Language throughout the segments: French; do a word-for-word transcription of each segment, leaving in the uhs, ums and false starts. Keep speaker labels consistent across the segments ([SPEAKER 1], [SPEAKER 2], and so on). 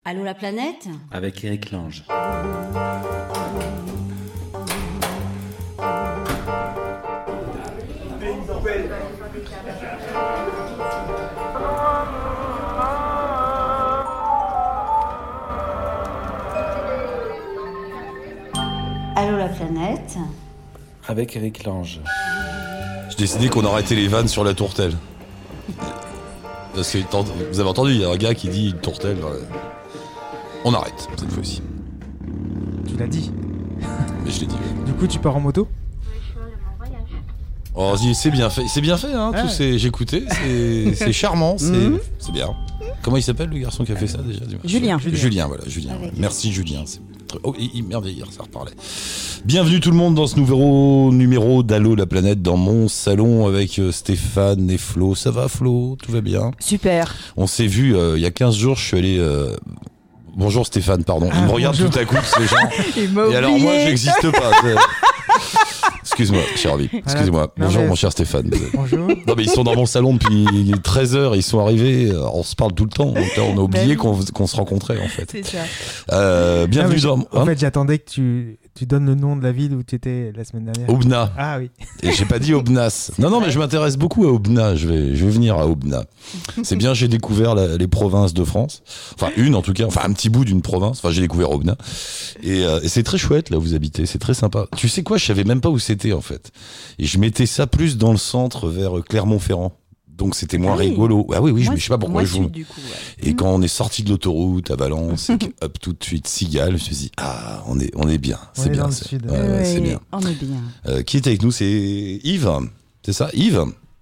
[SPEAKER 1] Allô la planète ?
[SPEAKER 2] Avec Eric Lange.
[SPEAKER 1] Allô la planète ?
[SPEAKER 2] Avec Eric Lange.
[SPEAKER 3] J'ai décidé qu'on arrêtait les vannes sur la tourtelle. Parce que vous avez entendu, il y a un gars qui dit une tourtelle. Voilà. On arrête cette fois-ci.
[SPEAKER 4] Tu l'as dit.
[SPEAKER 3] Mais je l'ai dit. Ouais.
[SPEAKER 4] Du coup, tu pars en moto ?
[SPEAKER 3] Oh, c'est bien fait, c'est bien fait, hein.
[SPEAKER 4] Ah
[SPEAKER 3] Tous
[SPEAKER 4] ouais.
[SPEAKER 3] ces, j'ai écouté, c'est, c'est charmant, c'est,
[SPEAKER 4] Mmh.
[SPEAKER 3] c'est bien. Comment il s'appelle le garçon qui a fait ça déjà ?
[SPEAKER 5] Julien.
[SPEAKER 3] Julien, Julien voilà, Julien.
[SPEAKER 1] Avec.
[SPEAKER 3] Merci Julien. C'est très... Oh, il, il merde, hier ça reparlait. Bienvenue tout le monde dans ce nouveau numéro d'Allô la planète dans mon salon avec euh, Stéphane et Flo. Ça va Flo ? Tout va bien ?
[SPEAKER 5] Super.
[SPEAKER 3] On s'est vu euh, il y a quinze jours, je suis allé. Euh... Bonjour Stéphane, pardon.
[SPEAKER 4] Ah,
[SPEAKER 3] il me regarde
[SPEAKER 4] bonjour.
[SPEAKER 3] tout à coup, ces gens.
[SPEAKER 5] Il m'a
[SPEAKER 3] Et alors moi,
[SPEAKER 5] oublié.
[SPEAKER 3] j'existe pas. C'est- Excuse-moi, cher ami. Excuse-moi.
[SPEAKER 4] Non,
[SPEAKER 3] Bonjour
[SPEAKER 4] mais-
[SPEAKER 3] mon cher Stéphane.
[SPEAKER 4] Bonjour.
[SPEAKER 3] Non mais ils sont dans mon salon depuis treize heures, ils sont arrivés, euh, on se parle tout le temps, donc là on a oublié
[SPEAKER 5] oui.
[SPEAKER 3] qu'on, qu'on se rencontrait en fait.
[SPEAKER 5] C'est ça.
[SPEAKER 3] Euh, bienvenue
[SPEAKER 4] Ah, mais
[SPEAKER 3] dans...
[SPEAKER 4] En
[SPEAKER 3] hein
[SPEAKER 4] fait, j'attendais que tu, tu donnes le nom de la ville où tu étais la semaine dernière.
[SPEAKER 3] Obna.
[SPEAKER 4] Ah oui.
[SPEAKER 3] Et j'ai pas dit Obnas. Non, non, mais je m'intéresse beaucoup à Obna. Je vais, je vais venir à Obna. C'est bien, j'ai découvert la- les provinces de France. Enfin, une en tout cas. Enfin, un petit bout d'une province. Enfin, j'ai découvert Obna. Et, euh, et c'est très chouette, là où vous habitez. C'est très sympa. Tu sais quoi, je savais même pas où c'était, en fait. Et je mettais ça plus dans le centre, vers Clermont-Ferrand. Donc c'était moins
[SPEAKER 5] Ah oui.
[SPEAKER 3] rigolo. Ah oui, oui,
[SPEAKER 5] Moi,
[SPEAKER 3] je, je sais pas pourquoi
[SPEAKER 5] moi,
[SPEAKER 3] je vous...
[SPEAKER 5] sud, du coup, ouais.
[SPEAKER 3] Et quand on est sorti de l'autoroute à Valence, et que, hop, tout de suite, Cigale, je me suis dit, ah, on est, on est bien.
[SPEAKER 4] On
[SPEAKER 3] C'est
[SPEAKER 4] est
[SPEAKER 3] bien.
[SPEAKER 4] dans le
[SPEAKER 3] c'est-
[SPEAKER 4] sud.
[SPEAKER 3] ouais, ouais, c'est
[SPEAKER 5] Ouais,
[SPEAKER 3] bien.
[SPEAKER 5] On est bien.
[SPEAKER 3] Euh, qui est avec nous ? C'est Yves. C'est ça, Yves ?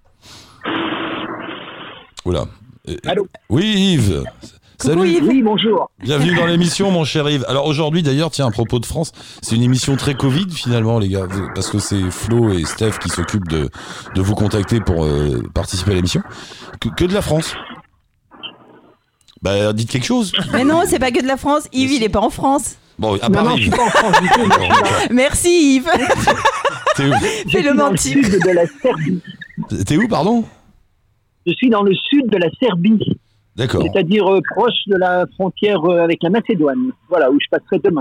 [SPEAKER 3] Oula. Euh,
[SPEAKER 6] Allô ?
[SPEAKER 3] Oui, Yves. Salut.
[SPEAKER 5] Yves.
[SPEAKER 6] Oui, bonjour.
[SPEAKER 3] Bienvenue dans l'émission, mon cher Yves. Alors aujourd'hui, d'ailleurs, tiens, à propos de France, c'est une émission très Covid finalement, les gars, Vous- parce que c'est Flo et Steph qui s'occupent de, de vous contacter pour euh, participer à l'émission. Que, que de la France. Bah, dites quelque chose.
[SPEAKER 5] Mais non, c'est pas que de la France. Yves, il est pas en France.
[SPEAKER 3] Bon, à
[SPEAKER 6] Non,
[SPEAKER 3] part
[SPEAKER 6] non, je suis
[SPEAKER 3] Yves.
[SPEAKER 6] pas en France du tout. mais je suis dans-
[SPEAKER 5] Merci Yves.
[SPEAKER 3] T'es où
[SPEAKER 6] je
[SPEAKER 5] Fais
[SPEAKER 6] suis
[SPEAKER 5] le
[SPEAKER 6] dans le
[SPEAKER 5] menti.
[SPEAKER 6] sud de la Serbie.
[SPEAKER 3] T'es où, pardon ?
[SPEAKER 6] Je suis dans le sud de la Serbie,
[SPEAKER 3] D'accord.
[SPEAKER 6] c'est-à-dire euh, proche de la frontière euh, avec la Macédoine. Voilà, où je passerai demain.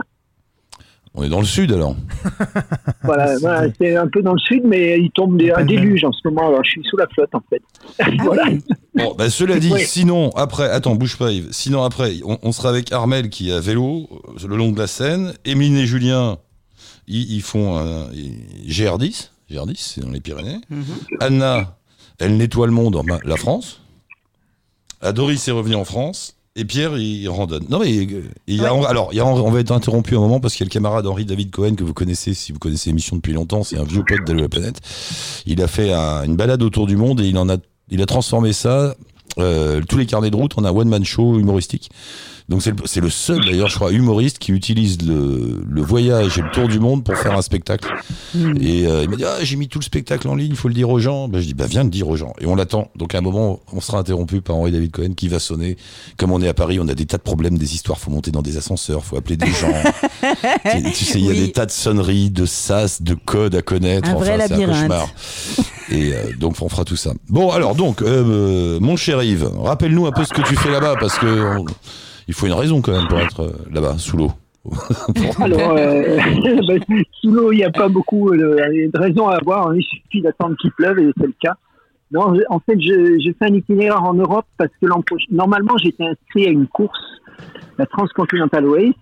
[SPEAKER 3] On est dans le sud alors.
[SPEAKER 6] Voilà, voilà, c'est un peu dans le sud, mais il tombe des, un déluge en ce moment. Alors, je suis sous la flotte, en fait. voilà.
[SPEAKER 5] oui.
[SPEAKER 3] Bon, bah, cela dit,
[SPEAKER 6] Ouais.
[SPEAKER 3] sinon, après, attends, bouge pas, Yves. Sinon, après, on, on sera avec Armel qui est à vélo euh, le long de la Seine. Émeline et Julien, ils, ils font un ils- G R dix. G R dix, c'est dans les Pyrénées. Anna, elle nettoie le monde, en- la France. Adoris est revenu en France. Et Pierre, il randonne. Non, mais euh, il y a, alors, il y a, on va être interrompu un moment parce qu'il y a le camarade Henri David Cohen que vous connaissez, si vous connaissez l'émission depuis longtemps. C'est un vieux pote d'Allô la planète. Il a fait un- une balade autour du monde et il en a, il a transformé ça, euh, tous les carnets de route, en un one-man show humoristique. Donc c'est le, c'est le seul d'ailleurs, je crois, humoriste qui utilise le, le voyage et le tour du monde pour faire un spectacle. Et euh, il m'a dit ah, j'ai mis tout le spectacle en ligne, il faut le dire aux gens. Ben, je dis bah viens le dire aux gens. Et on l'attend. Donc à un moment, on sera interrompu par Henri David Cohen qui va sonner. Comme on est à Paris, on a des tas de problèmes, des histoires. Faut monter dans des ascenseurs, faut appeler des gens. tu, tu sais, il y a
[SPEAKER 5] Oui.
[SPEAKER 3] des tas de sonneries, de sas, de codes à connaître.
[SPEAKER 5] Un vrai
[SPEAKER 3] enfin, c'est un
[SPEAKER 5] labyrinthe.
[SPEAKER 3] cauchemar. Et euh, donc on fera tout ça. Bon alors donc, euh, mon cher Yves, rappelle-nous un peu ce que tu fais là-bas parce que on- il faut une raison quand même pour être euh, là-bas sous l'eau.
[SPEAKER 6] Alors, euh, ben, sous l'eau, il n'y a pas beaucoup euh, de raisons à avoir. hein. Il suffit d'attendre qu'il pleuve et c'est le cas. Non, je- en fait, je- j'ai fait un itinéraire en Europe parce que l'an prochain, normalement, j'étais inscrit à une course, la Transcontinental Race.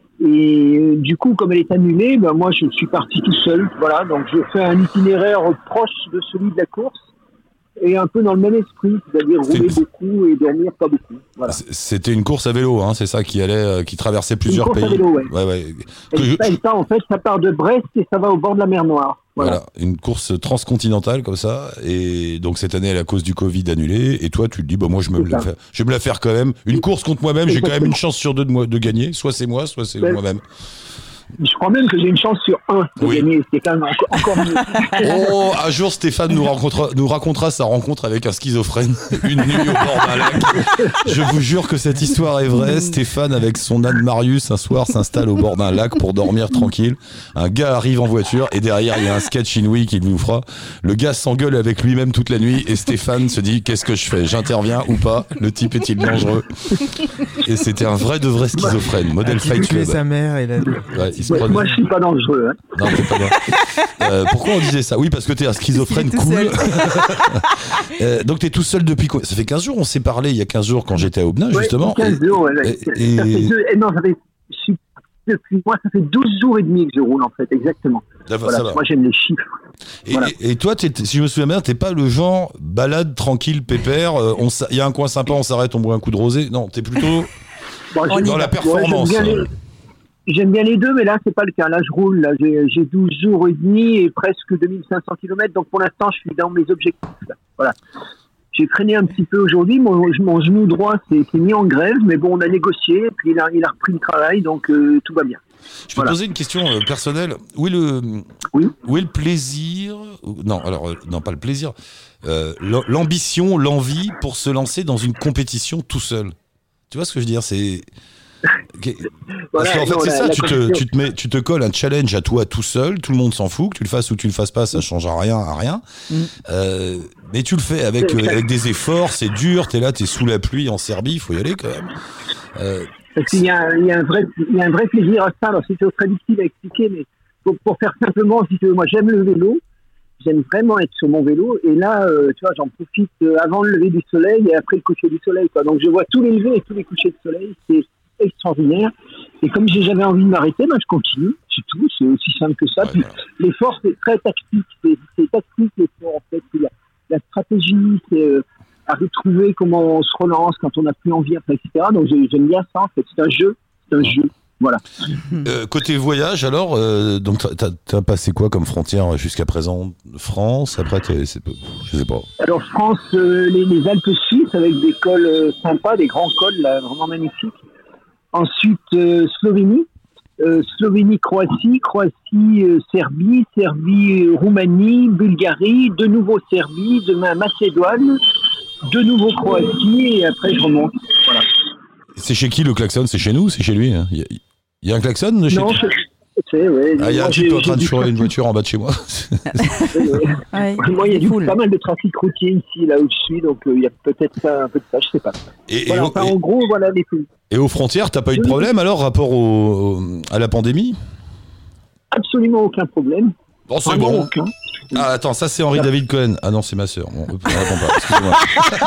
[SPEAKER 6] Et euh, du coup, comme elle est annulée, ben, moi, je suis parti tout seul. Voilà, donc je fais un itinéraire proche de celui de la course et un peu dans le même esprit, c'est-à-dire
[SPEAKER 3] C'est-
[SPEAKER 6] rouler beaucoup et dormir pas beaucoup. Voilà.
[SPEAKER 3] C- C'était une course à vélo, hein, c'est ça qui allait, euh, qui traversait plusieurs
[SPEAKER 6] course à
[SPEAKER 3] pays.
[SPEAKER 6] vélo, ouais.
[SPEAKER 3] ouais, ouais.
[SPEAKER 6] Et
[SPEAKER 3] Que je-
[SPEAKER 6] ça, et ça, en fait, ça part de Brest et ça va au bord de la mer Noire. Voilà.
[SPEAKER 3] Voilà, une course transcontinentale comme ça. Et donc cette année, à la cause du Covid annulée. Et toi, tu te dis, bah moi, je, me
[SPEAKER 6] C'est
[SPEAKER 3] la
[SPEAKER 6] ça.
[SPEAKER 3] fais- je vais me la faire quand même. Une course contre moi-même, j'ai quand même
[SPEAKER 6] Exactement.
[SPEAKER 3] une chance sur deux de, moi, de gagner. Soit c'est moi, soit c'est
[SPEAKER 6] Ouais.
[SPEAKER 3] moi-même.
[SPEAKER 6] Je crois même que j'ai une chance sur un de
[SPEAKER 3] Oui.
[SPEAKER 6] gagner, c'est quand même encore, encore mieux.
[SPEAKER 3] Oh, un jour, Stéphane nous racontera, nous racontera sa rencontre avec un schizophrène une nuit au bord d'un lac. Je vous jure que cette histoire est vraie. Stéphane, avec son âne Marius, un soir s'installe au bord d'un lac pour dormir tranquille. Un gars arrive en voiture et derrière, il y a un sketch inouï qu'il nous fera. Le gars s'engueule avec lui-même toute la nuit et Stéphane se dit, qu'est-ce que je fais? J'interviens ou pas? Le type est-il dangereux? Et c'était un vrai de vrai schizophrène, modèle
[SPEAKER 4] Qui
[SPEAKER 3] Fight
[SPEAKER 4] bouclait
[SPEAKER 3] Club.
[SPEAKER 4] sa mère et la...
[SPEAKER 3] Ouais, il se
[SPEAKER 6] Ouais,
[SPEAKER 3] prenait-
[SPEAKER 6] moi, je suis pas dangereux. Hein.
[SPEAKER 3] Non, t'es pas bien. Euh, pourquoi on disait ça? Oui, parce que t'es un schizophrène
[SPEAKER 5] Parce qu'il est
[SPEAKER 3] cool. Euh, donc t'es tout seul depuis quoi? Ça fait quinze jours, on s'est parlé il y a quinze jours quand j'étais à Aubenas,
[SPEAKER 6] Ouais,
[SPEAKER 3] justement.
[SPEAKER 6] quinze jours, ouais, ouais.
[SPEAKER 3] et-
[SPEAKER 6] Ça fait
[SPEAKER 3] et-
[SPEAKER 6] deux, eh non, ça fait, je suis- depuis moi, ça fait douze jours et demi que je roule, en fait, exactement.
[SPEAKER 3] Ah, bah,
[SPEAKER 6] Voilà,
[SPEAKER 3] ça va.
[SPEAKER 6] moi, j'aime les chiffres.
[SPEAKER 3] Et,
[SPEAKER 6] voilà.
[SPEAKER 3] et- et toi, t'es- si je me souviens bien, t'es pas le genre balade tranquille, pépère. euh, on s'a- Il y a un coin sympa, on s'arrête, on boit un coup de rosé. Non, t'es plutôt
[SPEAKER 6] Bon,
[SPEAKER 5] On
[SPEAKER 6] j'aime-
[SPEAKER 3] dans la
[SPEAKER 6] ouais,
[SPEAKER 3] performance.
[SPEAKER 6] j'aime, bien les, j'aime bien les deux, mais là, c'est pas le cas. Là, je roule. Là, j'ai, j'ai douze jours et demi et presque deux mille cinq cents kilomètres. Donc, pour l'instant, je suis dans mes objectifs. Là. Voilà. J'ai freiné un petit peu aujourd'hui. Mon, mon genou droit s'est, s'est mis en grève, mais bon, on a négocié. Et puis, il a, il a repris le travail, donc euh, tout va bien.
[SPEAKER 3] Je peux
[SPEAKER 6] Voilà.
[SPEAKER 3] te poser une question euh, personnelle. Où est le,
[SPEAKER 6] Oui.
[SPEAKER 3] où est le plaisir Non, alors, euh, non, pas le plaisir. Euh, l'am- l'ambition, l'envie pour se lancer dans une compétition tout seul. Tu vois ce que je veux dire? C'est. Parce
[SPEAKER 6] Voilà,
[SPEAKER 3] qu'en fait,
[SPEAKER 6] non,
[SPEAKER 3] c'est
[SPEAKER 6] la-
[SPEAKER 3] ça,
[SPEAKER 6] la
[SPEAKER 3] tu te,
[SPEAKER 6] compétition-
[SPEAKER 3] tu, te mets, tu te colles un challenge à toi tout seul, tout le monde s'en fout, que tu le fasses ou tu le fasses pas, ça change à rien, à rien.
[SPEAKER 5] Mm.
[SPEAKER 3] Euh, mais tu le fais avec, euh, avec des efforts, c'est dur, t'es là, t'es sous la pluie en Serbie, il faut y aller quand même. Euh,
[SPEAKER 6] Parce qu'il y a, il y, a un vrai, il y a un vrai plaisir à ça. Alors, c'est très difficile à expliquer, mais pour, pour faire simplement, si tu veux, moi, j'aime le vélo. J'aime vraiment être sur mon vélo. Et là, euh, tu vois, j'en profite euh, avant le lever du soleil et après le coucher du soleil, quoi. Donc, je vois tous les levers et tous les couchers de soleil. C'est extraordinaire. Et comme j'ai jamais envie de m'arrêter, ben, je continue. C'est tout. C'est aussi simple que ça.
[SPEAKER 3] ouais,
[SPEAKER 6] Puis,
[SPEAKER 3] voilà.
[SPEAKER 6] l'effort, c'est très tactique. C'est, c'est tactique, l'effort, en fait. C'est la, la stratégie, c'est euh, à retrouver comment on se relance quand on n'a plus envie, après, et cetera. Donc, j'ai- j'aime bien ça, en fait. C'est un jeu. C'est un jeu. Voilà.
[SPEAKER 3] Euh, côté voyage, alors, euh, donc t'as- t'as t'as passé quoi comme frontière jusqu'à présent? France, après, t'es- c'est, je sais pas.
[SPEAKER 6] Alors, France, euh, les, les Alpes suisses avec des cols euh, sympas, des grands cols, là, vraiment magnifiques. Ensuite, euh, Slovénie. Euh, Slovénie, Croatie, Croatie, euh, Serbie, Serbie, euh, Roumanie, Bulgarie, de nouveau Serbie, demain Macédoine, de nouveau Croatie, et après je remonte. Voilà.
[SPEAKER 3] C'est chez qui le klaxon? C'est chez nous? C'est chez lui? hein Il y, a- il y a un klaxon de chez
[SPEAKER 6] Non,
[SPEAKER 3] toi?
[SPEAKER 6] c'est, c'est, ouais,
[SPEAKER 3] Ah, il y a un
[SPEAKER 6] moi,
[SPEAKER 3] type
[SPEAKER 6] j'ai-
[SPEAKER 3] en train de
[SPEAKER 6] j'ai du
[SPEAKER 3] chourer une
[SPEAKER 6] trafic,
[SPEAKER 3] voiture en bas de chez moi.
[SPEAKER 6] ouais.
[SPEAKER 5] Ouais,
[SPEAKER 6] Moi, il y a du,
[SPEAKER 5] cool.
[SPEAKER 6] pas mal de trafic routier ici, là où je suis, donc euh, il y a peut-être ça, un peu de ça, je sais pas.
[SPEAKER 3] Et, et
[SPEAKER 6] Voilà,
[SPEAKER 3] au-
[SPEAKER 6] enfin,
[SPEAKER 3] et-
[SPEAKER 6] en gros, voilà les pays.
[SPEAKER 3] et aux frontières, t'as pas eu de problème alors, rapport au, au- à la pandémie?
[SPEAKER 6] Absolument aucun problème.
[SPEAKER 3] Bon, c'est
[SPEAKER 6] Vraiment
[SPEAKER 3] bon.
[SPEAKER 6] aucun.
[SPEAKER 3] Ah, attends, ça c'est Henri David Cohen. Ah non, c'est ma sœur. Bon, on répond pas, excusez-moi.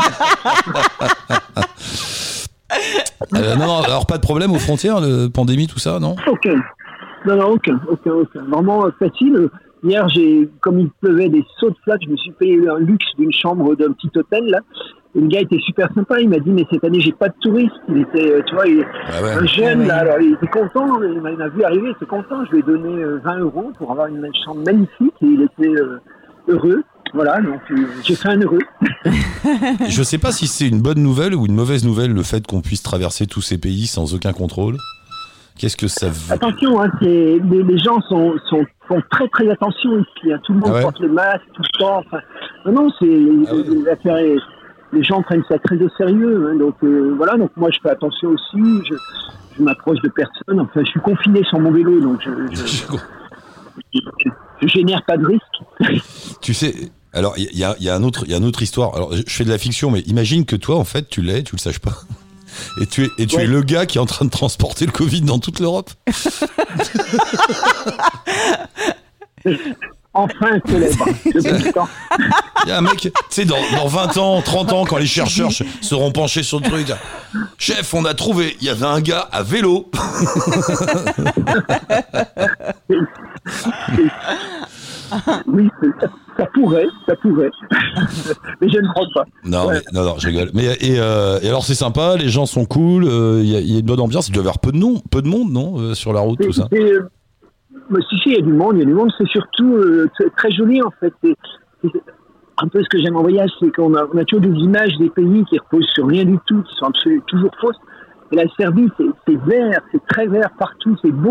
[SPEAKER 3] Euh, non, non, alors pas de problème aux frontières, le pandémie, tout ça, non?
[SPEAKER 6] Aucun. Non, non, aucun, aucun, aucun. Vraiment euh, facile. Hier, j'ai, comme il pleuvait des sauts de flaque, je me suis payé un luxe d'une chambre d'un petit hôtel, là. Et le gars était super sympa. Il m'a dit, mais cette année, j'ai pas de touristes. Il était, euh, tu vois, il,
[SPEAKER 3] Ah ouais.
[SPEAKER 6] un jeune,
[SPEAKER 5] Ouais,
[SPEAKER 6] là.
[SPEAKER 5] ouais.
[SPEAKER 6] Alors, il était content. Il m'a, il m'a vu arriver, il était content. Je lui ai donné euh, vingt euros pour avoir une chambre magnifique et il était euh, heureux. Voilà, donc euh, j'ai fait un heureux.
[SPEAKER 3] Je sais pas si c'est une bonne nouvelle ou une mauvaise nouvelle, le fait qu'on puisse traverser tous ces pays sans aucun contrôle. Qu'est-ce que ça veut?
[SPEAKER 6] Attention, hein, c'est, les, les gens sont, sont, font très très attention ici. Hein. Tout le monde
[SPEAKER 3] Ah ouais
[SPEAKER 6] porte le masque tout le temps. Enfin, non, non, c'est
[SPEAKER 3] Ah ouais.
[SPEAKER 6] les, affaires est- les gens prennent ça très au sérieux. Hein. Donc euh, voilà, donc moi je fais attention aussi. Je, je m'approche de personne. Enfin, je suis confiné sur mon vélo, donc je, je, je, je génère pas de risque.
[SPEAKER 3] Tu sais, alors il y, a- il y a un autre, il y a une autre histoire. Alors je fais de la fiction, mais imagine que toi, en fait, tu l'es, tu le saches pas. Et tu es, et tu
[SPEAKER 6] Ouais.
[SPEAKER 3] es le gars qui est en train de transporter le Covid dans toute l'Europe.
[SPEAKER 6] Enfin célèbre. Depuis le temps.
[SPEAKER 3] Il y a un mec, tu sais, dans, dans vingt ans, trente ans, quand les chercheurs ch- seront penchés sur le truc, chef, on a trouvé, il y avait un gars à vélo.
[SPEAKER 6] Oui, ça, ça pourrait, ça pourrait. Mais je ne crois pas.
[SPEAKER 3] Non,
[SPEAKER 6] Ouais.
[SPEAKER 3] mais, non, non, je rigole. Mais, et, euh, et alors, c'est sympa, les gens sont cool, euh, il y, a- il y a une bonne ambiance, il doit y avoir peu de, nom, peu de monde, non, euh, sur la route, tout ça.
[SPEAKER 6] C'est, euh, mais si, si, il y a du monde, il y a du monde, c'est surtout euh, t- très joli en fait. C'est, c'est un peu ce que j'aime en voyage, c'est qu'on a, on a toujours des images des pays qui reposent sur rien du tout, qui sont absolument toujours fausses. Et la Serbie, c'est, c'est vert, c'est très vert partout, c'est beau.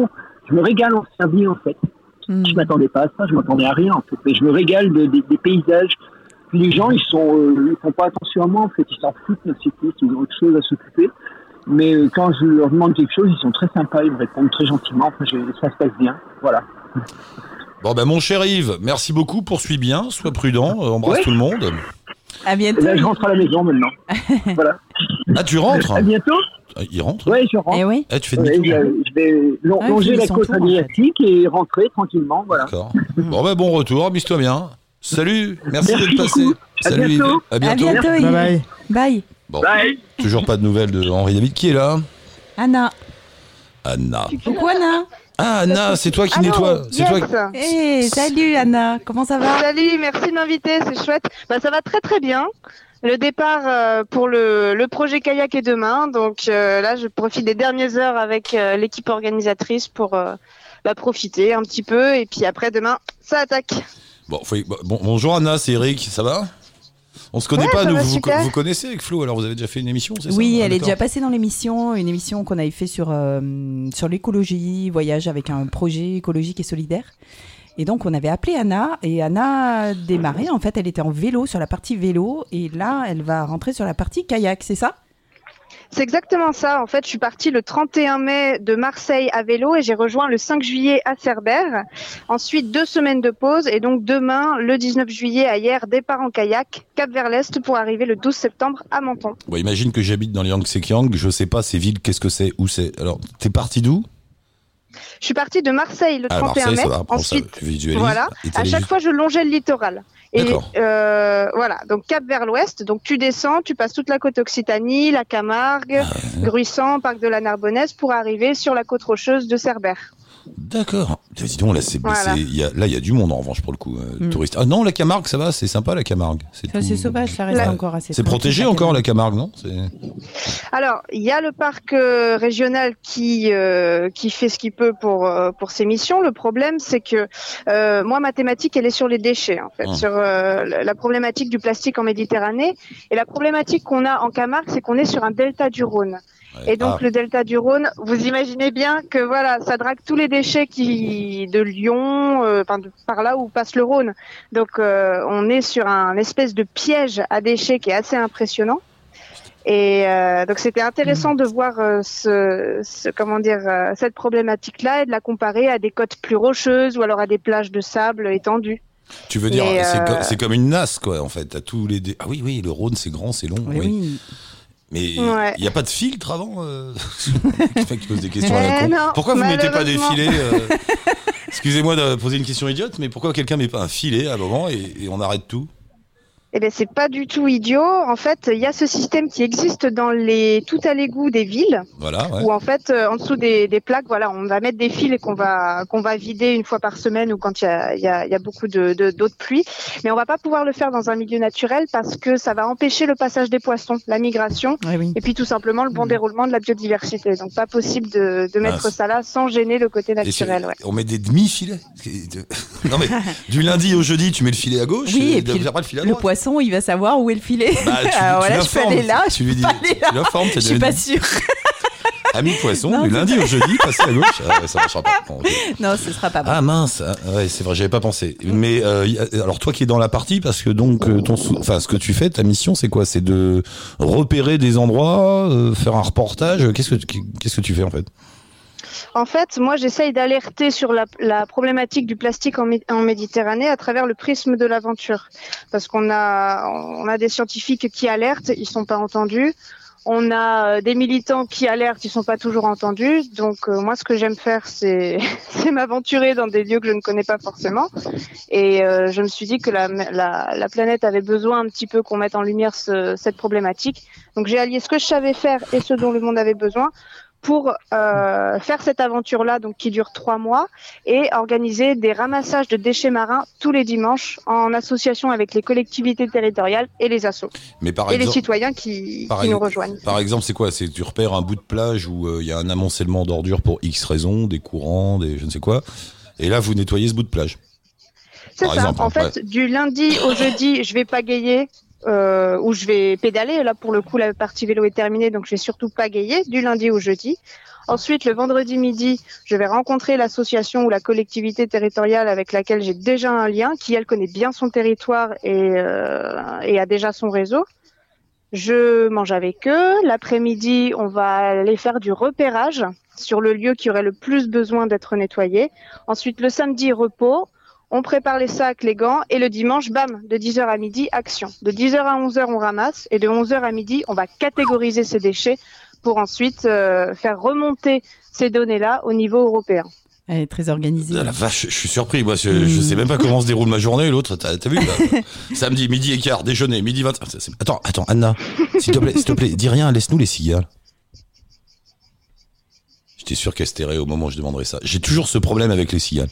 [SPEAKER 6] je me régale en Serbie, en fait.
[SPEAKER 5] Mm.
[SPEAKER 6] Je m'attendais pas à ça, je m'attendais à rien, en fait. Mais je me régale de, de- des paysages. Puis les gens, ils sont, euh, ils font pas attention à moi, en fait. Ils s'en foutent, mais c'est tout. Ils ont autre chose à s'occuper. Mais euh, quand je leur demande quelque chose, ils sont très sympas, ils me répondent très gentiment. Enfin, je- ça se passe bien. Voilà.
[SPEAKER 3] Bon, ben, mon cher Yves, merci beaucoup. Poursuis bien, sois prudent, euh, embrasse
[SPEAKER 6] Ouais.
[SPEAKER 3] tout le monde.
[SPEAKER 5] À
[SPEAKER 6] Et
[SPEAKER 5] bientôt.
[SPEAKER 6] là, je rentre à la maison maintenant. Voilà.
[SPEAKER 3] Ah, tu rentres
[SPEAKER 6] À bientôt.
[SPEAKER 3] Ah, il rentre
[SPEAKER 6] Ouais, je rentre.
[SPEAKER 5] Eh oui.
[SPEAKER 3] Eh, tu fais
[SPEAKER 6] Ouais,
[SPEAKER 3] demi-tour
[SPEAKER 6] je, je vais lo-
[SPEAKER 5] Ah,
[SPEAKER 6] longer
[SPEAKER 5] il
[SPEAKER 6] la
[SPEAKER 5] finit son
[SPEAKER 6] côte
[SPEAKER 5] tour, en fait.
[SPEAKER 6] adriatique et rentrer tranquillement. Voilà.
[SPEAKER 3] D'accord. Bon, ben, bon retour, amuse-toi bien. Salut, merci,
[SPEAKER 6] Merci
[SPEAKER 3] d'être passé.
[SPEAKER 6] beaucoup. À
[SPEAKER 3] Salut Yves,
[SPEAKER 6] bientôt.
[SPEAKER 3] à
[SPEAKER 5] À
[SPEAKER 3] bientôt.
[SPEAKER 5] bientôt.
[SPEAKER 4] Bye
[SPEAKER 5] Yves.
[SPEAKER 4] bye.
[SPEAKER 5] Bye.
[SPEAKER 3] Bon,
[SPEAKER 6] Bye.
[SPEAKER 3] toujours pas de nouvelles de Henri David. Qui est là?
[SPEAKER 5] Anna.
[SPEAKER 3] Anna.
[SPEAKER 5] Coucou Anna.
[SPEAKER 3] Ah, Anna, c'est toi qui
[SPEAKER 7] Allô,
[SPEAKER 3] nettoie. C'est
[SPEAKER 7] yes.
[SPEAKER 3] toi.
[SPEAKER 5] Hey, salut Anna. Comment ça va?
[SPEAKER 7] Salut, merci de m'inviter, c'est chouette. Bah, ça va très très bien. Le départ euh, pour le, le projet kayak est demain, donc euh, là je profite des dernières heures avec euh, l'équipe organisatrice pour euh, bah, profiter un petit peu et puis après demain ça attaque.
[SPEAKER 3] Bon, faut- bon, bonjour Anna, c'est Eric, ça va? On se connaît
[SPEAKER 7] Ouais,
[SPEAKER 3] pas,
[SPEAKER 7] ça
[SPEAKER 3] nous,
[SPEAKER 7] va
[SPEAKER 3] vous,
[SPEAKER 7] super.
[SPEAKER 3] vous connaissez avec Flo, alors vous avez déjà fait une émission, c'est ça?
[SPEAKER 5] Oui,
[SPEAKER 3] Ah,
[SPEAKER 5] elle est
[SPEAKER 3] d'accord.
[SPEAKER 5] déjà passée dans l'émission, une émission qu'on avait fait sur, euh, sur l'écologie, voyage avec un projet écologique et solidaire. Et donc, on avait appelé Anna, et Anna a démarré. En fait, elle était en vélo, sur la partie vélo, et là, elle va rentrer sur la partie kayak, c'est ça?
[SPEAKER 7] C'est exactement ça. En fait, je suis partie le trente et un mai de Marseille à vélo et j'ai rejoint le cinq juillet à Cerbère. Ensuite, deux semaines de pause et donc demain, le dix-neuf juillet à hier, départ en kayak, cap vers l'est pour arriver le douze septembre à Menton.
[SPEAKER 3] Bon, imagine que j'habite dans les Yangtze-Kiang, je sais pas ces villes, qu'est-ce que c'est, où c'est. Alors, t'es parti d'où?
[SPEAKER 7] Je suis partie de Marseille le
[SPEAKER 3] Ah,
[SPEAKER 7] trente et un
[SPEAKER 3] Marseille,
[SPEAKER 7] mai.
[SPEAKER 3] ça va, prends ça,
[SPEAKER 7] Ensuite,
[SPEAKER 3] tu visualises.
[SPEAKER 7] voilà.
[SPEAKER 3] Et t'es
[SPEAKER 7] À
[SPEAKER 3] allé
[SPEAKER 7] chaque
[SPEAKER 3] jusqu'-
[SPEAKER 7] fois, je longeais le littoral. Et
[SPEAKER 3] D'accord.
[SPEAKER 7] euh, voilà, donc cap vers l'ouest. Donc tu descends, tu passes toute la côte Occitanie, la Camargue,
[SPEAKER 3] Ah,
[SPEAKER 7] Gruissant, parc de la Narbonnaise pour arriver sur la côte rocheuse de Cerbère.
[SPEAKER 3] D'accord. Dis donc, là, c'est,
[SPEAKER 7] Voilà.
[SPEAKER 3] c'est- il y a, là, il y a du monde en revanche pour le coup, euh,
[SPEAKER 5] Mm.
[SPEAKER 3] touriste. Ah non, la Camargue, ça va, c'est sympa la Camargue. C'est,
[SPEAKER 5] Ça, c'est
[SPEAKER 3] tout-
[SPEAKER 5] sauvage, ça reste
[SPEAKER 7] Ouais.
[SPEAKER 5] encore assez
[SPEAKER 3] C'est
[SPEAKER 5] tranquille,
[SPEAKER 3] protégé
[SPEAKER 5] ça,
[SPEAKER 3] encore
[SPEAKER 5] quand
[SPEAKER 3] la
[SPEAKER 5] même.
[SPEAKER 3] Camargue, non? C'est...
[SPEAKER 7] Alors, il y a le parc euh, régional qui euh, qui fait ce qu'il peut pour euh, pour ses missions. Le problème, c'est que euh, moi, ma thématique, elle est sur les déchets, en fait,
[SPEAKER 3] Ah.
[SPEAKER 7] sur euh, la la problématique du plastique en Méditerranée. Et la problématique qu'on a en Camargue, c'est qu'on est sur un delta du Rhône.
[SPEAKER 3] Ouais.
[SPEAKER 7] Et donc
[SPEAKER 3] Ah,
[SPEAKER 7] le delta du Rhône, vous imaginez bien que voilà, ça drague tous les déchets qui de Lyon, euh, enfin de- par là où passe le Rhône. Donc euh, on est sur un espèce de piège à déchets qui est assez impressionnant. Et euh, donc c'était intéressant de voir euh, ce, ce comment dire euh, cette problématique-là et de la comparer à des côtes plus rocheuses ou alors à des plages de sable étendues.
[SPEAKER 3] tu veux dire,
[SPEAKER 7] Mais,
[SPEAKER 3] c'est,
[SPEAKER 7] euh,
[SPEAKER 3] co- c'est comme une nasse, quoi, en fait. T'as tous les. dé- Ah oui, oui, le Rhône, c'est grand, c'est long.
[SPEAKER 5] Oui,
[SPEAKER 3] oui.
[SPEAKER 5] oui.
[SPEAKER 3] Mais il
[SPEAKER 7] Ouais.
[SPEAKER 3] n'y a pas de filtre avant euh... Le mec qui pose des questions à la
[SPEAKER 7] Eh
[SPEAKER 3] con.
[SPEAKER 7] non,
[SPEAKER 3] Pourquoi vous ne mettez pas des
[SPEAKER 7] malheureusement.
[SPEAKER 3] filets euh, Excusez-moi de poser une question idiote, mais pourquoi quelqu'un met pas un filet à un moment et, et on arrête tout?
[SPEAKER 7] Eh ben c'est pas du tout idiot. En fait, il y a ce système qui existe dans les tout à l'égout des villes,
[SPEAKER 3] Voilà, ouais.
[SPEAKER 7] où en fait, euh, en dessous des, des plaques, voilà, on va mettre des fils et qu'on va qu'on va vider une fois par semaine ou quand il y a, il y a, il y a beaucoup de, de d'eau de pluie. Mais on va pas pouvoir le faire dans un milieu naturel parce que ça va empêcher le passage des poissons, la migration,
[SPEAKER 5] Oui, oui.
[SPEAKER 7] et puis tout simplement le bon déroulement de la biodiversité. Donc pas possible de, de mettre
[SPEAKER 3] Ah,
[SPEAKER 7] ça là sans gêner le côté
[SPEAKER 3] Et c'est-
[SPEAKER 7] naturel. Ouais.
[SPEAKER 3] On met des demi-filets. Non mais du lundi au jeudi, tu mets le filet à gauche,
[SPEAKER 5] Oui, et
[SPEAKER 3] et
[SPEAKER 5] puis
[SPEAKER 3] après le filet à
[SPEAKER 5] Le
[SPEAKER 3] droite.
[SPEAKER 5] poisson, il va savoir où est le filet.
[SPEAKER 3] Bah, tu,
[SPEAKER 5] Alors
[SPEAKER 3] tu
[SPEAKER 5] voilà, je peux
[SPEAKER 3] l'informes,
[SPEAKER 5] aller là,
[SPEAKER 3] tu lui dis,
[SPEAKER 5] peux aller là.
[SPEAKER 3] tu l'informes,
[SPEAKER 5] Je suis pas sûre.
[SPEAKER 3] Ami poisson,
[SPEAKER 5] Non,
[SPEAKER 3] du
[SPEAKER 5] c'est
[SPEAKER 3] lundi au jeudi, passer à gauche. Ah, ça marchera pas. Bon, ok.
[SPEAKER 5] Non, ce sera pas bon.
[SPEAKER 3] Ah mince, ah, ouais, c'est vrai, j'avais pas pensé. Mais euh, y a- alors toi qui es dans la partie, parce que donc euh, ton, sou- enfin ce que tu fais, ta mission, c'est quoi? C'est de repérer des endroits, euh, faire un reportage. Qu'est-ce que tu- qu'est-ce que tu fais en fait?
[SPEAKER 7] En fait, moi, j'essaye d'alerter sur la, la problématique du plastique en, Mé- en Méditerranée à travers le prisme de l'aventure. Parce qu'on a, on a des scientifiques qui alertent, ils sont pas entendus. On a euh, des militants qui alertent, ils sont pas toujours entendus. Donc, euh, moi, ce que j'aime faire, c'est, c'est m'aventurer dans des lieux que je ne connais pas forcément. Et euh, je me suis dit que la, la, la planète avait besoin un petit peu qu'on mette en lumière ce, cette problématique. Donc, j'ai allié ce que je savais faire et ce dont le monde avait besoin pour euh, faire cette aventure-là, donc qui dure trois mois, et organiser des ramassages de déchets marins tous les dimanches en association avec les collectivités territoriales et les assos
[SPEAKER 3] Mais par
[SPEAKER 7] et les
[SPEAKER 3] exemple,
[SPEAKER 7] citoyens qui,
[SPEAKER 3] par
[SPEAKER 7] qui nous
[SPEAKER 3] exemple-
[SPEAKER 7] rejoignent.
[SPEAKER 3] par exemple, c'est quoi? C'est tu repères un bout de plage où il y a un amoncellement d'ordures pour X raisons, des courants, des je ne sais quoi, et là vous nettoyez ce bout de plage.
[SPEAKER 7] C'est
[SPEAKER 3] par
[SPEAKER 7] ça.
[SPEAKER 3] exemple,
[SPEAKER 7] en
[SPEAKER 3] hein,
[SPEAKER 7] fait, du lundi au jeudi, je vais pagayer. Euh, où je vais pédaler. Là, pour le coup, la partie vélo est terminée, donc je vais surtout pagayer du lundi au jeudi. Ensuite, le vendredi midi, je vais rencontrer l'association ou la collectivité territoriale avec laquelle j'ai déjà un lien, qui elle connaît bien son territoire et, euh, et a déjà son réseau. Je mange avec eux. L'après-midi, on va aller faire du repérage sur le lieu qui aurait le plus besoin d'être nettoyé. Ensuite, le samedi, repos. On prépare les sacs, les gants, et le dimanche, bam, de dix heures à midi, action. De dix heures à onze heures, on ramasse, et de onze heures à midi, on va catégoriser ces déchets pour ensuite euh, faire remonter ces données-là au niveau européen.
[SPEAKER 5] Elle est très organisée.
[SPEAKER 3] Ah, la vache, je suis surpris. Moi, je, mmh. je sais même pas comment se déroule ma journée. L'autre, t'as, t'as vu là samedi, midi et quart, déjeuner, midi vingt. Attends, attends, Anna, s'il te plaît, s'il te plaît, dis rien, laisse-nous les cigales. J'étais sûr qu'elle se tairait au moment où je demanderais ça. J'ai toujours ce problème avec les cigales.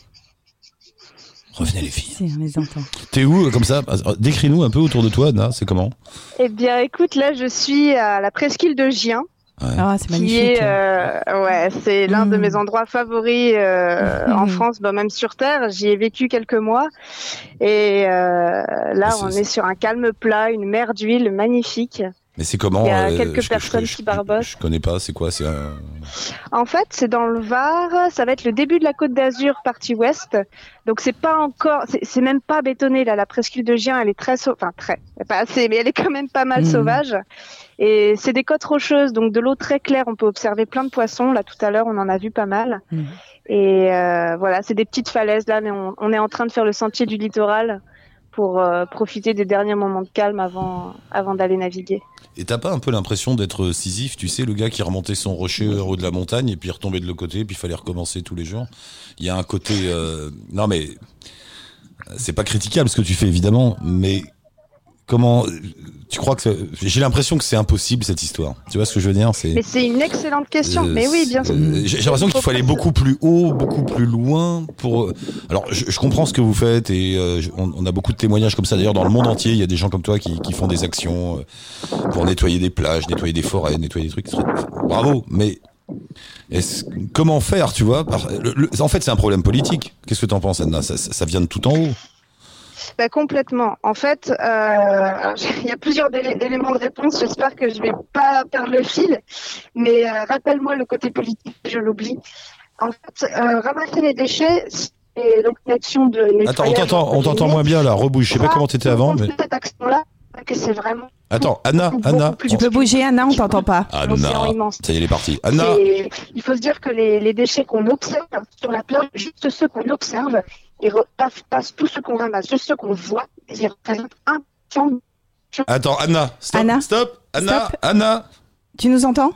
[SPEAKER 3] Revenez les filles.
[SPEAKER 5] Si, on les entend.
[SPEAKER 3] T'es où comme ça? Décris-nous un peu autour de toi, Anna. C'est comment?
[SPEAKER 7] Eh bien, écoute, là, je suis à la presqu'île de Gien.
[SPEAKER 3] Ouais.
[SPEAKER 5] Ah, c'est magnifique.
[SPEAKER 7] Qui est, euh, ouais, c'est l'un mmh. de mes endroits favoris euh, mmh. en France, bah, même sur Terre. J'y ai vécu quelques mois. Et euh, là, c'est, on est sur un calme plat, une mer d'huile magnifique.
[SPEAKER 3] Mais c'est comment?
[SPEAKER 7] Il y a
[SPEAKER 3] euh,
[SPEAKER 7] quelques
[SPEAKER 3] je,
[SPEAKER 7] personnes
[SPEAKER 3] je, je,
[SPEAKER 7] qui barbotent.
[SPEAKER 3] Je, je connais pas, c'est quoi? C'est un...
[SPEAKER 7] En fait, c'est dans le Var, ça va être le début de la Côte d'Azur, partie ouest. Donc c'est pas encore, c'est, c'est même pas bétonné là. La presqu'île de Gien, elle est très, sau... enfin très, pas assez, mais elle est quand même pas mal mmh. sauvage. Et c'est des côtes rocheuses, donc de l'eau très claire. On peut observer plein de poissons. Là, tout à l'heure, on en a vu pas mal. Mmh. Et euh, voilà, c'est des petites falaises là, mais on, on est en train de faire le sentier du littoral pour euh, profiter des derniers moments de calme avant, avant d'aller naviguer.
[SPEAKER 3] Et t'as pas un peu l'impression d'être Sisyphe, tu sais, le gars qui remontait son rocher au haut de la montagne et puis retombait de l'autre côté, puis il fallait recommencer tous les jours. Il y a un côté... Euh... Non mais, c'est pas critiquable ce que tu fais évidemment, mais comment... Tu crois que... Ça... J'ai l'impression que c'est impossible cette histoire. Tu vois ce que je veux dire? c'est...
[SPEAKER 7] Mais c'est une excellente question, euh, mais oui, bien sûr.
[SPEAKER 3] Euh, j'ai l'impression qu'il faut aller beaucoup plus haut, beaucoup plus loin pour... Alors, je, je comprends ce que vous faites et euh, on, on a beaucoup de témoignages comme ça. D'ailleurs, dans le monde entier, il y a des gens comme toi qui, qui font des actions pour nettoyer des plages, nettoyer des forêts, nettoyer des trucs. Bravo, mais... Est-ce, comment faire, tu vois? le, le, En fait, c'est un problème politique. Qu'est-ce que t'en penses, Anna? ça, ça, ça vient de tout en haut.
[SPEAKER 7] Bah, complètement. En fait, euh, il y a plusieurs dé- éléments de réponse. J'espère que je vais pas perdre le fil. Mais euh, rappelle-moi le côté politique, je l'oublie. En fait, euh, ramasser les déchets, c'est donc une action de nettoyage.
[SPEAKER 3] Attends, on t'entend, on t'entend moins bien là. Rebouge. Je sais pas comment t'étais avant, mais.
[SPEAKER 7] Cette action-là, que c'est vraiment.
[SPEAKER 3] Attends, Anna, Anna.
[SPEAKER 5] Tu peux bouger, Anna, on t'entend pas.
[SPEAKER 3] Anna, ça y est, elle est partie. Anna.
[SPEAKER 7] Et il faut se dire que les, les déchets qu'on observe sur la plage, juste ceux qu'on observe, ils repassent pas tous ceux qu'on ramasse, juste ceux qu'on voit, ils représentent un temps.
[SPEAKER 3] Attends, Anna, stop,
[SPEAKER 5] Anna,
[SPEAKER 3] stop, Anna,
[SPEAKER 5] stop.
[SPEAKER 3] Anna.
[SPEAKER 5] Tu nous entends?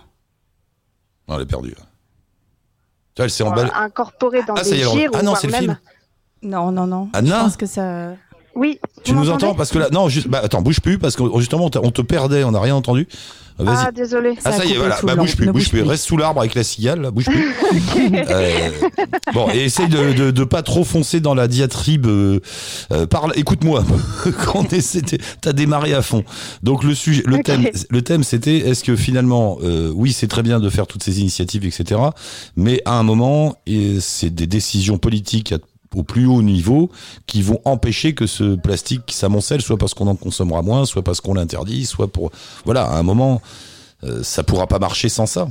[SPEAKER 3] Non, elle est perdue. Tu vois, elle s'est emballée.
[SPEAKER 7] Incorporée dans
[SPEAKER 3] ah,
[SPEAKER 7] des gires.
[SPEAKER 3] Ah non, c'est le
[SPEAKER 7] même...
[SPEAKER 3] film.
[SPEAKER 5] Non, non, non.
[SPEAKER 3] Anna.
[SPEAKER 5] Je pense que ça...
[SPEAKER 7] Oui.
[SPEAKER 3] Tu nous entends? Parce que là, non, juste, bah, attends, bouge plus, parce que justement, on, on te perdait, on n'a rien entendu. Vas-y.
[SPEAKER 7] Ah, désolé.
[SPEAKER 3] Ah, ça, ça y est, voilà. Bah, bouge plus, bouge plus. Reste sous l'arbre avec la cigale, là, bouge plus. euh, bon, et essaye de, de, de pas trop foncer dans la diatribe. Euh, euh, parle, écoute-moi. Quand on essaie, t'as démarré à fond. Donc, le sujet, le okay. thème, le thème, c'était, est-ce que finalement, euh, oui, c'est très bien de faire toutes ces initiatives, et cetera. Mais à un moment, et c'est des décisions politiques à au plus haut niveau, qui vont empêcher que ce plastique s'amoncelle, soit parce qu'on en consommera moins, soit parce qu'on l'interdit, soit pour... Voilà, à un moment, euh, ça pourra pas marcher sans ça.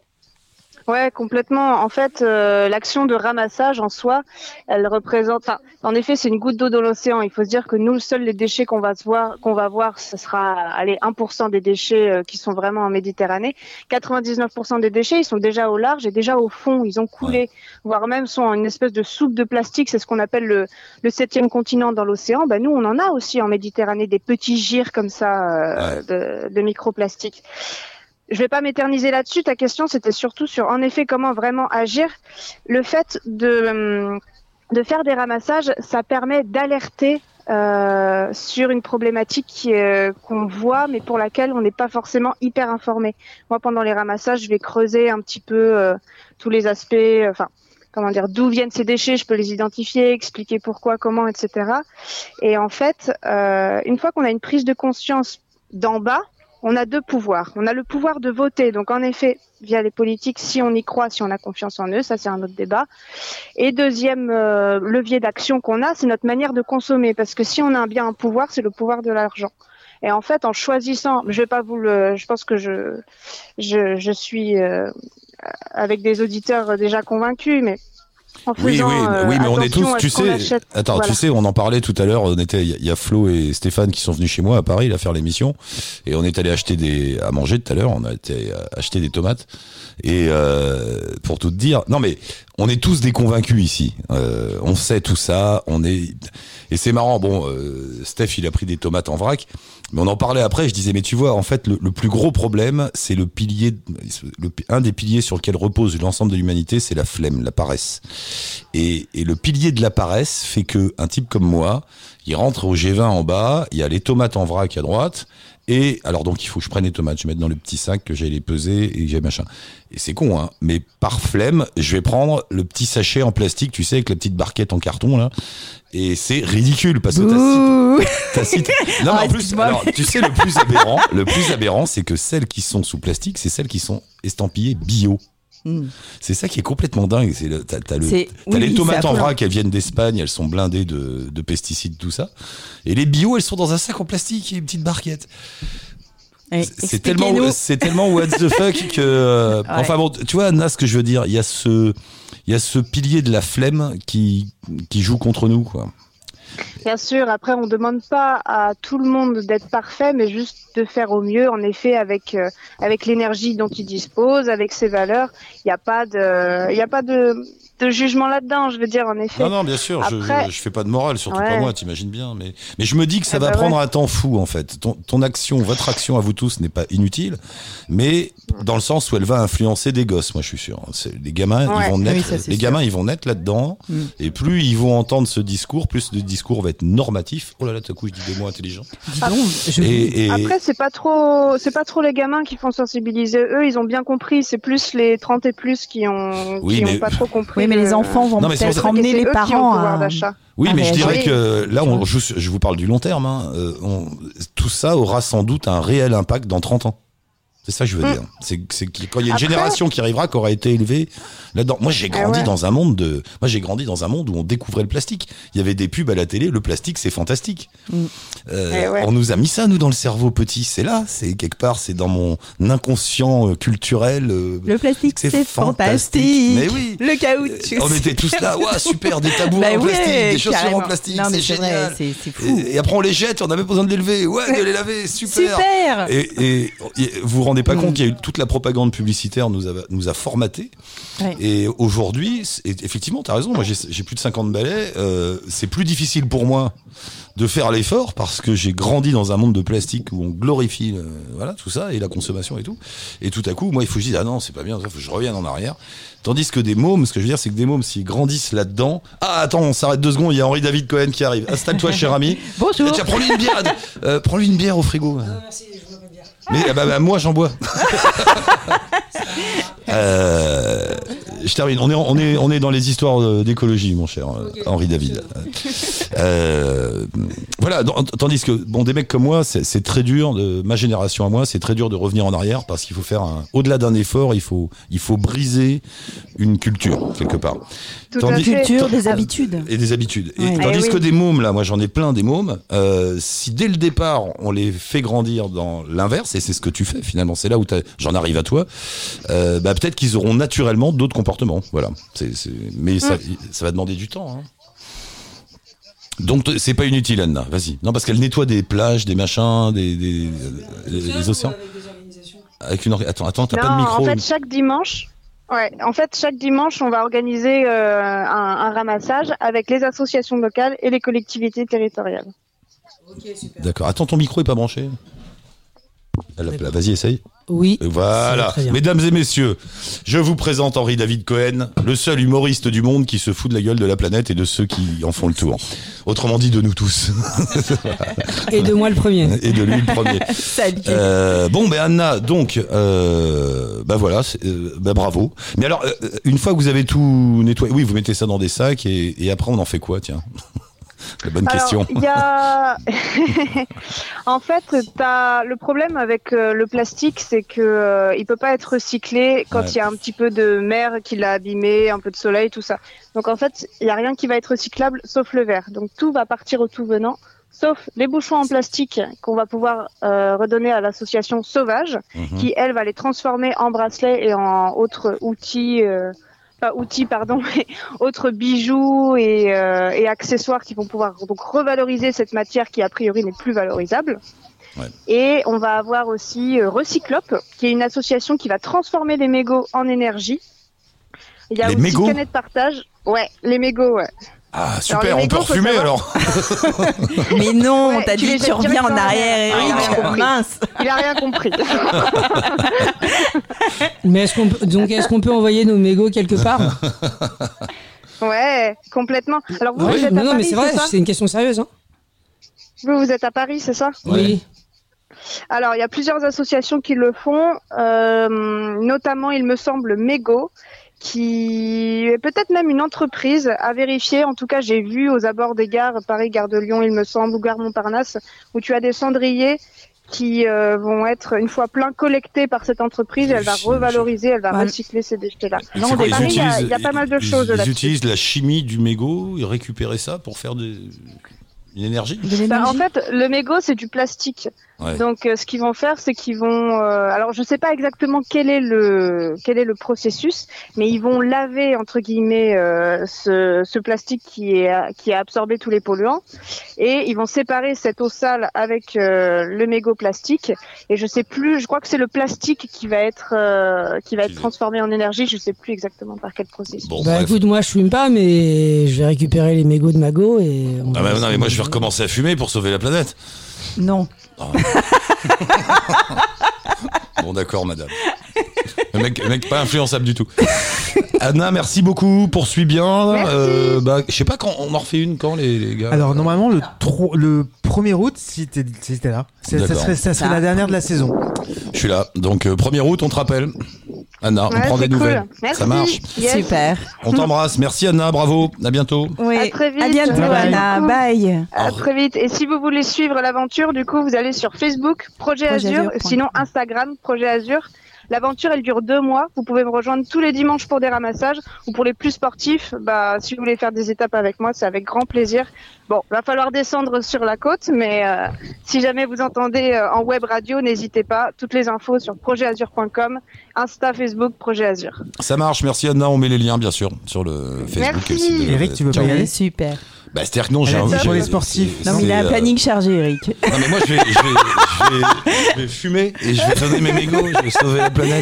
[SPEAKER 7] Ouais, complètement. En fait, euh, l'action de ramassage en soi, elle représente. Enfin, en effet, c'est une goutte d'eau dans l'océan. Il faut se dire que nous, seuls les déchets qu'on va se voir, qu'on va voir, ce sera, allez, un pour cent des déchets euh, qui sont vraiment en Méditerranée. quatre-vingt-dix-neuf pour cent des déchets, ils sont déjà au large et déjà au fond. Ils ont coulé, ouais. voire même sont en une espèce de soupe de plastique. C'est ce qu'on appelle le, le septième continent dans l'océan. Ben nous, on en a aussi en Méditerranée des petits gyres comme ça euh, ouais. de, de microplastiques. Je vais pas m'éterniser là-dessus. Ta question, c'était surtout sur, en effet, comment vraiment agir. Le fait de, de faire des ramassages, ça permet d'alerter euh, sur une problématique qui, euh, qu'on voit, mais pour laquelle on n'est pas forcément hyper informé. Moi, pendant les ramassages, je vais creuser un petit peu euh, tous les aspects, euh, enfin, comment dire, d'où viennent ces déchets, je peux les identifier, expliquer pourquoi, comment, et cetera. Et en fait, euh, une fois qu'on a une prise de conscience d'en bas, on a deux pouvoirs. On a le pouvoir de voter, donc en effet, via les politiques, si on y croit, si on a confiance en eux, ça c'est un autre débat. Et deuxième euh, levier d'action qu'on a, c'est notre manière de consommer, parce que si on a bien un pouvoir, c'est le pouvoir de l'argent. Et en fait, en choisissant, je vais pas vous le, je pense que je, je, je suis euh, avec des auditeurs déjà convaincus, mais en
[SPEAKER 3] Oui,
[SPEAKER 7] faisant,
[SPEAKER 3] oui,
[SPEAKER 7] euh,
[SPEAKER 3] oui, mais on est
[SPEAKER 7] attention
[SPEAKER 3] tous,
[SPEAKER 7] à
[SPEAKER 3] tu
[SPEAKER 7] ce qu'on
[SPEAKER 3] sais.
[SPEAKER 7] achète.
[SPEAKER 3] Attends,
[SPEAKER 7] Voilà.
[SPEAKER 3] tu sais, on en parlait tout à l'heure. On était, il y, y a Flo et Stéphane qui sont venus chez moi à Paris, là, faire l'émission, et on est allé acheter des, à manger tout à l'heure. On a été acheter des tomates, et euh, pour tout te dire, non mais on est tous des convaincus ici. Euh, on sait tout ça. On est, et c'est marrant. Bon, euh, Steph, il a pris des tomates en vrac. Mais on en parlait après, je disais, mais tu vois, en fait, le, le plus gros problème, c'est le pilier, le, un des piliers sur lequel repose l'ensemble de l'humanité, c'est la flemme, la paresse. Et, et le pilier de la paresse fait que un type comme moi, il rentre au G vingt en bas, il y a les tomates en vrac à droite, et alors donc il faut que je prenne les tomates, je vais mettre dans le petit sac, que j'ai les peser et que j'ai machin. Et c'est con, hein, mais par flemme, je vais prendre le petit sachet en plastique, tu sais, avec la petite barquette en carton, là. Et c'est ridicule parce que
[SPEAKER 5] Bouh.
[SPEAKER 3] t'as cité, t'as cité... Non, mais
[SPEAKER 5] Ah,
[SPEAKER 3] en plus,
[SPEAKER 5] excuse-moi.
[SPEAKER 3] alors, tu sais, le plus aberrant, le plus aberrant, c'est que celles qui sont sous plastique, c'est celles qui sont estampillées bio.
[SPEAKER 5] Mm.
[SPEAKER 3] C'est ça qui est complètement dingue. C'est le, t'as, t'as le,
[SPEAKER 5] C'est-
[SPEAKER 3] t'as
[SPEAKER 5] oui,
[SPEAKER 3] les
[SPEAKER 5] oui,
[SPEAKER 3] tomates
[SPEAKER 5] c'est
[SPEAKER 3] en
[SPEAKER 5] affolant.
[SPEAKER 3] vrac, elles viennent d'Espagne, elles sont blindées de, de pesticides, tout ça. Et les bio, elles sont dans un sac en plastique et une petite barquette.
[SPEAKER 5] Eh,
[SPEAKER 3] C'est tellement,
[SPEAKER 5] expliquez-nous.
[SPEAKER 3] c'est tellement what the fuck que. euh,
[SPEAKER 5] Ouais.
[SPEAKER 3] Enfin bon, tu vois, Anna, ce que je veux dire, il y a ce, il y a ce pilier de la flemme qui, qui joue contre nous, quoi.
[SPEAKER 7] Bien sûr, après on demande pas à tout le monde d'être parfait, mais juste de faire au mieux, en effet, avec euh, avec l'énergie dont il dispose, avec ses valeurs. Il n'y a pas de, il y a pas de, de jugement là-dedans, je veux dire, en effet.
[SPEAKER 3] Non, non, bien sûr,
[SPEAKER 7] Après-
[SPEAKER 3] je, je fais pas de morale, surtout
[SPEAKER 7] Ouais.
[SPEAKER 3] pas moi, t'imagines bien. Mais, mais je me dis que ça
[SPEAKER 7] Ah
[SPEAKER 3] va
[SPEAKER 7] bah
[SPEAKER 3] prendre
[SPEAKER 7] ouais.
[SPEAKER 3] un temps fou, en fait. Ton, ton action, votre action à vous tous n'est pas inutile, mais dans le sens où elle va influencer des gosses, moi je suis sûr. C'est, les gamins,
[SPEAKER 7] Ouais.
[SPEAKER 3] ils vont naître,
[SPEAKER 5] Oui, ça, c'est
[SPEAKER 3] les
[SPEAKER 5] sûr.
[SPEAKER 3] gamins, ils vont naître là-dedans,
[SPEAKER 5] Mm.
[SPEAKER 3] et plus ils vont entendre ce discours, plus le discours va être normatif. Oh là là, tout à coup, je dis des mots intelligents.
[SPEAKER 5] Dis donc, je-
[SPEAKER 3] Et, et-
[SPEAKER 7] Après, c'est pas trop, c'est pas trop les gamins qui font sensibiliser. Eux, ils ont bien compris. C'est plus les trente et plus qui ont,
[SPEAKER 3] Oui,
[SPEAKER 7] qui
[SPEAKER 3] mais-
[SPEAKER 7] ont pas trop compris.
[SPEAKER 5] Oui, mais
[SPEAKER 7] le-
[SPEAKER 5] les enfants vont
[SPEAKER 3] Non, mais c'est pour
[SPEAKER 5] peut-être
[SPEAKER 3] ça-
[SPEAKER 5] emmener
[SPEAKER 7] C'est
[SPEAKER 5] les
[SPEAKER 7] eux qui ont
[SPEAKER 5] parents
[SPEAKER 7] le pouvoir
[SPEAKER 5] à.
[SPEAKER 7] d'achat.
[SPEAKER 3] Oui,
[SPEAKER 5] à
[SPEAKER 3] mais je
[SPEAKER 5] réagir.
[SPEAKER 3] dirais que là, on, je, je vous parle du long terme. Hein, euh, on- tout ça aura sans doute un réel impact dans trente ans. C'est ça que je veux
[SPEAKER 7] Mm.
[SPEAKER 3] dire. C'est, c'est que quand il y a une
[SPEAKER 7] Après-
[SPEAKER 3] génération qui arrivera, qui aura été élevée là-dedans. Moi, j'ai
[SPEAKER 7] Ah
[SPEAKER 3] grandi
[SPEAKER 7] ouais.
[SPEAKER 3] dans un monde de. Moi, j'ai grandi dans un monde où on découvrait le plastique. Il y avait des pubs à la télé. Le plastique, c'est fantastique.
[SPEAKER 5] Mm.
[SPEAKER 3] Euh,
[SPEAKER 7] Eh ouais.
[SPEAKER 3] On nous a mis ça, nous, dans le cerveau petit. C'est là. C'est quelque part. C'est dans mon inconscient euh, culturel. euh,
[SPEAKER 5] Le plastique, c'est, fantastique.
[SPEAKER 3] Mais oui.
[SPEAKER 5] Le caoutchouc.
[SPEAKER 3] On était tous là. Ouah, super. Des tabous
[SPEAKER 5] Bah
[SPEAKER 3] en
[SPEAKER 5] ouais,
[SPEAKER 3] plastique, des chaussures
[SPEAKER 5] carrément.
[SPEAKER 3] en plastique.
[SPEAKER 5] Non, mais
[SPEAKER 3] c'est
[SPEAKER 5] c'est vrai,
[SPEAKER 3] génial.
[SPEAKER 5] c'est, c'est fou.
[SPEAKER 3] Et, et après on les jette, on n'a même pas besoin de les lever. Ouais, de les laver, super.
[SPEAKER 5] Super.
[SPEAKER 3] Et, et, et vous vous rendez pas
[SPEAKER 5] Mm.
[SPEAKER 3] compte qu'il y a eu toute la propagande publicitaire nous a nous a formaté.
[SPEAKER 5] Ouais.
[SPEAKER 3] Et aujourd'hui, c'est- et effectivement, t'as raison. Moi, j'ai j'ai plus de cinquante balais. Euh, c'est plus difficile pour moi de faire l'effort parce que j'ai grandi dans un monde de plastique où on glorifie euh, voilà tout ça et la consommation et tout. Et tout à coup, moi, il faut que je dise ah non, c'est pas bien. Il faut que je revienne en arrière. Tandis que des mômes, ce que je veux dire, c'est que des mômes, s'ils grandissent là-dedans. Ah, attends, on s'arrête deux secondes. Il y a Henri David Cohen qui arrive. Installe-toi, cher ami.
[SPEAKER 5] Bonjour.
[SPEAKER 3] Tiens, prends-lui une bière. Euh, prends-lui une bière au frigo. Mais ah bah, bah, moi j'en bois. euh, je termine. On est, on est, on est dans les histoires euh, d'écologie, mon cher euh, Henri David. Euh, voilà. dans- Tandis que bon, des mecs comme moi, c'est c'est très dur. De ma génération à moi, c'est très dur de revenir en arrière parce qu'il faut faire un, au-delà d'un effort, il faut, il faut briser une culture quelque part.
[SPEAKER 7] Tout
[SPEAKER 3] Tandis-
[SPEAKER 7] à fait.
[SPEAKER 5] Culture, des
[SPEAKER 3] Ah,
[SPEAKER 5] habitudes.
[SPEAKER 3] Et des habitudes. Et
[SPEAKER 5] Ouais.
[SPEAKER 3] tandis
[SPEAKER 7] Eh
[SPEAKER 3] que
[SPEAKER 7] oui.
[SPEAKER 3] des mômes, là, moi j'en ai plein des mômes, euh, si dès le départ on les fait grandir dans l'inverse, et c'est ce que tu fais finalement, c'est là où t'as- j'en arrive à toi, euh, bah, peut-être qu'ils auront naturellement d'autres comportements. Voilà. C'est, c'est, mais ça, ça va demander du temps. Hein. Donc t- c'est pas inutile, Anna. Vas-y. Non, parce qu'elle nettoie des plages, des machins, des, des, des, des océans. Avec une orga- Attends, attends, t'as
[SPEAKER 7] Non,
[SPEAKER 3] pas de micro.
[SPEAKER 7] en fait, chaque dimanche, ouais, en fait, chaque dimanche, on va organiser euh, un, un ramassage avec les associations locales et les collectivités territoriales.
[SPEAKER 3] D'accord. Attends, ton micro est pas branché. Là, là, vas-y, essaye.
[SPEAKER 8] Oui.
[SPEAKER 3] Et voilà,
[SPEAKER 8] très bien.
[SPEAKER 3] mesdames et messieurs, je vous présente Henri David Cohen, le seul humoriste du monde qui se fout de la gueule de la planète et de ceux qui en font le tour. Autrement dit, de nous tous.
[SPEAKER 8] Et de moi le premier.
[SPEAKER 3] Et de lui le premier.
[SPEAKER 5] Salut.
[SPEAKER 3] Euh, bon, ben Anna, donc, euh, bah voilà, c'est, euh, bah bravo. Mais alors, euh, une fois que vous avez tout nettoyé, oui, vous mettez ça dans des sacs et, et après on en fait quoi, tiens? La bonne
[SPEAKER 7] Alors,
[SPEAKER 3] question.
[SPEAKER 7] il y a... en fait, t'as... le problème avec euh, le plastique, c'est que euh, il peut pas être recyclé quand il
[SPEAKER 3] Ouais.
[SPEAKER 7] y a un petit peu de mer qui l'a abîmé, un peu de soleil, tout ça. Donc en fait, il y a rien qui va être recyclable sauf le verre. Donc tout va partir au tout venant, sauf les bouchons en plastique qu'on va pouvoir euh, redonner à l'association Sauvage, mmh. qui elle va les transformer en bracelets et en autres outils, euh, pas outils pardon, mais autres bijoux et, euh, et accessoires qui vont pouvoir donc revaloriser cette matière qui a priori n'est plus valorisable. Ouais. Et on va avoir aussi euh, Recyclope, qui est une association qui va transformer les mégots en énergie. Il y a
[SPEAKER 3] les
[SPEAKER 7] aussi
[SPEAKER 3] mégots
[SPEAKER 7] Canet de partage. Ouais, les mégots, ouais.
[SPEAKER 3] Ah super, alors, on mégots, peut refumer alors.
[SPEAKER 5] Mais non,
[SPEAKER 7] ouais,
[SPEAKER 5] t'as dit que tu reviens en arrière, Eric.
[SPEAKER 7] Ah, mince. Il a rien compris.
[SPEAKER 8] Mais est-ce qu'on peut, donc est-ce qu'on peut envoyer nos mégots quelque part?
[SPEAKER 7] Ouais, complètement. Alors vous,
[SPEAKER 8] oui,
[SPEAKER 7] vous êtes
[SPEAKER 8] mais
[SPEAKER 7] à
[SPEAKER 8] non,
[SPEAKER 7] Paris,
[SPEAKER 8] mais c'est vrai,
[SPEAKER 7] c'est,
[SPEAKER 8] c'est une question sérieuse. Hein.
[SPEAKER 7] Vous, vous êtes à Paris, c'est ça?
[SPEAKER 8] Oui.
[SPEAKER 7] Alors, il y a plusieurs associations qui le font, euh, notamment, il me semble, Mégo, qui est peut-être même une entreprise à vérifier. En tout cas, j'ai vu aux abords des gares, Paris, Gare de Lyon, il me semble, ou Gare Montparnasse, où tu as des cendriers qui euh, vont être, une fois pleins, collectés par cette entreprise. Elle va revaloriser, elle va ouais. recycler ces déchets-là. Non,
[SPEAKER 3] quoi,
[SPEAKER 7] Paris, il y, a, il y a pas mal de
[SPEAKER 3] ils,
[SPEAKER 7] choses
[SPEAKER 3] ils
[SPEAKER 7] là-dessus.
[SPEAKER 3] Ils utilisent la chimie du mégot et récupérer ça pour faire des... une énergie,
[SPEAKER 7] bah, en fait, le mégot, c'est du plastique. Ouais. Donc, euh, ce qu'ils vont faire, c'est qu'ils vont... Euh, alors, je sais pas exactement quel est le quel est le processus, mais ils vont laver, entre guillemets, euh, ce, ce plastique qui est qui a absorbé tous les polluants. Et ils vont séparer cette eau sale avec euh, le mégot plastique. Et je sais plus, je crois que c'est le plastique qui va être euh, qui va être transformé en énergie. Je sais plus exactement par quel processus.
[SPEAKER 8] Bon, bah bref. Écoute, moi, je fume pas, mais je vais récupérer les mégots de Mago et... On
[SPEAKER 3] ah bah non, mais moi, je vais recommencer à fumer pour sauver la planète.
[SPEAKER 5] Non. Oh.
[SPEAKER 3] Bon, d'accord, madame. Le mec, le mec pas influençable du tout. Anna, merci beaucoup. Poursuis bien. Euh, bah, je sais pas quand on en refait une quand les, les gars.
[SPEAKER 4] Alors normalement le tro- le premier août si t'es, si t'es là, c'est, ça serait ça serait la dernière de la saison.
[SPEAKER 3] Je suis là. Donc euh, premier août, on te rappelle. Anna, ouais, on prend des cool. Nouvelles.
[SPEAKER 7] Merci.
[SPEAKER 3] Ça marche.
[SPEAKER 5] Yes. Super.
[SPEAKER 3] On t'embrasse. Merci Anna, bravo. À bientôt.
[SPEAKER 5] Oui.
[SPEAKER 7] À très vite.
[SPEAKER 5] À bientôt
[SPEAKER 4] bye bye.
[SPEAKER 5] Anna. Bye.
[SPEAKER 7] À très vite. Et si vous voulez suivre l'aventure, du coup, vous allez sur Facebook, Projet, Projet Azur, Azur. Sinon Instagram, Projet Azur. L'aventure, elle dure deux mois. Vous pouvez me rejoindre tous les dimanches pour des ramassages. Ou pour les plus sportifs, bah, si vous voulez faire des étapes avec moi, c'est avec grand plaisir. Bon, va falloir descendre sur la côte, mais euh, si jamais vous entendez euh, en web radio, n'hésitez pas. Toutes les infos sur projet azur point com, Insta, Facebook, Projet Azur.
[SPEAKER 3] Ça marche. Merci Anna. On met les liens, bien sûr, sur le Facebook.
[SPEAKER 7] Merci.
[SPEAKER 3] De...
[SPEAKER 4] Eric, tu veux pas y aller?
[SPEAKER 5] Super.
[SPEAKER 3] Bah, c'est-à-dire que non, j'ai un
[SPEAKER 4] pour les sportifs.
[SPEAKER 5] Non, mais il a un planning chargé, Eric.
[SPEAKER 3] Non, mais moi, je vais, je vais, je vais, je vais fumer et je vais donner mes mégots, je vais sauver la planète.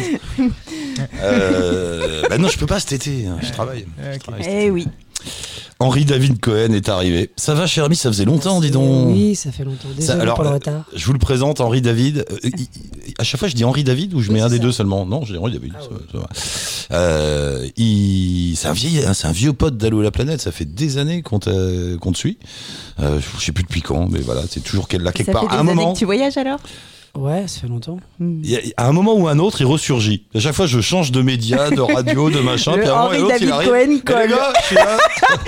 [SPEAKER 3] Euh, bah non, je peux pas cet été, hein, je travaille.
[SPEAKER 5] Okay.
[SPEAKER 3] Je travaille
[SPEAKER 5] eh oui.
[SPEAKER 3] Henri David Cohen est arrivé. Ça va, cher ami, ça faisait longtemps, dis donc.
[SPEAKER 8] Oui, ça fait longtemps. Désolé ça, alors, pour le retard.
[SPEAKER 3] Je vous le présente, Henri David. Euh, il, à chaque fois, je dis Henri David ou je oui, mets un des ça. Deux seulement. Non, je dis Henri David. Ah, ça, ouais. ça euh, il, c'est un vieil, c'est un vieux pote d'Allo la planète. Ça fait des années qu'on te, qu'on te suit. Euh, je sais plus depuis quand, mais voilà, c'est toujours qu'elle là quelque
[SPEAKER 5] ça
[SPEAKER 3] part.
[SPEAKER 5] Ça fait des
[SPEAKER 3] à un
[SPEAKER 5] années
[SPEAKER 3] moment.
[SPEAKER 5] Que tu voyages alors?
[SPEAKER 8] Ouais, ça fait longtemps.
[SPEAKER 3] Il y a, à un moment ou à un autre, il ressurgit. À chaque fois, je change de média, de radio, de machin.
[SPEAKER 5] Le
[SPEAKER 3] puis à un moment et l'autre,
[SPEAKER 5] David
[SPEAKER 3] il arrive.
[SPEAKER 5] Cohen,
[SPEAKER 3] hey, les gars, je suis là.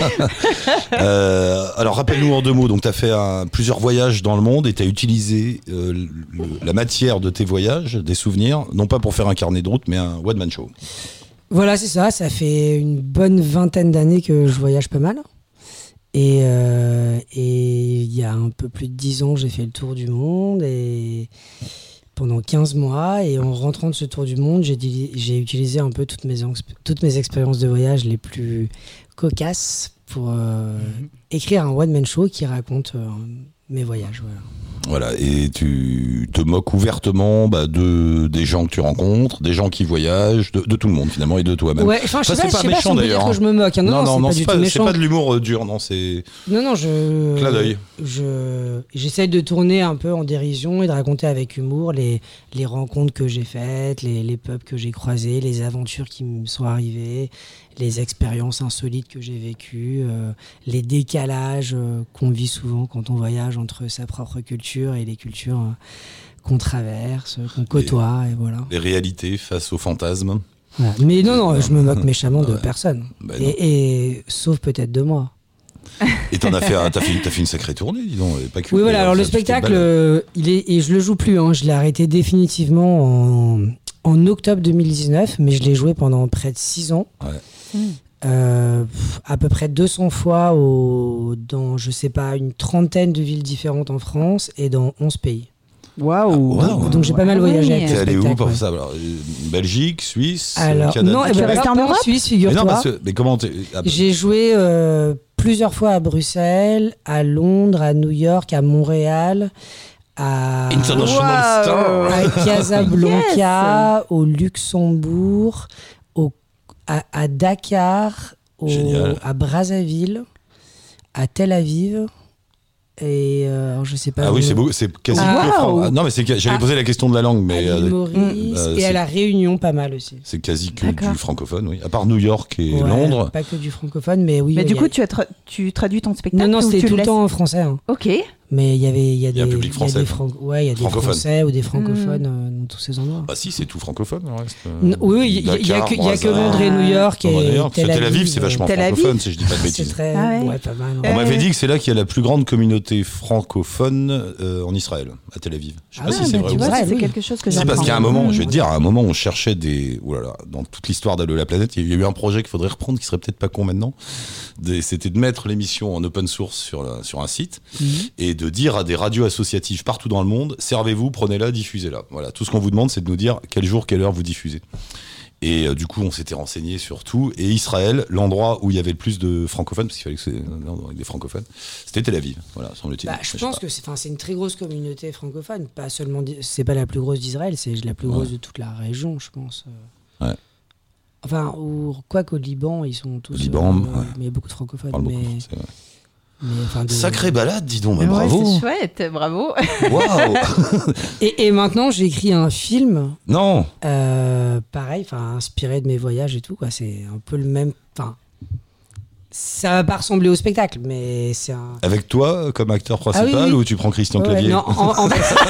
[SPEAKER 3] euh, alors, rappelle-nous en deux mots. Donc, tu as fait un, plusieurs voyages dans le monde et tu as utilisé euh, le, la matière de tes voyages, des souvenirs, non pas pour faire un carnet de route, mais un one-man show.
[SPEAKER 8] Voilà, c'est ça. Ça fait une bonne vingtaine d'années que je voyage pas mal. Et euh, et il y a un peu plus de dix ans, j'ai fait le tour du monde et pendant quinze mois. Et en rentrant de ce tour du monde, j'ai, j'ai utilisé un peu toutes mes, toutes mes expériences de voyage les plus cocasses pour euh, mmh. écrire un one-man show qui raconte euh, mes voyages. Voilà.
[SPEAKER 3] Voilà, et tu te moques ouvertement bah, de, des gens que tu rencontres, des gens qui voyagent, de, de tout le monde finalement et de toi-même.
[SPEAKER 8] Ouais, enfin, je sais
[SPEAKER 3] ça,
[SPEAKER 8] pas,
[SPEAKER 3] c'est pas
[SPEAKER 8] je sais
[SPEAKER 3] méchant
[SPEAKER 8] pas si on peut
[SPEAKER 3] d'ailleurs.
[SPEAKER 8] Dire que je me moque. Hein. Non,
[SPEAKER 3] non, non,
[SPEAKER 8] non,
[SPEAKER 3] non,
[SPEAKER 8] c'est,
[SPEAKER 3] c'est,
[SPEAKER 8] pas,
[SPEAKER 3] pas,
[SPEAKER 8] du
[SPEAKER 3] c'est
[SPEAKER 8] tout
[SPEAKER 3] pas de l'humour dur, non, c'est.
[SPEAKER 8] Non, non, je.
[SPEAKER 3] Clin d'œil.
[SPEAKER 8] Je, j'essaye de tourner un peu en dérision et de raconter avec humour les, les rencontres que j'ai faites, les, les peuples que j'ai croisés, les aventures qui me sont arrivées, les expériences insolites que j'ai vécues, euh, les décalages euh, qu'on vit souvent quand on voyage entre sa propre culture et les cultures euh, qu'on traverse, qu'on côtoie, et, et voilà.
[SPEAKER 3] Les réalités face aux fantasmes.
[SPEAKER 8] Voilà. Mais non, non, je me moque méchamment de
[SPEAKER 3] ouais.
[SPEAKER 8] personne.
[SPEAKER 3] Bah
[SPEAKER 8] et, et sauf peut-être de moi.
[SPEAKER 3] Et t'en as fait, t'as fait, t'as fait une sacrée tournée, dis donc. Pas que
[SPEAKER 8] oui, voilà. Alors le spectacle, euh, il est, et je le joue plus. Hein, je l'ai arrêté définitivement en, en octobre deux mille dix-neuf, mais je l'ai joué pendant près de six ans.
[SPEAKER 3] Ouais.
[SPEAKER 8] euh, à peu près deux cents fois au, dans, je sais pas, une trentaine de villes différentes en France et dans onze pays.
[SPEAKER 5] Waouh!
[SPEAKER 3] Ah, wow.
[SPEAKER 8] Donc j'ai pas mal voyagé avec
[SPEAKER 3] T'es
[SPEAKER 8] ce
[SPEAKER 3] allé où
[SPEAKER 8] spectacle,
[SPEAKER 3] pour
[SPEAKER 8] ouais.
[SPEAKER 3] ça? Alors, Belgique, Suisse,
[SPEAKER 8] Alors,
[SPEAKER 3] Canada?
[SPEAKER 8] non, eh
[SPEAKER 5] Tu
[SPEAKER 8] ben,
[SPEAKER 5] es resté
[SPEAKER 8] pas
[SPEAKER 5] en
[SPEAKER 8] en
[SPEAKER 5] Europe
[SPEAKER 8] Suisse,
[SPEAKER 3] mais
[SPEAKER 8] figure-toi.
[SPEAKER 3] non, parce que, mais comment t'es... ah,
[SPEAKER 8] J'ai joué euh, plusieurs fois à Bruxelles, à Londres, à New York, à Montréal, à,
[SPEAKER 3] International Star.
[SPEAKER 8] à Casablanca, au Luxembourg, au, à, à Dakar, au,
[SPEAKER 3] Génial.
[SPEAKER 8] à Brazzaville, à Tel Aviv. Et euh, alors, je sais pas.
[SPEAKER 3] Ah oui,
[SPEAKER 8] où-
[SPEAKER 3] c'est beau, c'est quasi
[SPEAKER 8] Ah,
[SPEAKER 3] que
[SPEAKER 8] wow.
[SPEAKER 3] fran- ah, non, mais c'est que- j'allais
[SPEAKER 8] Ah.
[SPEAKER 3] poser la question de la langue, mais
[SPEAKER 8] à l'île
[SPEAKER 3] euh,
[SPEAKER 8] Maurice
[SPEAKER 3] euh,
[SPEAKER 8] et
[SPEAKER 3] c'est-
[SPEAKER 8] à la Réunion, pas mal aussi.
[SPEAKER 3] c'est quasi que
[SPEAKER 5] D'accord.
[SPEAKER 3] du francophone, oui. À part New York et
[SPEAKER 8] Ouais,
[SPEAKER 3] Londres.
[SPEAKER 8] Pas que du francophone, mais oui.
[SPEAKER 5] Mais
[SPEAKER 8] il
[SPEAKER 5] du
[SPEAKER 8] y a-
[SPEAKER 5] coup, tu, as tra- tu traduis ton spectacle?
[SPEAKER 8] Non, non,
[SPEAKER 5] ou
[SPEAKER 8] c'était
[SPEAKER 5] tu
[SPEAKER 8] tout le
[SPEAKER 5] laisses-
[SPEAKER 8] temps en français. hein.
[SPEAKER 5] Ok.
[SPEAKER 8] Mais il y avait, il y a
[SPEAKER 3] Il y a
[SPEAKER 8] des,
[SPEAKER 3] un public
[SPEAKER 8] il y a
[SPEAKER 3] français.
[SPEAKER 8] des Fran- ouais, il y a des
[SPEAKER 3] Francophone.
[SPEAKER 8] Français ou des francophones euh, dans tous ces endroits.
[SPEAKER 3] Bah si, c'est tout francophone, le reste. euh,
[SPEAKER 8] Non, oui, oui, il y, a- il y a
[SPEAKER 3] Dakar,
[SPEAKER 8] que, il y a que
[SPEAKER 3] Brazzaville.
[SPEAKER 8] Londres et New York
[SPEAKER 3] Londres et New
[SPEAKER 8] et
[SPEAKER 3] York.
[SPEAKER 8] Tel Aviv.
[SPEAKER 3] Tel Aviv, c'est vachement
[SPEAKER 5] Tel Aviv.
[SPEAKER 3] francophone, si je dis pas de
[SPEAKER 8] C'est
[SPEAKER 3] bêtises.
[SPEAKER 8] très,
[SPEAKER 5] Ah ouais.
[SPEAKER 8] ouais, pas mal.
[SPEAKER 3] On
[SPEAKER 8] ouais.
[SPEAKER 3] m'avait dit que c'est là qu'il y a la plus grande communauté francophone euh, en Israël, à Tel Aviv. Je sais
[SPEAKER 8] Ah
[SPEAKER 3] pas
[SPEAKER 8] ouais,
[SPEAKER 3] si c'est
[SPEAKER 8] bah,
[SPEAKER 3] vrai
[SPEAKER 8] tu
[SPEAKER 3] ou
[SPEAKER 8] vois,
[SPEAKER 3] pas.
[SPEAKER 5] Ouais,
[SPEAKER 8] Israël,
[SPEAKER 5] c'est
[SPEAKER 8] oui.
[SPEAKER 5] quelque chose que
[SPEAKER 3] Si,
[SPEAKER 5] j'apprends.
[SPEAKER 3] parce qu'à un moment, je vais te
[SPEAKER 5] Mmh.
[SPEAKER 3] dire, à un moment, on cherchait des. Oh là là, dans toute l'histoire d'Allo la planète, il y a eu un projet qu'il faudrait reprendre, qui serait peut-être pas con maintenant. Des- C'était de mettre l'émission en open source sur, la- sur un site
[SPEAKER 8] Mhm.
[SPEAKER 3] et de dire à des radios associatives partout dans le monde, servez-vous, prenez-la, diffusez-la. Voilà, tout ce qu'on vous demande, c'est de nous dire quel jour, quelle heure vous diffusez. Et euh, du coup, on s'était renseigné sur tout. Et Israël, l'endroit où il y avait le plus de francophones, parce qu'il fallait que c'est un endroit avec des francophones, c'était Tel Aviv. Voilà, semble-t-il.
[SPEAKER 8] Bah, je
[SPEAKER 3] Mais sais
[SPEAKER 8] pense
[SPEAKER 3] pas.
[SPEAKER 8] que c'est, enfin, c'est une très grosse communauté francophone. Pas seulement, d'I- c'est pas la plus grosse d'Israël, c'est la plus grosse
[SPEAKER 3] Ouais.
[SPEAKER 8] de toute la région, je pense. euh.
[SPEAKER 3] Ouais.
[SPEAKER 8] Enfin, ou quoi qu'au Liban, ils sont tous.
[SPEAKER 3] Au Liban,
[SPEAKER 8] euh,
[SPEAKER 3] ouais.
[SPEAKER 8] mais il y a beaucoup de francophones.
[SPEAKER 3] On parle
[SPEAKER 8] Mais,
[SPEAKER 3] beaucoup français, ouais.
[SPEAKER 8] mais, enfin, de-
[SPEAKER 3] Sacrée balade, dis donc, mais
[SPEAKER 5] Ouais,
[SPEAKER 3] bravo.
[SPEAKER 5] c'est chouette, bravo.
[SPEAKER 3] Waouh.
[SPEAKER 8] Et, et maintenant, j'ai écrit un film.
[SPEAKER 3] Non.
[SPEAKER 8] Euh, pareil, enfin inspiré de mes voyages et tout, quoi. C'est un peu le même. Enfin, ça va pas ressembler au spectacle, mais c'est un.
[SPEAKER 3] Avec toi comme acteur principal
[SPEAKER 8] Ah oui, oui.
[SPEAKER 3] ou tu prends Christian
[SPEAKER 8] Ouais,
[SPEAKER 3] Clavier?
[SPEAKER 8] non, en, en fait,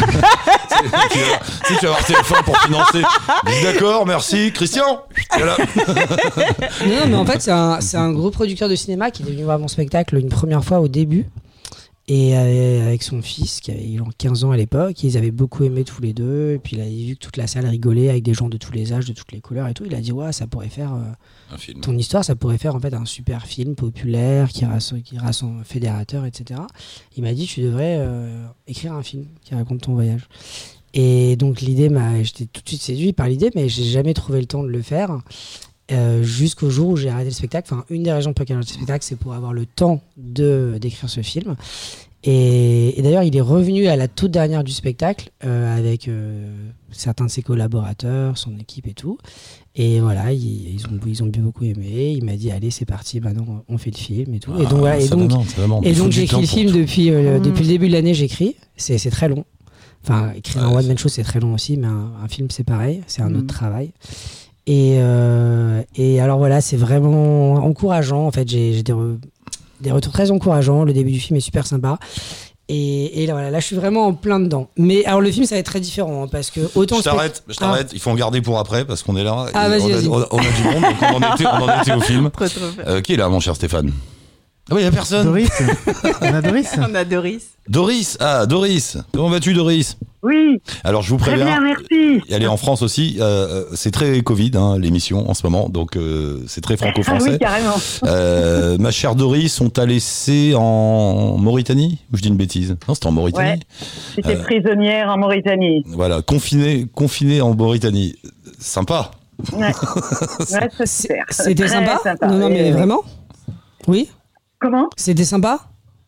[SPEAKER 3] Tu vas- si tu vas avoir T F un pour financer. Dis d'accord, merci, Christian. Voilà.
[SPEAKER 8] non, non, mais en fait, c'est un, c'est un gros producteur de cinéma qui est venu voir mon spectacle une première fois au début. Et euh, avec son fils, qui avait genre quinze ans à l'époque, ils avaient beaucoup aimé tous les deux. Et puis il a vu que toute la salle rigolait avec des gens de tous les âges, de toutes les couleurs et tout. Il a dit, ouais, ça pourrait faire. euh,
[SPEAKER 3] Un film.
[SPEAKER 8] ton histoire, ça pourrait faire en fait un super film populaire qui rassemble, qui rassemble fédérateur, et cetera. Il m'a dit, tu devrais euh, écrire un film qui raconte ton voyage. Et donc l'idée m'a, j'étais tout de suite séduit par l'idée, mais j'ai jamais trouvé le temps de le faire. Euh, jusqu'au jour où j'ai arrêté le spectacle. Enfin, une des raisons pour lesquelles j'ai arrêté le spectacle, c'est pour avoir le temps de d'écrire ce film. Et, et d'ailleurs, il est revenu à la toute dernière du spectacle euh, avec euh, certains de ses collaborateurs, son équipe et tout. Et voilà, ils, ils ont ils ont bien beaucoup aimé. Il m'a dit, allez, c'est parti, maintenant on fait le film et tout. et donc voilà. Et
[SPEAKER 3] Ah, ça
[SPEAKER 8] donc,
[SPEAKER 3] demande, ça demande.
[SPEAKER 8] et
[SPEAKER 3] Il faut
[SPEAKER 8] donc
[SPEAKER 3] du
[SPEAKER 8] j'ai écrit
[SPEAKER 3] temps
[SPEAKER 8] le
[SPEAKER 3] pour
[SPEAKER 8] film
[SPEAKER 3] tout.
[SPEAKER 8] depuis euh,
[SPEAKER 5] Mmh.
[SPEAKER 8] depuis le début de l'année. J'écris. C'est c'est très long. Enfin, écrire un
[SPEAKER 3] Ouais,
[SPEAKER 8] one man show c'est très long aussi, mais un, un film c'est pareil. C'est un
[SPEAKER 5] Mmh.
[SPEAKER 8] autre travail. Et, euh, et alors voilà, c'est vraiment encourageant. En fait, j'ai j'ai des, re- des retours très encourageants. Le début du film est super sympa. Et, et là, voilà, là, je suis vraiment en plein dedans. Mais alors, le film, ça va être très différent hein, parce que autant.
[SPEAKER 3] Je
[SPEAKER 8] le spect-
[SPEAKER 3] t'arrête, je t'arrête. Il faut en garder pour après parce qu'on est là.
[SPEAKER 8] Ah,
[SPEAKER 3] Et
[SPEAKER 8] vas-y,
[SPEAKER 3] on, a,
[SPEAKER 8] vas-y.
[SPEAKER 3] on a- on a du monde, donc on en était, on en était au film.
[SPEAKER 5] Trop, trop bien.
[SPEAKER 3] Euh, qui est là, mon cher Stéphane? Ah oui, il n'y a personne.
[SPEAKER 4] Doris On a Doris
[SPEAKER 5] On a Doris.
[SPEAKER 3] Doris, ah Doris, comment vas-tu Doris?
[SPEAKER 6] Oui,
[SPEAKER 3] Alors je vous
[SPEAKER 6] très
[SPEAKER 3] préviens,
[SPEAKER 6] bien, merci.
[SPEAKER 3] elle est en France aussi, euh, c'est très Covid hein, l'émission en ce moment, donc euh, c'est très
[SPEAKER 6] Ah
[SPEAKER 3] franco-français.
[SPEAKER 6] oui, carrément.
[SPEAKER 3] Euh, ma chère Doris, on t'a laissé en Mauritanie? Ou je dis une bêtise? Non, c'était en Mauritanie.
[SPEAKER 6] Ouais. J'étais
[SPEAKER 3] Euh,
[SPEAKER 6] prisonnière en Mauritanie.
[SPEAKER 3] Voilà, confiné, confiné en Mauritanie. Sympa.
[SPEAKER 6] Ouais, ouais c'est
[SPEAKER 8] C'est-
[SPEAKER 6] super.
[SPEAKER 8] C'était
[SPEAKER 6] Très
[SPEAKER 8] sympa. Non, non,
[SPEAKER 6] Et,
[SPEAKER 8] mais
[SPEAKER 6] euh,
[SPEAKER 8] vraiment. Oui.
[SPEAKER 6] Comment?
[SPEAKER 8] C'était sympa.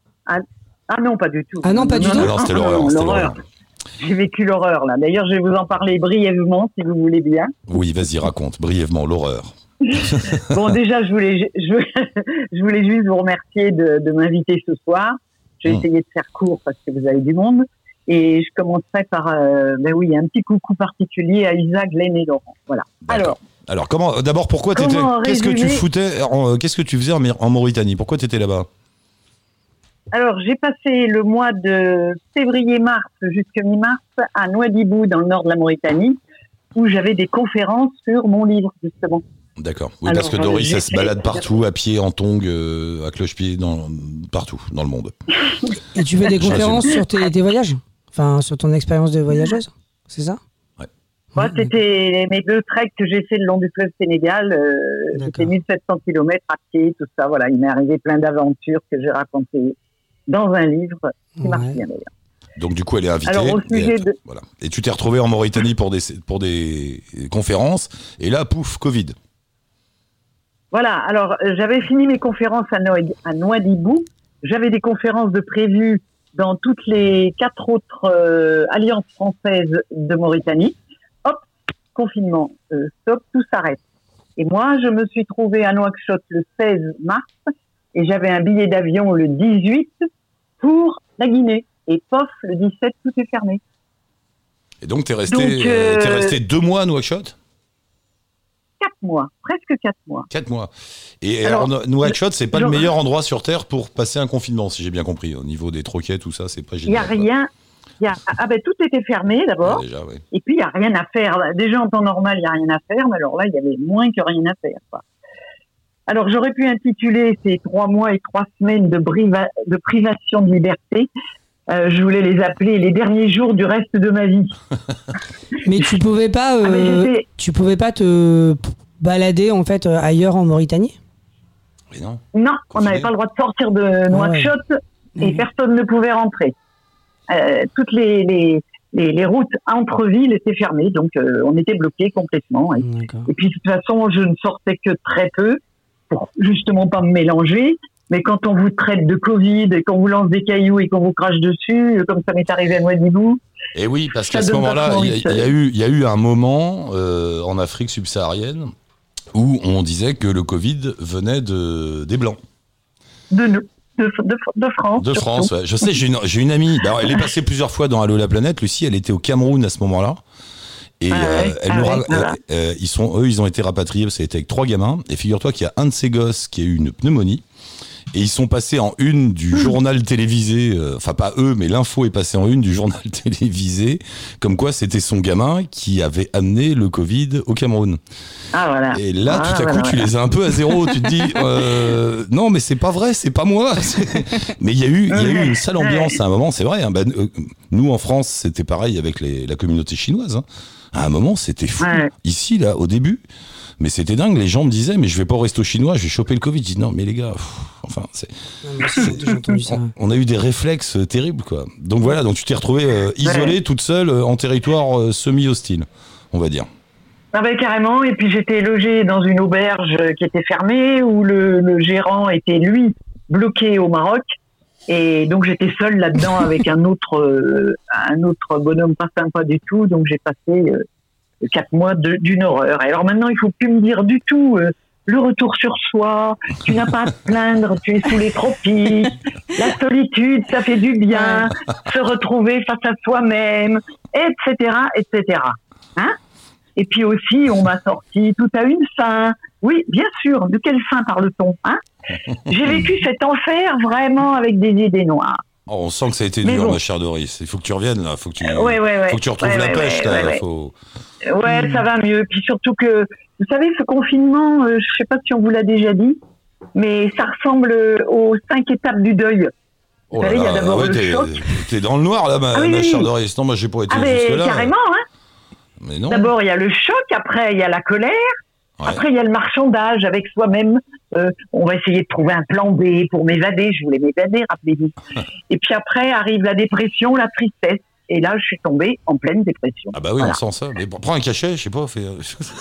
[SPEAKER 6] Ah non, pas du tout.
[SPEAKER 8] Ah non, pas du tout.
[SPEAKER 3] Alors c'était l'horreur, c'était l'horreur.
[SPEAKER 6] J'ai vécu l'horreur là. D'ailleurs, je vais vous en parler brièvement si vous voulez bien.
[SPEAKER 3] Oui, vas-y, raconte brièvement l'horreur.
[SPEAKER 6] Bon, déjà, je voulais, je, je voulais juste vous remercier de, de m'inviter ce soir. J'ai
[SPEAKER 3] Mmh.
[SPEAKER 6] essayé de faire court parce que vous avez du monde. Et je commencerai par, euh, ben oui, un petit coucou particulier à Isa, Glenn et Laurent. Voilà.
[SPEAKER 3] D'accord.
[SPEAKER 6] Alors,
[SPEAKER 3] Alors comment D'abord, pourquoi t'étais
[SPEAKER 6] Comment
[SPEAKER 3] Qu'est-ce que tu
[SPEAKER 6] résumer
[SPEAKER 3] foutais en- Qu'est-ce que tu faisais en, en Mauritanie? Pourquoi t'étais là-bas?
[SPEAKER 6] alors j'ai passé le mois de février-mars jusqu'à mi-mars à Nouadhibou, dans le nord de la Mauritanie, où j'avais des conférences sur mon livre, justement.
[SPEAKER 3] D'accord. Oui,
[SPEAKER 6] Alors,
[SPEAKER 3] parce que
[SPEAKER 6] euh,
[SPEAKER 3] Doris,
[SPEAKER 6] j'ai
[SPEAKER 3] elle se
[SPEAKER 6] fait-
[SPEAKER 3] balade partout, à pied, en tongs, euh, à cloche-pied, dans, partout, dans le monde.
[SPEAKER 8] Et tu fais des
[SPEAKER 3] J'assume.
[SPEAKER 8] conférences sur tes, tes voyages. Enfin, sur ton expérience de voyageuse. C'est ça?
[SPEAKER 3] Ouais.
[SPEAKER 9] Moi, c'était mes deux treks que j'ai fait le long du fleuve Sénégal. Euh, c'était mille sept cents kilomètres à pied, tout ça. Voilà, il m'est arrivé plein d'aventures que j'ai racontées dans un livre qui ouais. marche bien d'ailleurs.
[SPEAKER 3] Donc du coup, elle est invitée.
[SPEAKER 9] Alors, au sujet
[SPEAKER 3] et,
[SPEAKER 9] de...
[SPEAKER 3] voilà. Et tu t'es retrouvé en Mauritanie pour des, pour des conférences. Et là, pouf, Covid.
[SPEAKER 9] Voilà. Alors, j'avais fini mes conférences à, no- à Nouadhibou. J'avais des conférences de prévues dans toutes les quatre autres euh, alliances françaises de Mauritanie. Hop, confinement, euh, stop, tout s'arrête. Et moi, je me suis trouvée à Nouakchott le seize mars et j'avais un billet d'avion le dix-huit pour la Guinée. Et pof, le dix-sept, tout est fermé.
[SPEAKER 3] Et donc, t'es resté,
[SPEAKER 9] donc, euh,
[SPEAKER 3] t'es resté deux mois à Nouakchott ?
[SPEAKER 9] Quatre mois, presque quatre mois.
[SPEAKER 3] Quatre mois. Et alors, alors Nouakchott, c'est pas je... le meilleur endroit sur Terre pour passer un confinement, si j'ai bien compris. Au niveau des troquets, tout ça, c'est pas génial.
[SPEAKER 9] Il n'y a rien. Y a... Ah ben, tout était fermé d'abord.
[SPEAKER 3] Ah, déjà, oui.
[SPEAKER 9] Et puis, il n'y a rien à faire. Déjà, en temps normal, il n'y a rien à faire. Mais alors là, il y avait moins que rien à faire. Quoi. Alors, j'aurais pu intituler ces trois mois et trois semaines de, briva... de privation de liberté. Euh, je voulais les appeler les derniers jours du reste de ma vie.
[SPEAKER 8] Mais tu pouvais pas, euh, ah, mais tu pouvais pas te balader en fait ailleurs en Mauritanie ?
[SPEAKER 3] Mais non.
[SPEAKER 9] Non, on n'avait pas le droit de sortir de Nouakchott ah ouais. et mmh. personne ne pouvait rentrer. Euh, toutes les, les, les, les routes entre villes étaient fermées, donc euh, on était bloqués complètement. Et, et puis de toute façon, je ne sortais que très peu pour justement pas me mélanger. Mais quand on vous traite de Covid et qu'on vous lance des cailloux et qu'on vous crache dessus, comme ça m'est arrivé à Nouadhibou.
[SPEAKER 3] Et oui, parce qu'à ce moment-là, il y, y, y, y a eu un moment euh, en Afrique subsaharienne où on disait que le Covid venait de, des Blancs.
[SPEAKER 9] De nous, de, de, de France.
[SPEAKER 3] De France, ouais. Je sais, j'ai une, j'ai une amie, bah, elle est passée plusieurs fois dans Allô la planète, Lucie, elle était au Cameroun à ce moment-là. Et ah euh, ouais, elle ah nous ouais, ra- euh, euh, ils sont, eux, ils ont été rapatriés, ça a été avec trois gamins. Et figure-toi qu'il y a un de ces gosses qui a eu une pneumonie. Et ils sont passés en une du journal télévisé, euh, enfin pas eux, mais l'info est passée en une du journal télévisé, comme quoi c'était son gamin qui avait amené le Covid au Cameroun.
[SPEAKER 9] Ah voilà.
[SPEAKER 3] Et là,
[SPEAKER 9] ah,
[SPEAKER 3] tout à
[SPEAKER 9] voilà,
[SPEAKER 3] coup,
[SPEAKER 9] voilà.
[SPEAKER 3] tu les as un peu à zéro. Tu te dis, euh, non, mais c'est pas vrai, c'est pas moi. Mais il y a eu, il y a eu une sale ambiance à un moment, c'est vrai. Hein, bah, euh, nous en France, c'était pareil avec les, la communauté chinoise. Hein. À un moment, c'était fou. Ouais. Ici, là, au début. Mais c'était dingue, les gens me disaient, mais je vais pas au resto chinois, je vais choper le Covid. Je dis non, mais les gars, pff, enfin, c'est,
[SPEAKER 8] non, c'est, j'ai entendu ça.
[SPEAKER 3] On, on a eu des réflexes terribles, quoi. Donc voilà, donc tu t'es retrouvée euh, isolée, ouais. toute seule, euh, en territoire euh, semi-hostile, on va dire.
[SPEAKER 9] Ah ben, carrément, et puis j'étais logée dans une auberge qui était fermée, où le, le gérant était, lui, bloqué au Maroc. Et donc j'étais seule là-dedans avec un autre, euh, un autre bonhomme pas sympa du tout, donc j'ai passé... Euh, quatre mois de, d'une horreur. Alors maintenant, il faut plus me dire du tout euh, le retour sur soi, tu n'as pas à te plaindre, tu es sous les tropiques, la solitude, ça fait du bien, se retrouver face à soi-même, et cetera, et cetera. Hein ? Et puis aussi, on m'a sorti tout à une fin. Oui, bien sûr, de quelle fin parle-t-on ? Hein ? J'ai vécu cet enfer vraiment avec des idées noires.
[SPEAKER 3] Oh, on sent que ça a été dur, bon. ma chère Doris. Il faut que tu reviennes, là. Il faut que tu,
[SPEAKER 9] euh, ouais, ouais, ouais.
[SPEAKER 3] faut que tu retrouves
[SPEAKER 9] ouais,
[SPEAKER 3] la
[SPEAKER 9] ouais,
[SPEAKER 3] pêche,
[SPEAKER 9] ouais,
[SPEAKER 3] là.
[SPEAKER 9] Ouais, ouais.
[SPEAKER 3] Faut...
[SPEAKER 9] ouais
[SPEAKER 3] mmh.
[SPEAKER 9] ça va mieux. Puis surtout que, vous savez, ce confinement, euh, je ne sais pas si on vous l'a déjà dit, mais ça ressemble aux cinq étapes du deuil.
[SPEAKER 3] Oh là là,
[SPEAKER 9] il y a d'abord
[SPEAKER 3] ouais,
[SPEAKER 9] le
[SPEAKER 3] t'es,
[SPEAKER 9] choc.
[SPEAKER 3] T'es dans le noir, là, ma,
[SPEAKER 9] ah, oui,
[SPEAKER 3] ma
[SPEAKER 9] oui.
[SPEAKER 3] chère Doris. Non, moi, j'ai pas été
[SPEAKER 9] ah,
[SPEAKER 3] jusque-là.
[SPEAKER 9] Carrément, hein.
[SPEAKER 3] Mais non.
[SPEAKER 9] D'abord, il y a le choc, après, il y a la colère. Ouais. Après, il y a le marchandage avec soi-même. Euh, on va essayer de trouver un plan B pour m'évader. Je voulais m'évader, rappelez-vous. Et puis après, arrive la dépression, la tristesse. Et là, je suis tombée en pleine dépression.
[SPEAKER 3] Ah bah oui, voilà. On sent ça. Mais prends un cachet, je sais pas. Fais...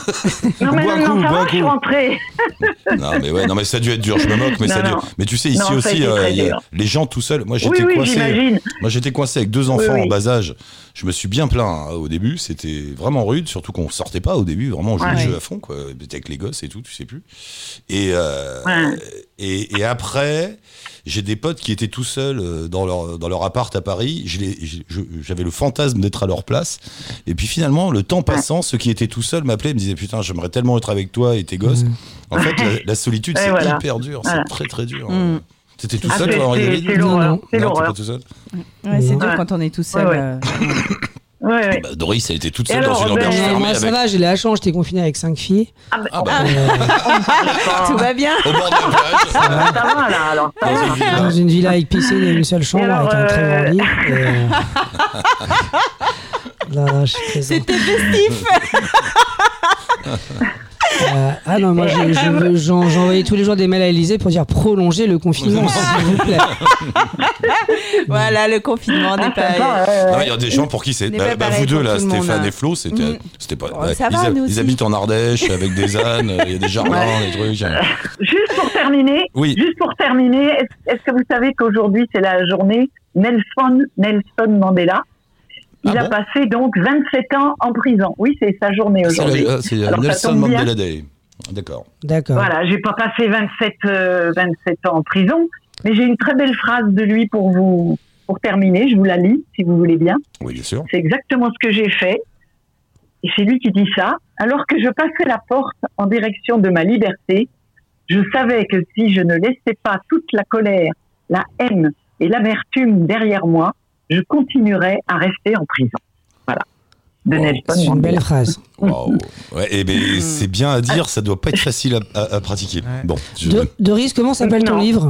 [SPEAKER 9] non, mais non, non, ça va, je suis rentrée.
[SPEAKER 3] non, mais ouais, non, mais ça a dû être dur. Je me moque, mais non, ça a dû... Mais tu sais, ici
[SPEAKER 9] non,
[SPEAKER 3] aussi, euh, y a les gens tout seuls. Moi, j'étais
[SPEAKER 9] oui, oui,
[SPEAKER 3] coincé.
[SPEAKER 9] J'imagine.
[SPEAKER 3] Moi, j'étais coincé avec deux enfants
[SPEAKER 9] oui, oui.
[SPEAKER 3] en bas âge. Je me suis bien plaint hein, au début. C'était vraiment rude, surtout qu'on sortait pas au début. Vraiment, on jouait le jeu à fond, quoi. Avec les gosses et tout, tu sais plus. Et, euh, ouais. et, et après, j'ai des potes qui étaient tout seuls dans leur, dans leur appart à Paris. Je les, je, j'avais le fantasme d'être à leur place. Et puis finalement, le temps passant, ceux qui étaient tout seuls m'appelaient et me disaient putain, j'aimerais tellement être avec toi et tes gosses. Mmh. En fait, la, la solitude, c'est voilà. hyper dur. Voilà. C'est très, très dur. Mmh. T'étais tout seul,
[SPEAKER 9] ah,
[SPEAKER 3] toi,
[SPEAKER 9] c'est, c'est l'horreur. C'est
[SPEAKER 3] non,
[SPEAKER 9] l'horreur.
[SPEAKER 3] T'es pas tout seul.
[SPEAKER 5] Ouais, c'est dur quand on est tout seul.
[SPEAKER 9] Ouais, ouais. Euh... Ouais, ouais.
[SPEAKER 3] Bah, Doris, elle était toute seule
[SPEAKER 9] alors,
[SPEAKER 3] dans une auberge
[SPEAKER 8] ben,
[SPEAKER 3] fermée.
[SPEAKER 8] Moi,
[SPEAKER 3] avec...
[SPEAKER 8] ça va, j'ai la chance, j'étais confiné avec cinq filles.
[SPEAKER 9] Ah, bah,
[SPEAKER 3] ah, bah,
[SPEAKER 8] euh...
[SPEAKER 5] tout va bien.
[SPEAKER 3] Au bord de la plage.
[SPEAKER 9] Ça va, ça va là, alors. Ça
[SPEAKER 3] dans,
[SPEAKER 9] va.
[SPEAKER 3] Une villa.
[SPEAKER 8] dans une villa avec piscine et une seule chambre
[SPEAKER 9] alors,
[SPEAKER 8] avec un très grand lit. Et... Là, je suis présent.
[SPEAKER 5] C'était festif.
[SPEAKER 8] Euh, ah non, moi je, je, j'en, j'envoyais tous les jours des mails à Élysée pour dire prolonger le confinement, s'il vous plaît.
[SPEAKER 5] Voilà, le confinement n'est pas.
[SPEAKER 3] Non, il y a des gens pour qui c'est. Bah, bah, vous deux là, Stéphane et Flo, c'était,
[SPEAKER 5] mmh.
[SPEAKER 3] c'était pas.
[SPEAKER 5] Oh,
[SPEAKER 3] bah,
[SPEAKER 5] ça
[SPEAKER 3] ils,
[SPEAKER 5] va,
[SPEAKER 3] a,
[SPEAKER 5] nous
[SPEAKER 3] ils
[SPEAKER 5] aussi.
[SPEAKER 3] habitent en Ardèche avec des ânes, il y a des jardins,
[SPEAKER 9] Ouais.
[SPEAKER 3] des trucs. Hein.
[SPEAKER 9] Juste pour terminer,
[SPEAKER 3] Oui.
[SPEAKER 9] juste pour terminer, est-ce, est-ce que vous savez qu'aujourd'hui c'est la journée Nelson Nelson Mandela? Il
[SPEAKER 3] Ah
[SPEAKER 9] a
[SPEAKER 3] bon
[SPEAKER 9] passé donc vingt-sept ans en prison. Oui, c'est sa journée
[SPEAKER 3] C'est,
[SPEAKER 9] aujourd'hui.
[SPEAKER 3] la, c'est
[SPEAKER 9] Alors, ça
[SPEAKER 3] Nelson
[SPEAKER 9] tombe bien.
[SPEAKER 3] Mandela Day. D'accord.
[SPEAKER 8] D'accord.
[SPEAKER 9] Voilà, j'ai pas passé vingt-sept, euh, vingt-sept ans en prison, mais j'ai une très belle phrase de lui pour vous, pour terminer. Je vous la lis, si vous voulez bien.
[SPEAKER 3] Oui, bien sûr.
[SPEAKER 9] C'est exactement ce que j'ai fait. Et c'est lui qui dit ça. Alors que je passais la porte en direction de ma liberté, je savais que si je ne laissais pas toute la colère, la haine et l'amertume derrière moi, je continuerais à rester en prison. Voilà. De
[SPEAKER 3] Wow.
[SPEAKER 9] Nelson
[SPEAKER 8] C'est une
[SPEAKER 9] Mandela.
[SPEAKER 8] belle phrase.
[SPEAKER 3] Wow. Ouais, et ben, c'est bien à dire, ça doit pas être facile à, à, à pratiquer.
[SPEAKER 4] Ouais.
[SPEAKER 3] Bon, je...
[SPEAKER 8] Do- Doris, comment s'appelle ton
[SPEAKER 9] Non.
[SPEAKER 8] livre?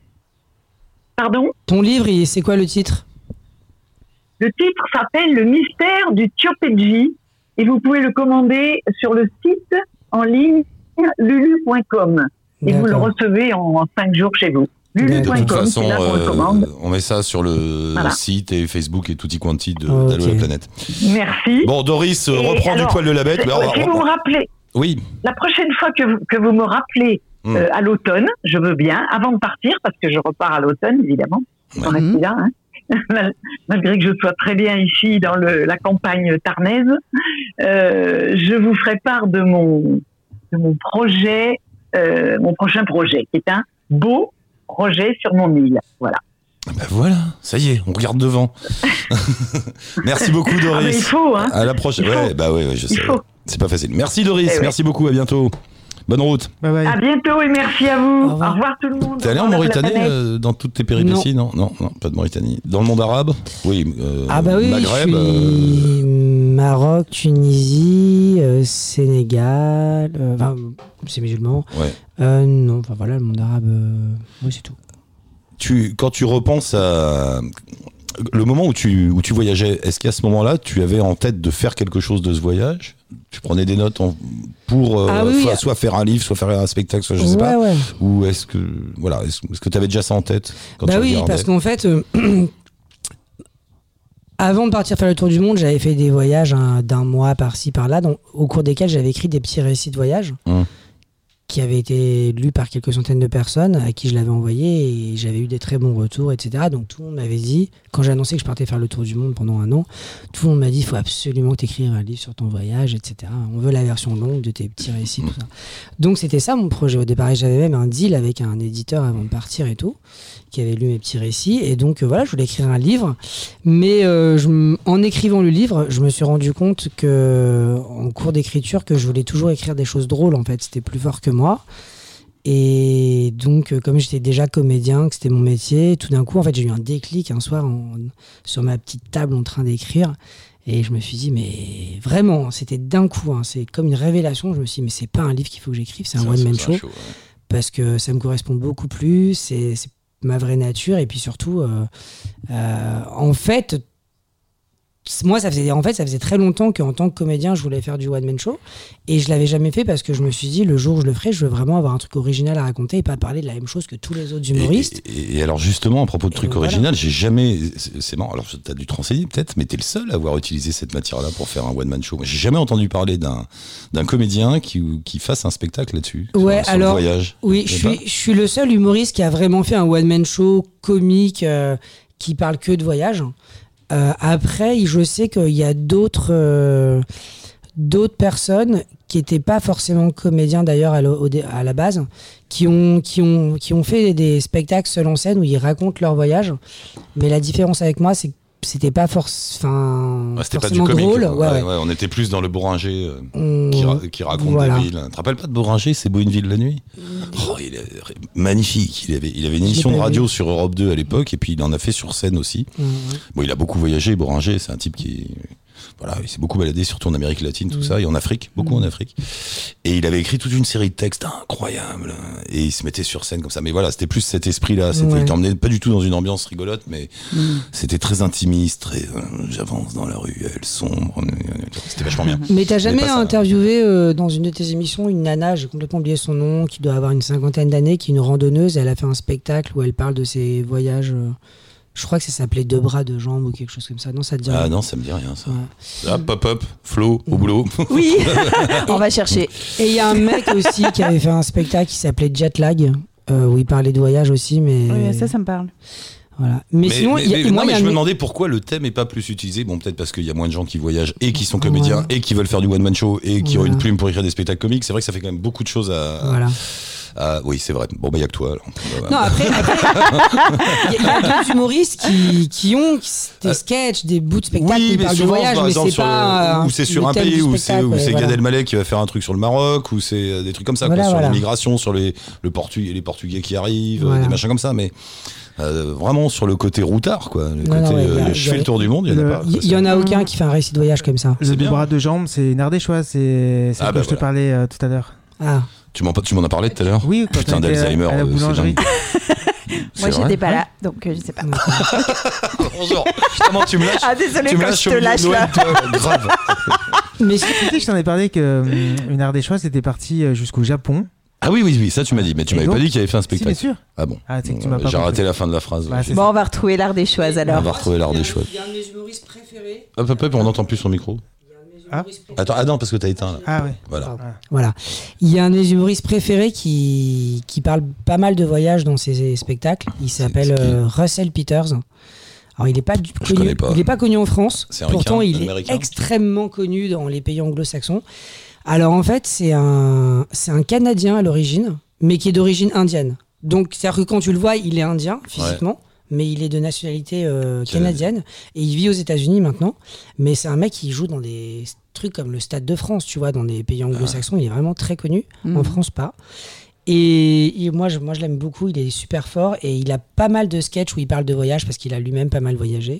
[SPEAKER 9] Pardon?
[SPEAKER 8] Ton livre, il- c'est quoi le titre?
[SPEAKER 9] Le titre s'appelle Le mystère du Tiopeji et vous pouvez le commander sur le site en ligne lulu point com et vous le
[SPEAKER 8] D'accord.
[SPEAKER 9] recevez en, en cinq jours chez vous.
[SPEAKER 3] de
[SPEAKER 9] lulu
[SPEAKER 3] toute
[SPEAKER 9] point com,
[SPEAKER 3] façon,
[SPEAKER 9] c'est là qu'on le
[SPEAKER 3] euh,
[SPEAKER 9] commande.
[SPEAKER 3] on met ça sur le
[SPEAKER 9] Voilà.
[SPEAKER 3] site et Facebook et tutti quanti de,
[SPEAKER 8] Ok.
[SPEAKER 3] d'Allo la planète.
[SPEAKER 9] Merci.
[SPEAKER 3] Bon, Doris,
[SPEAKER 9] Et
[SPEAKER 3] reprends du
[SPEAKER 9] alors,
[SPEAKER 3] poil de la bête.
[SPEAKER 9] c'est-
[SPEAKER 3] Mais alors,
[SPEAKER 9] si vous me rappelez,
[SPEAKER 3] oui,
[SPEAKER 9] la prochaine fois que vous, que vous me rappelez
[SPEAKER 3] Mm.
[SPEAKER 9] euh, à l'automne, je veux bien, avant de partir, parce que je repars à l'automne, évidemment,
[SPEAKER 3] Ouais.
[SPEAKER 9] on reste là, hein. Mal- malgré que je sois très bien ici dans le, la campagne tarnaise, euh, je vous ferai part de mon, de mon projet, euh, mon prochain projet, qui est un beau projet sur mon île. Voilà.
[SPEAKER 3] ben voilà, ça y est, on regarde devant. Merci beaucoup,
[SPEAKER 9] Ah, mais il
[SPEAKER 3] Doris.
[SPEAKER 9] faut, hein.
[SPEAKER 3] À la prochaine.
[SPEAKER 9] Il faut.
[SPEAKER 3] Ouais, bah ouais, ouais, je
[SPEAKER 9] Il
[SPEAKER 3] sais.
[SPEAKER 9] faut.
[SPEAKER 3] C'est pas facile. Merci, Doris.
[SPEAKER 9] Eh ouais.
[SPEAKER 3] Merci beaucoup. À bientôt. Bonne route.
[SPEAKER 4] Bye bye.
[SPEAKER 9] À bientôt et merci à vous.
[SPEAKER 8] Au
[SPEAKER 9] Au
[SPEAKER 8] revoir.
[SPEAKER 9] revoir, tout le monde.
[SPEAKER 3] T'es allé en
[SPEAKER 9] Au revoir, la
[SPEAKER 3] Mauritanie
[SPEAKER 9] planète.
[SPEAKER 3] euh, dans toutes tes péripéties? Non. non, non, pas de Mauritanie. Dans le monde arabe? Oui. Euh,
[SPEAKER 8] Ah bah oui,
[SPEAKER 3] Maghreb.
[SPEAKER 8] je suis
[SPEAKER 3] euh,
[SPEAKER 8] Maroc, Tunisie, euh, Sénégal, euh, enfin, c'est musulman.
[SPEAKER 3] Ouais.
[SPEAKER 8] Euh, non, enfin voilà, le monde arabe, euh, oui c'est tout.
[SPEAKER 3] Tu, quand tu repenses à le moment où tu, où tu voyageais, est-ce qu'à ce moment-là, tu avais en tête de faire quelque chose de ce voyage? Tu prenais des notes en- pour euh,
[SPEAKER 8] Ah oui,
[SPEAKER 3] soit,
[SPEAKER 8] oui.
[SPEAKER 3] soit faire un livre, soit faire un spectacle, soit je sais
[SPEAKER 8] ouais,
[SPEAKER 3] pas.
[SPEAKER 8] ouais.
[SPEAKER 3] Ou est-ce que voilà, est-ce, est-ce que tu avais déjà ça en tête quand
[SPEAKER 8] Bah
[SPEAKER 3] tu
[SPEAKER 8] oui,
[SPEAKER 3] regardais?
[SPEAKER 8] parce qu'en fait, euh, avant de partir faire le tour du monde, j'avais fait des voyages hein, d'un mois par-ci par-là, donc, au cours desquels j'avais écrit des petits récits de voyage
[SPEAKER 3] Hum.
[SPEAKER 8] qui avaient été lus par quelques centaines de personnes à qui je l'avais envoyé et j'avais eu des très bons retours, et cetera. Donc tout le monde m'avait dit, quand j'ai annoncé que je partais faire le tour du monde pendant un an, tout le monde m'a dit il faut absolument que tu écrives un livre sur ton voyage, et cetera. On veut la version longue de tes petits récits, tout ça. Donc c'était ça mon projet au départ et j'avais même un deal avec un éditeur avant de partir et tout, qui avait lu mes petits récits et donc euh, voilà, je voulais écrire un livre, mais euh, je m- en écrivant le livre, je me suis rendu compte que en cours d'écriture que je voulais toujours écrire des choses drôles en fait, c'était plus fort que moi. Et donc, euh, comme j'étais déjà comédien, que c'était mon métier, tout d'un coup, en fait, j'ai eu un déclic un soir en- sur ma petite table en train d'écrire. Et je me suis dit, mais vraiment, c'était d'un coup, hein, c'est comme une révélation. Je me suis dit, mais c'est pas un livre qu'il faut que j'écrive, c'est un
[SPEAKER 3] Ça,
[SPEAKER 8] one-man
[SPEAKER 3] c'est
[SPEAKER 8] show.
[SPEAKER 3] un show, ouais.
[SPEAKER 8] Parce que ça me correspond beaucoup plus, c'est c'est ma vraie nature. Et puis surtout, euh, euh, en fait, moi, ça faisait, en fait, ça faisait très longtemps qu'en tant que comédien, je voulais faire du one-man show. Et je l'avais jamais fait parce que je me suis dit, le jour où je le ferai, je veux vraiment avoir un truc original à raconter et pas parler de la même chose que tous les autres humoristes.
[SPEAKER 3] Et, et- et alors justement, à propos de
[SPEAKER 8] Et
[SPEAKER 3] trucs
[SPEAKER 8] donc, voilà.
[SPEAKER 3] original, j'ai jamais. C'est, c'est marrant. Alors t'as dû te renseigner peut-être, mais t'es le seul à avoir utilisé cette matière-là pour faire un one man show. Moi, j'ai jamais entendu parler d'un d'un comédien qui qui fasse un spectacle là-dessus. sur-
[SPEAKER 8] Ouais,
[SPEAKER 3] sur le
[SPEAKER 8] alors,
[SPEAKER 3] voyage.
[SPEAKER 8] Oui, je suis, je suis le seul humoriste qui a vraiment fait un one-man show comique euh, qui parle que de voyage. Euh, après, je sais qu'il y a d'autres euh, d'autres personnes qui n'étaient pas forcément comédiens d'ailleurs à, la- au dé- à la base, qui ont, qui, ont, qui ont fait des spectacles seuls en scène où ils racontent leur voyage. Mais la différence avec moi, c'est que c'était pas forc- enfin,
[SPEAKER 3] Ouais, c'était pas du
[SPEAKER 8] forcément
[SPEAKER 3] comique.
[SPEAKER 8] drôle.
[SPEAKER 3] quoi.
[SPEAKER 8] Ouais,
[SPEAKER 3] Ouais,
[SPEAKER 8] ouais.
[SPEAKER 3] ouais, on était plus dans le Bourringer euh,
[SPEAKER 8] On-
[SPEAKER 3] qui, ra- qui raconte
[SPEAKER 8] voilà.
[SPEAKER 3] des villes. Tu te rappelles pas de Bourringer, c'est beau une ville la nuit? Oh, il est magnifique. Il avait, il avait une
[SPEAKER 8] Je l'ai
[SPEAKER 3] émission de
[SPEAKER 8] pas
[SPEAKER 3] radio
[SPEAKER 8] vu.
[SPEAKER 3] sur Europe deux à l'époque et puis il en a fait sur scène aussi.
[SPEAKER 8] Ouais, ouais.
[SPEAKER 3] Bon, il a beaucoup voyagé, Bourringer, c'est un type qui voilà, il s'est beaucoup baladé, surtout en Amérique latine, tout mmh. ça, et en Afrique, beaucoup mmh. en Afrique. Et il avait écrit toute une série de textes incroyables, et il se mettait sur scène comme ça. Mais voilà, c'était plus cet esprit-là. C'était, ouais. Il t'emmenait pas du tout dans une ambiance rigolote, mais mmh. c'était très intimiste, très. Euh, j'avance dans la rue, elle sombre. C'était vachement bien.
[SPEAKER 8] Mais t'as jamais interviewé euh, dans une de tes émissions une nana, j'ai complètement oublié son nom, qui doit avoir une cinquantaine d'années, qui est une randonneuse. Elle a fait un spectacle où elle parle de ses voyages. Euh, je crois que ça s'appelait Deux bras, deux jambes ou quelque chose comme ça. Non, ça te dit rien.
[SPEAKER 3] Ah non, ça me dit rien, ça. Ouais. Ah, pop up, Flo, au boulot.
[SPEAKER 5] Oui, on va chercher.
[SPEAKER 8] Et il y a un mec aussi qui avait fait un spectacle qui s'appelait Jet Lag, euh, où il parlait de voyage aussi, mais.
[SPEAKER 5] Oui, ça, ça me parle.
[SPEAKER 8] Voilà. Mais, mais sinon,
[SPEAKER 3] mais,
[SPEAKER 8] y a,
[SPEAKER 3] mais,
[SPEAKER 8] moi,
[SPEAKER 3] non, mais
[SPEAKER 8] y a
[SPEAKER 3] je
[SPEAKER 8] un...
[SPEAKER 3] me demandais pourquoi le thème est pas plus utilisé. Bon, peut-être parce qu'il y a moins de gens qui voyagent et qui sont comédiens ouais. et qui veulent faire du one man show et qui voilà. ont une plume pour écrire des spectacles comiques. C'est vrai que ça fait quand même beaucoup de choses à.
[SPEAKER 8] Voilà.
[SPEAKER 3] Ah oui, c'est vrai. Bon, bah, il n'y a que toi. Alors.
[SPEAKER 8] Non, après, il y, y a d'autres humoristes qui, qui ont des sketchs, des bouts de spectacle
[SPEAKER 3] oui,
[SPEAKER 8] qui parlent de voyage, mais c'est pas.
[SPEAKER 3] Le, ou c'est sur un pays, ou c'est, ou c'est voilà. Gad Elmaleh qui va faire un truc sur le Maroc, ou c'est des trucs comme ça, voilà, quoi, voilà. sur l'immigration, sur les, le Portu- les Portugais qui arrivent, voilà. des machins comme ça, mais. Euh, vraiment sur le côté routard, quoi. Le non, côté, non, ouais, euh, a, je fais a, le tour du monde, il y en a pas.
[SPEAKER 8] Il y en a aucun qui fait un récit de voyage comme ça.
[SPEAKER 4] Le deux bras deux jambes, c'est une ardéchoise, c'est c'est ah bah je voilà. te parlais euh, tout à l'heure.
[SPEAKER 8] Ah.
[SPEAKER 3] Tu m'en, tu m'en as parlé tout à l'heure.
[SPEAKER 4] Oui, quand
[SPEAKER 3] putain d'Alzheimer.
[SPEAKER 4] À la boulangerie.
[SPEAKER 5] Moi, j'étais pas là, donc euh, je sais pas.
[SPEAKER 3] Bonjour. Justement, tu me lâches.
[SPEAKER 5] Ah désolé,
[SPEAKER 3] tu me
[SPEAKER 5] quand
[SPEAKER 3] lâches
[SPEAKER 5] je te lâche là.
[SPEAKER 3] Grave.
[SPEAKER 4] Mais tu sais, je t'en ai parlé que une ardéchoise était partie jusqu'au Japon.
[SPEAKER 3] Ah oui, oui, oui, ça tu m'as dit, mais tu et m'avais donc, pas dit qu'il avait fait un spectacle.
[SPEAKER 4] Si, bien sûr.
[SPEAKER 3] Ah bon,
[SPEAKER 4] ah,
[SPEAKER 3] bon euh, j'ai raté la fin de la phrase.
[SPEAKER 4] Bah,
[SPEAKER 5] bon, on va retrouver l'ardéchoise alors.
[SPEAKER 3] On va retrouver l'ardéchoise.
[SPEAKER 8] Il y a un de mes humoristes préférés.
[SPEAKER 3] Hop, hop, hop, on n'entend plus son micro.
[SPEAKER 4] Ah.
[SPEAKER 3] Attends, ah non, parce que t'as éteint là.
[SPEAKER 4] Ah oui.
[SPEAKER 3] Voilà.
[SPEAKER 8] Ah. Voilà. Il y a un de mes humoristes préférés qui, qui parle pas mal de voyages dans ses spectacles. Il s'appelle euh, Russell Peters. Alors, il n'est pas, connu, pas. Il est pas connu en France.
[SPEAKER 3] C'est
[SPEAKER 8] Pourtant, il
[SPEAKER 3] américain.
[SPEAKER 8] est extrêmement connu dans les pays anglo-saxons. Alors, en fait, c'est un, c'est un Canadien à l'origine, mais qui est d'origine indienne. Donc, c'est-à-dire que quand tu le vois, il est indien, physiquement. Ouais. Mais il est de nationalité euh, canadienne et il vit aux États-Unis maintenant. Mais c'est un mec qui joue dans des trucs comme le Stade de France, tu vois, dans des pays anglo-saxons. Il est vraiment très connu. Mmh. En France, pas. Et, et moi, je, moi, je l'aime beaucoup. Il est super fort et il a pas mal de sketchs où il parle de voyage parce qu'il a lui-même pas mal voyagé.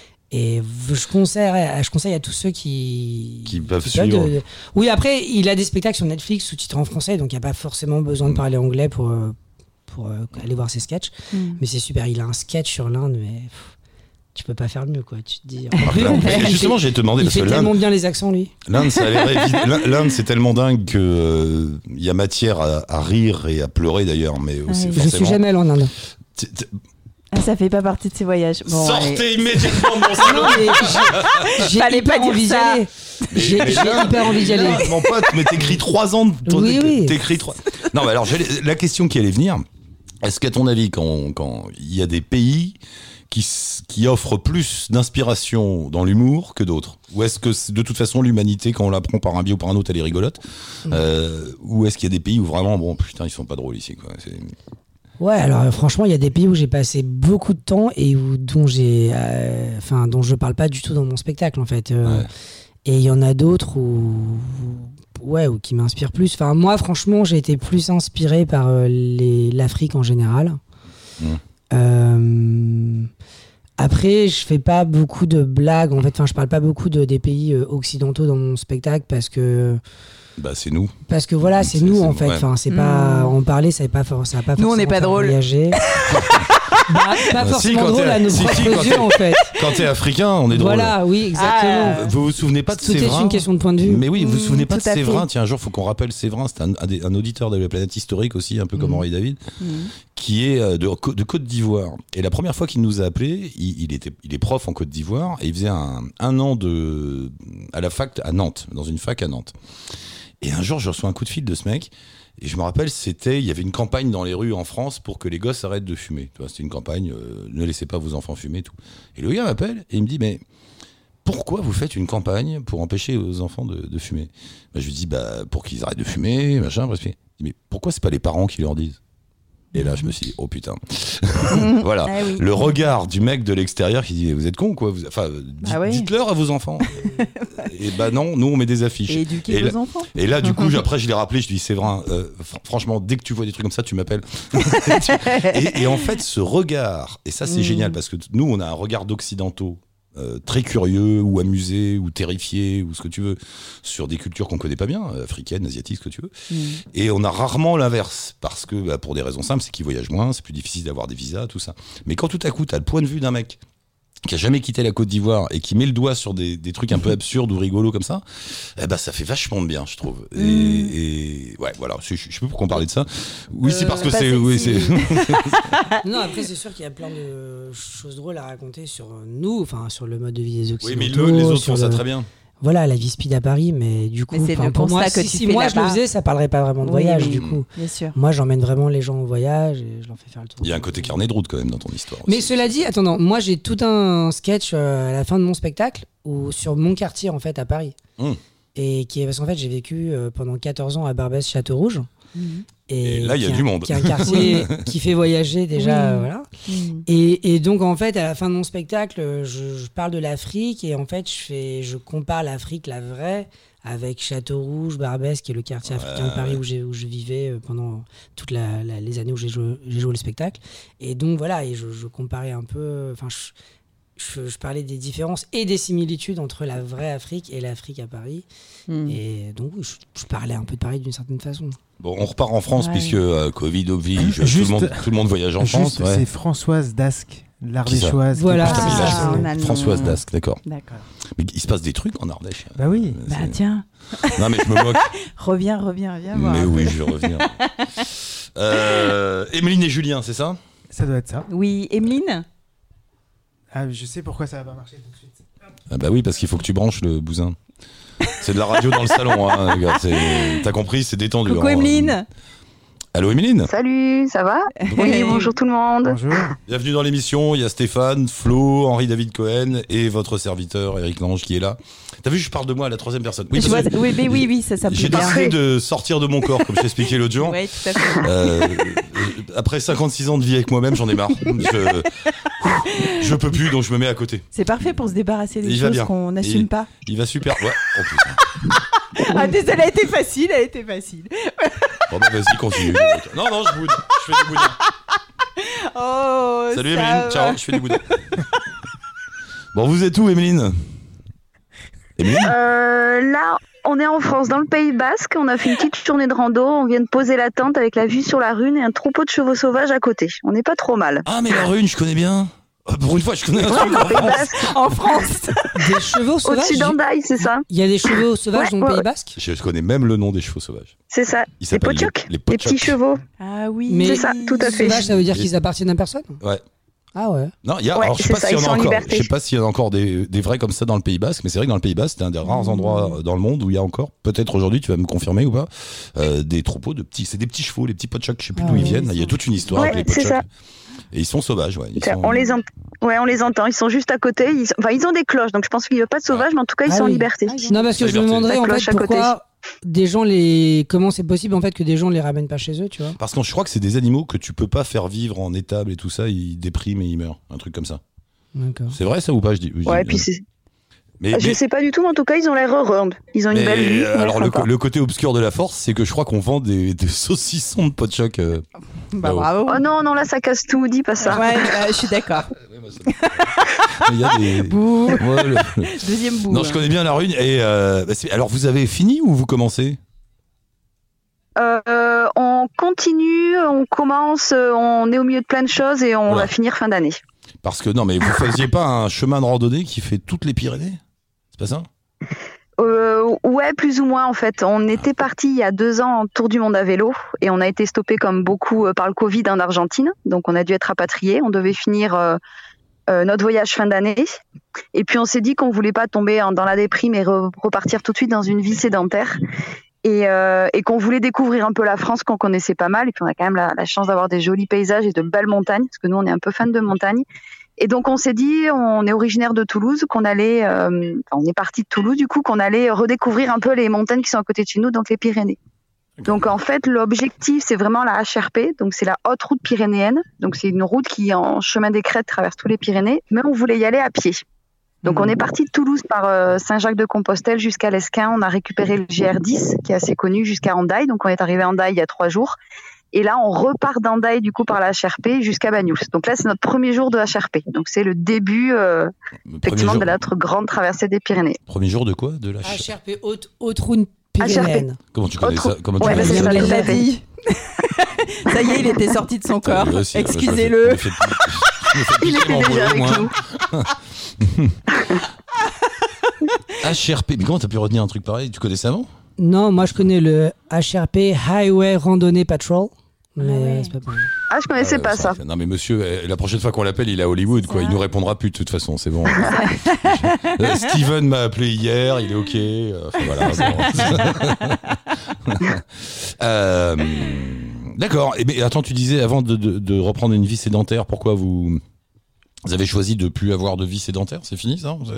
[SPEAKER 8] Et je conseille, je conseille à tous ceux qui,
[SPEAKER 3] qui peuvent suivre.
[SPEAKER 8] De, de... Oui, après, il a des spectacles sur Netflix sous-titrés en français, donc il n'y a pas forcément besoin de parler anglais pour. Euh, pour euh, aller voir ses sketchs. Mm. Mais c'est super, il a un sketch sur l'Inde, mais pff, tu peux pas faire mieux, quoi. Tu te dis.
[SPEAKER 3] Ah, justement, j'ai te demandé
[SPEAKER 8] il
[SPEAKER 3] parce
[SPEAKER 8] fait
[SPEAKER 3] que
[SPEAKER 8] tellement
[SPEAKER 3] l'Inde,
[SPEAKER 8] bien les accents, lui.
[SPEAKER 3] L'Inde, ça a l'air évident. L'Inde, c'est tellement dingue que il euh, y a matière à, à rire et à pleurer d'ailleurs, mais aussi
[SPEAKER 8] ouais,
[SPEAKER 3] forcément.
[SPEAKER 8] Je suis jamais allé en Inde.
[SPEAKER 3] T'es, t'es...
[SPEAKER 5] Ah, ça fait pas partie de ses voyages. Bon,
[SPEAKER 3] sortez
[SPEAKER 5] allez.
[SPEAKER 3] immédiatement de mon salon.
[SPEAKER 8] J'ai, j'ai
[SPEAKER 5] Fallait pas dire ça.
[SPEAKER 3] Mais,
[SPEAKER 8] j'ai,
[SPEAKER 3] mais
[SPEAKER 8] j'ai
[SPEAKER 3] là,
[SPEAKER 8] hyper envie d'y aller.
[SPEAKER 3] Là, mon pote, mais t'écris trois ans. De...
[SPEAKER 8] Oui, oui.
[SPEAKER 3] T'écris trois. Non, mais alors la question qui allait venir. Est-ce qu'à ton avis, quand quand il y a des pays qui qui offrent plus d'inspiration dans l'humour que d'autres, ou est-ce que de toute façon l'humanité, quand on la prend par un biais ou par un autre, elle est rigolote, mmh. euh, ou est-ce qu'il y a des pays où vraiment bon putain ils sont pas drôles ici, quoi. C'est...
[SPEAKER 8] Ouais, alors euh, franchement, il y a des pays où j'ai passé beaucoup de temps et où dont j'ai, enfin, euh, dont je parle pas du tout dans mon spectacle en fait. Euh, ouais. Et il y en a d'autres où, ouais, ou qui m'inspirent plus. Enfin, moi, franchement, j'ai été plus inspiré par euh, les, l'Afrique en général. Mmh. Euh, après, je fais pas beaucoup de blagues. En fait, enfin, je parle pas beaucoup de, des pays euh, occidentaux dans mon spectacle parce que.
[SPEAKER 3] Bah, c'est nous.
[SPEAKER 8] Parce que voilà, c'est, c'est nous c'est en fait. Ouais. Enfin, c'est mmh. pas en parler, ça n'est pas for- ça a pas forcément.
[SPEAKER 5] Nous, on n'est pas drôle.
[SPEAKER 8] Bah, pas forcément
[SPEAKER 3] si,
[SPEAKER 8] drôle à nos
[SPEAKER 3] si,
[SPEAKER 8] propres
[SPEAKER 3] si,
[SPEAKER 8] yeux en fait.
[SPEAKER 3] Quand t'es africain, on est drôle.
[SPEAKER 8] Voilà, oui, exactement.
[SPEAKER 3] Ah, vous vous souvenez pas de
[SPEAKER 8] Tout
[SPEAKER 3] Séverin ?
[SPEAKER 8] Tout est une question de point de vue.
[SPEAKER 3] Mais oui, vous vous souvenez pas
[SPEAKER 5] mmh,
[SPEAKER 3] de Séverin ? Tiens, un jour, faut qu'on rappelle Séverin. C'était un, un, un auditeur de la planète historique aussi, un peu comme mmh. Henri David, mmh. qui est de, de Côte d'Ivoire. Et la première fois qu'il nous a appelés, il, il était, il est prof en Côte d'Ivoire et il faisait un, un an de à la fac à Nantes, dans une fac à Nantes. Et un jour, je reçois un coup de fil de ce mec. Et je me rappelle, c'était, il y avait une campagne dans les rues en France pour que les gosses arrêtent de fumer. Tu vois, c'était une campagne, euh, ne laissez pas vos enfants fumer, tout. Et le gars m'appelle et il me dit, mais pourquoi vous faites une campagne pour empêcher vos enfants de, de fumer ? Ben, je lui dis, bah, pour qu'ils arrêtent de fumer, machin, bref. Il dit, mais pourquoi c'est pas les parents qui leur disent ? Et là, je me suis dit, oh putain. Voilà. Ah oui. Le regard du mec de l'extérieur qui dit, vous êtes cons, quoi. Vous... Enfin, dites, ah oui. dites-leur à vos enfants. Et bah non, nous, on met des affiches.
[SPEAKER 5] Et éduquer vos
[SPEAKER 3] là,
[SPEAKER 5] enfants.
[SPEAKER 3] Et là, du coup, après, je l'ai rappelé, je lui ai dit, Séverin, euh, franchement, dès que tu vois des trucs comme ça, tu m'appelles. et, et en fait, ce regard, et ça, c'est mmh. génial, parce que nous, on a un regard d'occidentaux euh, très curieux ou amusés ou terrifiés ou ce que tu veux sur des cultures qu'on connaît pas bien, africaines, asiatiques, ce que tu veux. Mmh. Et on a rarement l'inverse parce que bah, pour des raisons simples, c'est qu'ils voyagent moins, c'est plus difficile d'avoir des visas, tout ça. Mais quand tout à coup, tu as le point de vue d'un mec qui a jamais quitté la Côte d'Ivoire et qui met le doigt sur des, des trucs un peu absurdes ou rigolos comme ça, eh ben ça fait vachement de bien, je trouve. Et, mmh. et ouais, voilà, je, je sais pas pourquoi on parlait de ça. Oui, euh, c'est parce que c'est. Oui, c'est...
[SPEAKER 8] non, après c'est sûr qu'il y a plein de choses drôles à raconter sur nous, enfin sur le mode de vie des Occidentaux.
[SPEAKER 3] Oui, mais le, les autres font le... ça très bien.
[SPEAKER 8] Voilà, la vie speed à Paris, mais du coup, mais pour moi, si, si moi je le faisais, ça parlerait pas vraiment de oui, voyage, oui, du coup.
[SPEAKER 5] Bien sûr.
[SPEAKER 8] Moi, j'emmène vraiment les gens au voyage et je leur fais faire le tour.
[SPEAKER 3] Il y a un côté carnet de route quand même dans ton histoire.
[SPEAKER 8] Mais
[SPEAKER 3] aussi.
[SPEAKER 8] cela dit, attends, non, moi j'ai tout un sketch euh, à la fin de mon spectacle où, sur mon quartier en fait à Paris, mmh. et qui est parce qu'en fait j'ai vécu euh, pendant quatorze ans à Barbès-Châteaurouge. Mmh.
[SPEAKER 3] Et, et là, il y a du monde.
[SPEAKER 8] Qui est un quartier qui fait voyager déjà, oui. voilà. Mmh. Et, et donc, en fait, à la fin de mon spectacle, je, je parle de l'Afrique et en fait, je, fais, je compare l'Afrique, la vraie, avec Châteaurouge, Barbès, qui est le quartier africain ouais. de Paris où, j'ai, où je vivais pendant toutes la, la, les années où j'ai joué, j'ai joué le spectacle. Et donc, voilà, et je, je comparais un peu... Enfin, je, Je, je parlais des différences et des similitudes entre la vraie Afrique et l'Afrique à Paris. Mmh. Et donc, je, je parlais un peu de Paris d'une certaine façon.
[SPEAKER 3] Bon, on repart en France, ouais. puisque euh, Covid oblige, tout, le monde, tout le monde voyage en juste, France. Ouais.
[SPEAKER 4] C'est Françoise Dascq, l'Ardéchoise.
[SPEAKER 8] Voilà,
[SPEAKER 3] c'est
[SPEAKER 8] ça.
[SPEAKER 3] Ah, Françoise Dascq, d'accord.
[SPEAKER 5] D'accord.
[SPEAKER 3] Mais il se passe des trucs en Ardèche.
[SPEAKER 4] Bah oui.
[SPEAKER 5] C'est... Bah tiens.
[SPEAKER 3] Non, mais je me moque.
[SPEAKER 5] reviens, reviens, reviens voir.
[SPEAKER 3] Mais oui, je vais revenir. euh, Emeline et Julien, c'est ça ?
[SPEAKER 4] Ça doit être ça.
[SPEAKER 5] Oui, Emeline ?
[SPEAKER 4] Ah, je sais pourquoi ça va pas marcher tout de suite.
[SPEAKER 3] Ah bah oui, parce qu'il faut que tu branches le bousin. C'est de la radio dans le salon, hein, gars. C'est... T'as compris, c'est détendu.
[SPEAKER 5] Coucou hein. Emeline.
[SPEAKER 3] Allô Emeline.
[SPEAKER 10] Salut, ça va ? Oui, bonjour tout le monde.
[SPEAKER 4] Bonjour.
[SPEAKER 3] Bienvenue dans l'émission, il y a Stéphane, Flo, Henri-David Cohen et votre serviteur Eric Lange qui est là. T'as vu, je parle de moi à la troisième personne.
[SPEAKER 5] Oui, vois, oui, mais oui, oui, ça, ça me
[SPEAKER 3] J'ai
[SPEAKER 5] bien.
[SPEAKER 3] décidé de sortir de mon corps, comme je t'ai expliqué l'autre jour.
[SPEAKER 5] Oui, tout à fait.
[SPEAKER 3] Euh, après cinquante-six ans de vie avec moi-même, j'en ai marre. Je, je peux plus, donc je me mets à côté.
[SPEAKER 5] C'est parfait pour se débarrasser des il choses qu'on n'assume
[SPEAKER 3] il,
[SPEAKER 5] pas.
[SPEAKER 3] Il va super. Ouais, en plus.
[SPEAKER 5] Ah, désolé, elle a été facile, elle a été facile.
[SPEAKER 3] Bon, bah vas-y, continue. Non, non, je boude. Je fais du boudin.
[SPEAKER 5] Oh,
[SPEAKER 3] salut Emeline, ciao, je fais du boudin. Bon, vous êtes où, Emeline ? Emeline ?
[SPEAKER 10] euh, Là, on est en France, dans le Pays Basque. On a fait une petite journée de rando. On vient de poser la tente avec la vue sur la Rhune et un troupeau de chevaux sauvages à côté. On n'est pas trop mal.
[SPEAKER 3] Ah, mais la Rhune, je connais bien. Pour une fois, je connais un truc en France.
[SPEAKER 5] En France.
[SPEAKER 8] Des chevaux sauvages.
[SPEAKER 10] Au-dessus d'Andaï, c'est ça.
[SPEAKER 8] Il y a des chevaux sauvages
[SPEAKER 10] ouais,
[SPEAKER 8] dans le
[SPEAKER 10] ouais.
[SPEAKER 8] Pays Basque.
[SPEAKER 3] Je connais même le nom des chevaux sauvages.
[SPEAKER 10] C'est ça.
[SPEAKER 3] Ils
[SPEAKER 10] les potchoks.
[SPEAKER 3] Les, les,
[SPEAKER 10] les petits chevaux.
[SPEAKER 5] Ah oui.
[SPEAKER 8] Mais
[SPEAKER 10] c'est ça, tout à fait.
[SPEAKER 8] Sauvages, ça veut dire qu'ils appartiennent à personne.
[SPEAKER 3] Ouais.
[SPEAKER 8] Ah ouais.
[SPEAKER 3] Non, il y a.
[SPEAKER 10] Ouais,
[SPEAKER 3] alors, je sais pas
[SPEAKER 10] ça,
[SPEAKER 3] s'il y en a encore.
[SPEAKER 10] liberté.
[SPEAKER 3] Je sais pas s'il y en a encore des, des vrais comme ça dans le Pays Basque, mais c'est vrai que dans le Pays Basque, c'est un des rares endroits dans le monde où il y a encore. Peut-être aujourd'hui, tu vas me confirmer ou pas, euh, des troupeaux de petits. C'est des petits chevaux, les petits potchoks. Je sais plus
[SPEAKER 8] ah
[SPEAKER 3] d'où
[SPEAKER 8] oui,
[SPEAKER 3] ils viennent. Il y a toute une histoire
[SPEAKER 10] ouais,
[SPEAKER 3] avec les potchoks.
[SPEAKER 10] Ça.
[SPEAKER 3] Et ils sont sauvages, ouais. Ils
[SPEAKER 10] sont...
[SPEAKER 3] sont...
[SPEAKER 10] On les ent... ouais, on les entend. Ils sont juste à côté. Ils, enfin, ils ont des cloches, donc je pense qu'il n'y a pas de sauvages, mais en tout cas, ils
[SPEAKER 8] ah
[SPEAKER 10] sont
[SPEAKER 8] oui.
[SPEAKER 10] en liberté.
[SPEAKER 8] Non, parce que je me demanderais en fait pourquoi des gens les. Comment c'est possible en fait que des gens les ramènent pas chez eux, tu vois ?
[SPEAKER 3] Parce que je crois que c'est des animaux que tu peux pas faire vivre en étable et tout ça. Ils dépriment et ils meurent, un truc comme ça.
[SPEAKER 8] D'accord.
[SPEAKER 3] C'est vrai ça ou pas ? Je dis. Je
[SPEAKER 10] ouais,
[SPEAKER 3] dis,
[SPEAKER 10] puis c'est.
[SPEAKER 3] Mais,
[SPEAKER 10] je
[SPEAKER 3] mais...
[SPEAKER 10] sais pas du tout, mais en tout cas, ils ont l'air heureux. Ils ont une
[SPEAKER 3] mais
[SPEAKER 10] belle vie.
[SPEAKER 3] Alors, le, le côté obscur de la force, c'est que je crois qu'on vend des, des saucissons de potchoc. Euh,
[SPEAKER 5] bah, bravo.
[SPEAKER 10] Oh non, non, là, ça casse tout. Dis pas ça.
[SPEAKER 5] Ouais, bah, je suis d'accord.
[SPEAKER 3] Il y a des.
[SPEAKER 5] Bouh.
[SPEAKER 3] Ouais, le...
[SPEAKER 5] Deuxième bout.
[SPEAKER 3] Non, je connais bien la Rhune. Et euh, alors, vous avez fini ou vous commencez ?
[SPEAKER 10] euh, On continue, on commence, on est au milieu de plein de choses et on ouais. va finir fin d'année.
[SPEAKER 3] Parce que non, mais vous faisiez pas un chemin de randonnée qui fait toutes les Pyrénées ? C'est pas ça ?
[SPEAKER 10] euh, Ouais, plus ou moins en fait. On était parti il y a deux ans en tour du monde à vélo et on a été stoppé comme beaucoup par le Covid en Argentine. Donc on a dû être rapatriés. On devait finir euh, euh, notre voyage fin d'année. Et puis on s'est dit qu'on voulait pas tomber en, dans la déprime et re- repartir tout de suite dans une vie sédentaire. Et, euh, et qu'on voulait découvrir un peu la France qu'on connaissait pas mal. Et puis on a quand même la, la chance d'avoir des jolis paysages et de belles montagnes, parce que nous on est un peu fans de montagne. Et donc on s'est dit, on est originaire de Toulouse, qu'on allait, euh, on est parti de Toulouse du coup, qu'on allait redécouvrir un peu les montagnes qui sont à côté de chez nous, donc les Pyrénées. Donc en fait l'objectif c'est vraiment la H R P, donc c'est la haute route pyrénéenne. Donc c'est une route qui en chemin des crêtes traverse tous les Pyrénées, mais on voulait y aller à pied. Donc on est parti de Toulouse par euh, Saint-Jacques-de-Compostelle jusqu'à l'Esquin. On a récupéré le G R dix qui est assez connu jusqu'à Hendaye. Donc on est arrivé à Hendaye il y a trois jours. Et là, on repart d'Hendaye, du coup, par la H R P jusqu'à Banyuls. Donc là, c'est notre premier jour de H R P. Donc c'est le début, euh, le effectivement, jour... de notre grande traversée des Pyrénées.
[SPEAKER 3] Premier jour de quoi? De la
[SPEAKER 8] H R P, haute, haute route pyrénéenne.
[SPEAKER 3] Comment tu connais
[SPEAKER 10] Autre...
[SPEAKER 3] ça? Comment tu
[SPEAKER 10] ouais,
[SPEAKER 3] connais
[SPEAKER 10] ça,
[SPEAKER 3] ça,
[SPEAKER 5] il l'a dit. Ça y est, il était sorti de son corps. Aussi, excusez-le.
[SPEAKER 3] Fait, fait
[SPEAKER 10] il était déjà avec nous.
[SPEAKER 3] H R P, mais comment t'as pu retenir un truc pareil? Tu connaissais avant?
[SPEAKER 8] Non, moi je connais le H R P, Highway Randonnée Patrol. Mais ah ouais. c'est pas pareil.
[SPEAKER 10] Ah, je connaissais ah, pas ça.
[SPEAKER 3] ça. Non, mais monsieur, la prochaine fois qu'on l'appelle, il est à Hollywood, quoi. Il nous répondra plus de toute façon, c'est bon. euh, Steven m'a appelé hier, il est ok. Enfin voilà. Bon. euh, d'accord. Et mais attends, tu disais avant de, de, de reprendre une vie sédentaire, pourquoi vous, vous avez choisi de plus avoir de vie sédentaire? C'est fini ça? C'est...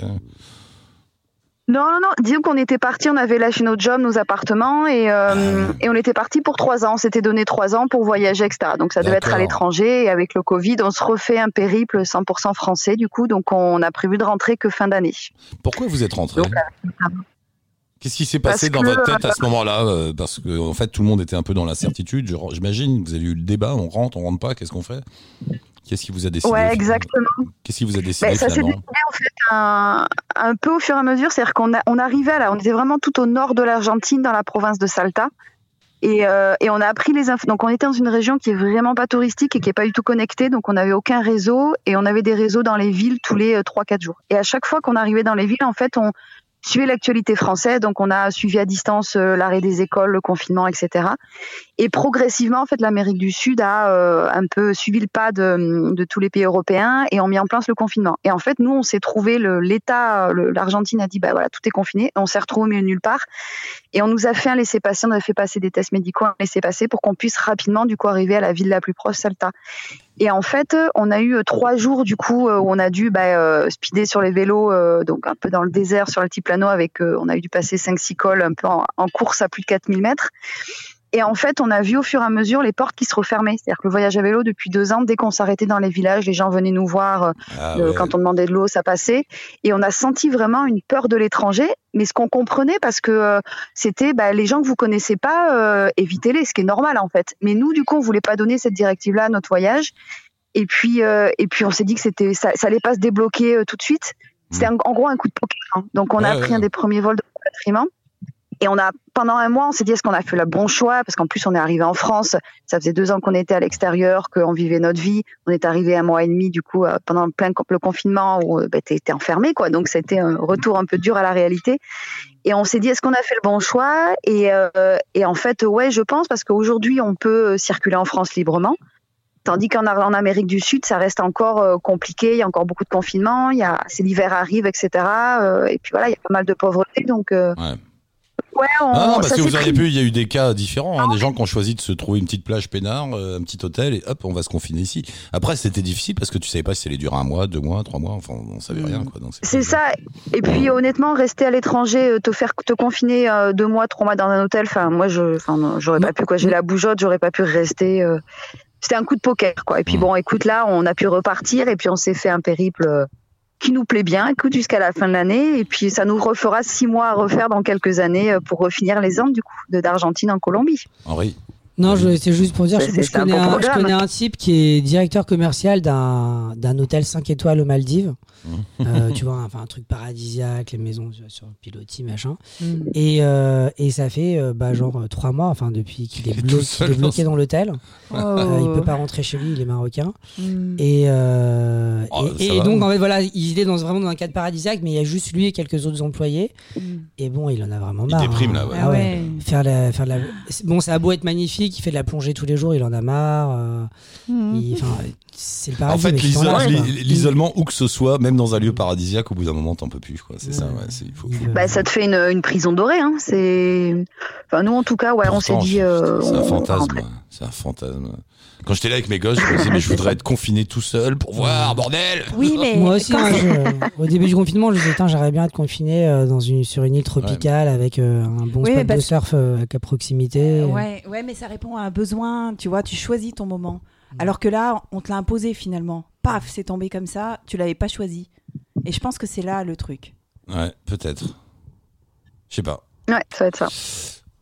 [SPEAKER 10] Non, non, non. Disons qu'on était partis, on avait lâché nos jobs, nos appartements et, euh, et on était partis pour trois ans. On s'était donné trois ans pour voyager, et cetera. Donc ça devait D'accord. être à l'étranger et avec le Covid, on se refait un périple cent pour cent français du coup. Donc on a prévu de rentrer que fin d'année.
[SPEAKER 3] Pourquoi vous êtes rentrés? Donc, Qu'est-ce qui s'est passé Parce dans que, votre tête à ce moment-là? Parce que en fait, tout le monde était un peu dans l'incertitude. J'imagine, vous avez eu le débat, on rentre, on rentre pas, qu'est-ce qu'on fait? Qu'est-ce qui vous a décidé?
[SPEAKER 10] Ouais, exactement.
[SPEAKER 3] Qu'est-ce qui vous a décidé
[SPEAKER 10] ben, ça s'est décidé en fait un, un peu au fur et à mesure, c'est-à-dire qu'on a, on arrivait là, on était vraiment tout au nord de l'Argentine, dans la province de Salta, et, euh, et on a appris les infos. Donc on était dans une région qui est vraiment pas touristique et qui est pas du tout connectée, donc on n'avait aucun réseau et on avait des réseaux dans les villes tous les trois quatre jours. Et à chaque fois qu'on arrivait dans les villes, en fait, on suivait l'actualité française, donc on a suivi à distance euh, l'arrêt des écoles, le confinement, et cetera. Et progressivement, en fait, l'Amérique du Sud a euh, un peu suivi le pas de, de tous les pays européens et ont mis en place le confinement. Et en fait, nous, on s'est trouvé, le, l'État, le, l'Argentine a dit, bah voilà, tout est confiné. Et on s'est retrouvé au milieu de nulle part. Et on nous a fait un laissez-passer, on a fait passer des tests médicaux, un laissez-passer pour qu'on puisse rapidement, du coup, arriver à la ville la plus proche, Salta. Et en fait, on a eu trois jours, du coup, où on a dû bah, euh, speeder sur les vélos, euh, donc un peu dans le désert, sur l'altiplano, avec, euh, on a dû passer cinq six cols, un peu en, en course à plus de quatre mille mètres. Et en fait, on a vu au fur et à mesure les portes qui se refermaient. C'est-à-dire que le voyage à vélo, depuis deux ans, dès qu'on s'arrêtait dans les villages, les gens venaient nous voir. Ah, euh, ouais. Quand on demandait de l'eau, ça passait. Et on a senti vraiment une peur de l'étranger. Mais ce qu'on comprenait, parce que euh, c'était bah, les gens que vous connaissez pas, euh, évitez-les, ce qui est normal en fait. Mais nous, du coup, on voulait pas donner cette directive-là à notre voyage. Et puis, euh, et puis on s'est dit que c'était, ça, ça allait pas se débloquer euh, tout de suite. C'était un, en gros un coup de poker. Hein. Donc on ouais, a pris ouais. un des premiers vols de rapatriement. Et on a, pendant un mois, on s'est dit, est-ce qu'on a fait le bon choix? Parce qu'en plus, on est arrivé en France. Ça faisait deux ans qu'on était à l'extérieur, qu'on vivait notre vie. On est arrivé un mois et demi, du coup, pendant plein le confinement où bah, t'étais enfermé, quoi. Donc, c'était un retour un peu dur à la réalité. Et on s'est dit, est-ce qu'on a fait le bon choix? Et, euh, et en fait, ouais, je pense, parce qu'aujourd'hui, on peut circuler en France librement. Tandis qu'en en Amérique du Sud, ça reste encore euh, compliqué. Il y a encore beaucoup de confinement. Il y a, c'est l'hiver arrive, et cetera. Euh, et puis voilà, il y a pas mal de pauvreté. Donc, euh,
[SPEAKER 3] ouais.
[SPEAKER 10] Ouais, on,
[SPEAKER 3] ah non, parce
[SPEAKER 10] ça
[SPEAKER 3] que vous auriez
[SPEAKER 10] pris.
[SPEAKER 3] pu, il y a eu des cas différents, hein, des gens qui ont choisi de se trouver une petite plage peinard, euh, un petit hôtel, et hop, on va se confiner ici. Après, c'était difficile parce que tu savais pas si ça allait durer un mois, deux mois, trois mois, enfin, on savait rien, quoi. Donc, c'est
[SPEAKER 10] c'est ça. Et puis, honnêtement, rester à l'étranger, te faire te confiner euh, deux mois, trois mois dans un hôtel, enfin, moi, je, enfin, j'aurais pas pu, quoi. J'ai la bougeotte, j'aurais pas pu rester. Euh, c'était un coup de poker, quoi. Et puis, mmh. bon, écoute, là, on a pu repartir, et puis on s'est fait un périple. Euh, qui nous plaît bien, écoute, jusqu'à la fin de l'année, et puis ça nous refera six mois à refaire dans quelques années pour refinir les Andes, du coup, de d'Argentine en Colombie.
[SPEAKER 3] Henri.
[SPEAKER 8] Non, je, c'est juste pour dire, je, je, connais un, un, je connais un type qui est directeur commercial d'un, d'un hôtel cinq étoiles aux Maldives. Mmh. Euh, tu vois, enfin, un truc paradisiaque, les maisons sur, sur pilotis, machin. Mmh. Et, euh, et ça fait euh, bah, genre trois mois, enfin, depuis qu'il est, blo- qu'il est bloqué dans l'hôtel. Oh. Euh, il peut pas rentrer chez lui, il est marocain. Mmh. Et, euh, oh, et, et donc, en fait, voilà, il est dans, vraiment dans un cadre paradisiaque, mais il y a juste lui et quelques autres employés. Mmh. Et bon, il en a vraiment marre.
[SPEAKER 3] Il déprime, hein. là, ouais.
[SPEAKER 8] Ah ouais. Faire la, faire la... Bon, ça a beau être magnifique, il fait de la plongée tous les jours, il en a marre. Euh, mmh. il, c'est le paradis.
[SPEAKER 3] En fait, l'iso- là, l'isolement, où que ce soit, même dans un lieu paradisiaque, au bout d'un moment, t'en peux plus, quoi. C'est ouais. ça, ouais. C'est, il faut, faut...
[SPEAKER 10] Bah, ça te fait une, une prison dorée, hein. C'est... Enfin, nous, en tout cas, ouais, Pourtant, on s'est dit. Euh,
[SPEAKER 3] c'est un fantasme. C'est un fantasme. Quand j'étais là avec mes gosses, je me disais, mais je voudrais être confiné tout seul pour voir, bordel.
[SPEAKER 5] Oui, mais
[SPEAKER 8] moi aussi. Hein, je, au début du confinement, je me disais, j'aimerais bien être confiné euh, dans une, sur une île tropicale ouais. avec euh, un bon oui, spot de surf euh, à proximité.
[SPEAKER 5] Euh, ouais, ouais, mais ça répond à un besoin. Tu vois, tu choisis ton moment. Alors que là, on te l'a imposé finalement. Paf, c'est tombé comme ça. Tu l'avais pas choisi. Et je pense que c'est là le truc.
[SPEAKER 3] Ouais, peut-être. Je sais pas.
[SPEAKER 10] Ouais, ça va être ça.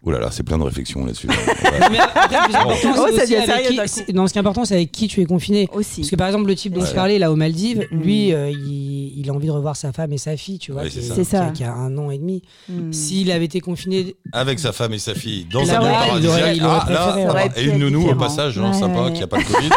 [SPEAKER 3] Oh là là, c'est plein de réflexions là-dessus.
[SPEAKER 8] Mais après, le plus important,
[SPEAKER 5] Oh,
[SPEAKER 8] c'est
[SPEAKER 5] ça
[SPEAKER 8] aussi
[SPEAKER 5] devient
[SPEAKER 8] avec
[SPEAKER 5] sérieux
[SPEAKER 8] qui-
[SPEAKER 5] d'un coup.
[SPEAKER 8] c'est- non, ce qui est important, c'est avec qui tu es confiné.
[SPEAKER 5] Aussi.
[SPEAKER 8] Parce que par exemple, le type dont
[SPEAKER 3] Ouais.
[SPEAKER 8] je parlais là aux Maldives,
[SPEAKER 5] Mm.
[SPEAKER 8] lui, euh, il, il a envie de revoir sa femme et sa fille, tu vois,
[SPEAKER 3] Ouais,
[SPEAKER 8] qui,
[SPEAKER 3] c'est
[SPEAKER 8] est-
[SPEAKER 3] ça.
[SPEAKER 5] C'est
[SPEAKER 8] qui a-
[SPEAKER 5] ça.
[SPEAKER 8] qui a un an et demi.
[SPEAKER 5] Hmm.
[SPEAKER 8] S'il avait été confiné,
[SPEAKER 3] Avec sa femme et sa fille dans
[SPEAKER 8] Là,
[SPEAKER 3] un lieu
[SPEAKER 8] ouais, il
[SPEAKER 3] paradisiaque.
[SPEAKER 8] aurait- il aurait
[SPEAKER 3] Ah, là,
[SPEAKER 8] préféré,
[SPEAKER 3] ça va.
[SPEAKER 5] ouais.
[SPEAKER 3] Et une nounou au
[SPEAKER 5] Différent.
[SPEAKER 3] passage, hein,
[SPEAKER 5] Ouais,
[SPEAKER 3] sympa,
[SPEAKER 5] ouais.
[SPEAKER 3] qui a pas de Covid.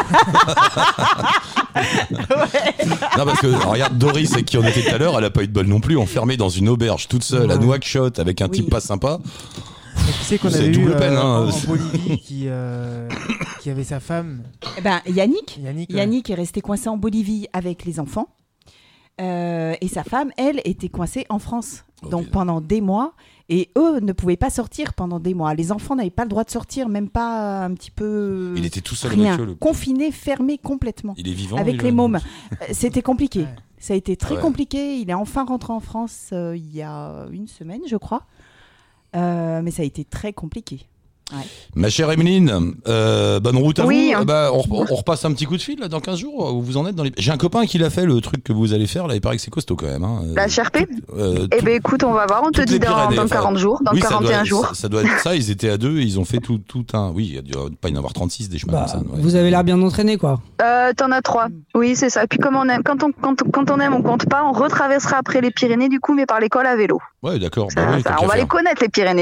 [SPEAKER 3] Non, parce que regarde, Doris, avec qui on était tout à l'heure, elle a pas eu de bol non plus, enfermée dans une auberge toute seule à
[SPEAKER 4] Ouais.
[SPEAKER 3] Nouakchott avec un
[SPEAKER 5] Oui.
[SPEAKER 3] type pas sympa.
[SPEAKER 4] Mais tu sais qu'on
[SPEAKER 3] C'est
[SPEAKER 4] avait eu
[SPEAKER 3] double
[SPEAKER 4] euh,
[SPEAKER 3] peine, hein.
[SPEAKER 4] en, en Bolivie qui, euh, qui avait sa femme,
[SPEAKER 5] Eh ben, Yannick,
[SPEAKER 4] Yannick. ouais.
[SPEAKER 5] Yannick est resté coincé en Bolivie avec les enfants. Euh, et sa femme, elle, était coincée en France.
[SPEAKER 3] Ok.
[SPEAKER 5] Donc pendant des mois. Et eux ne pouvaient pas sortir pendant des mois. Les enfants n'avaient pas le droit de sortir, même pas un petit peu.
[SPEAKER 3] Il était tout seul
[SPEAKER 5] rien.
[SPEAKER 3] avec eux. le-
[SPEAKER 5] Confiné, fermé complètement.
[SPEAKER 3] Il est vivant.
[SPEAKER 5] avec
[SPEAKER 3] il
[SPEAKER 5] les
[SPEAKER 3] a-
[SPEAKER 5] mômes. Euh, C'était compliqué.
[SPEAKER 4] Ouais.
[SPEAKER 5] Ça a été très
[SPEAKER 3] Ouais.
[SPEAKER 5] compliqué. Il est enfin rentré en France euh, il y a une semaine, je crois. Euh, mais ça a été très compliqué.
[SPEAKER 3] Ma chère Emeline, euh, bonne route à
[SPEAKER 10] Oui.
[SPEAKER 3] vous. Ah bah, on, on repasse un petit coup de fil là, dans quinze jours. Où vous en êtes dans les... J'ai un copain qui l'a fait, le truc que vous allez faire. Là, il paraît que c'est costaud quand même. Hein.
[SPEAKER 10] La H R P
[SPEAKER 3] Euh,
[SPEAKER 10] Eh
[SPEAKER 3] tout-
[SPEAKER 10] ben écoute, on va voir, on te
[SPEAKER 3] toutes
[SPEAKER 10] dit
[SPEAKER 3] les
[SPEAKER 10] dans,
[SPEAKER 3] Pyrénées,
[SPEAKER 10] dans
[SPEAKER 3] enfin,
[SPEAKER 10] quarante jours, dans
[SPEAKER 3] oui, ça
[SPEAKER 10] quarante et un
[SPEAKER 3] doit-
[SPEAKER 10] jours.
[SPEAKER 3] Ça, ça doit être ça. Ils étaient à deux. Ils ont fait tout, tout un. Oui, il y a dû pas y en avoir trente-six des chemins
[SPEAKER 8] bah,
[SPEAKER 3] comme ça. Ouais.
[SPEAKER 8] vous avez l'air bien entraîné, quoi.
[SPEAKER 10] Euh, T'en as trois. Oui, c'est ça. Et puis comme on aime, quand on, quand, quand on aime, on compte pas. On retraversera après les Pyrénées, du coup, mais par l'école à vélo.
[SPEAKER 3] Ouais, d'accord.
[SPEAKER 10] Ça,
[SPEAKER 3] Bah oui,
[SPEAKER 10] ça,
[SPEAKER 3] tant
[SPEAKER 10] on
[SPEAKER 3] qu'à
[SPEAKER 10] va
[SPEAKER 3] faire.
[SPEAKER 10] les connaître, les Pyrénées.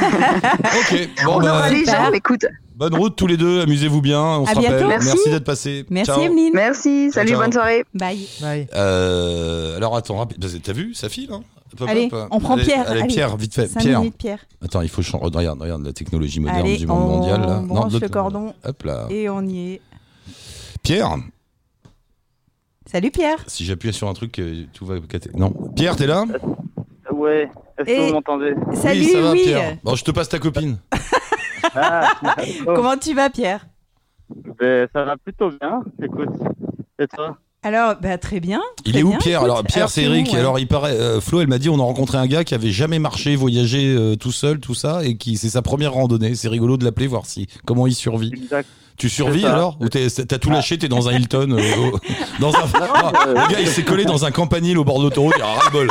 [SPEAKER 3] Ok. Bon,
[SPEAKER 10] on
[SPEAKER 3] bah,
[SPEAKER 10] aura les
[SPEAKER 5] super.
[SPEAKER 10] jambes, écoute.
[SPEAKER 3] bonne route tous les deux. Amusez-vous bien. On se
[SPEAKER 5] À
[SPEAKER 3] rappelle.
[SPEAKER 5] bientôt.
[SPEAKER 10] Merci.
[SPEAKER 3] d'être passé.
[SPEAKER 5] Merci
[SPEAKER 3] Ciao.
[SPEAKER 5] Emeline.
[SPEAKER 10] Merci, salut,
[SPEAKER 3] ciao.
[SPEAKER 10] bonne soirée.
[SPEAKER 5] Bye.
[SPEAKER 4] Ouais.
[SPEAKER 3] Euh, alors attends, rapide. T'as vu sa fille là Hop, hop,
[SPEAKER 5] Allez,
[SPEAKER 3] hop.
[SPEAKER 5] on prend
[SPEAKER 3] Allez,
[SPEAKER 5] Pierre,
[SPEAKER 3] Allez,
[SPEAKER 5] allez.
[SPEAKER 3] Pierre, vite fait.
[SPEAKER 5] Cinq
[SPEAKER 3] Pierre.
[SPEAKER 5] minutes, Pierre.
[SPEAKER 3] Attends, il faut changer. Regarde, regarde la technologie moderne
[SPEAKER 5] Allez,
[SPEAKER 3] du monde
[SPEAKER 5] on
[SPEAKER 3] mondial là.
[SPEAKER 5] branche
[SPEAKER 3] de-
[SPEAKER 5] le cordon
[SPEAKER 3] Hop là.
[SPEAKER 5] et on y est.
[SPEAKER 3] Pierre,
[SPEAKER 5] Salut Pierre.
[SPEAKER 3] si j'appuie sur un truc, euh, tout va cater. Non. Pierre, t'es là
[SPEAKER 11] Ouais, est-ce
[SPEAKER 5] Et-
[SPEAKER 11] que vous m'entendez?
[SPEAKER 5] Salut,
[SPEAKER 3] oui, ça va,
[SPEAKER 5] oui.
[SPEAKER 3] Pierre. Bon, je te passe ta copine.
[SPEAKER 11] Ah,
[SPEAKER 5] Comment tu vas Pierre?
[SPEAKER 11] ben, ça va plutôt bien, écoute. Et toi?
[SPEAKER 5] Alors, bah, très bien.
[SPEAKER 3] Il
[SPEAKER 5] très
[SPEAKER 3] est où
[SPEAKER 5] bien,
[SPEAKER 3] Pierre
[SPEAKER 5] écoute.
[SPEAKER 3] Alors Pierre, c'est
[SPEAKER 5] où,
[SPEAKER 3] Eric.
[SPEAKER 5] ouais.
[SPEAKER 3] Alors il paraît, euh, Flo, elle m'a dit, on a rencontré un gars qui avait jamais marché, voyagé euh, tout seul, tout ça, et qui c'est sa première randonnée. C'est rigolo de l'appeler, voir si comment il survit.
[SPEAKER 11] Exact.
[SPEAKER 3] Tu survis
[SPEAKER 11] C'est ça.
[SPEAKER 3] alors Ou t'es- t'as tout lâché, t'es dans un Hilton, euh, au- dans un. Ah,
[SPEAKER 11] euh,
[SPEAKER 3] le gars, il s'est collé dans un campanile au bord de l'autoroute. Il a ras-le-bol.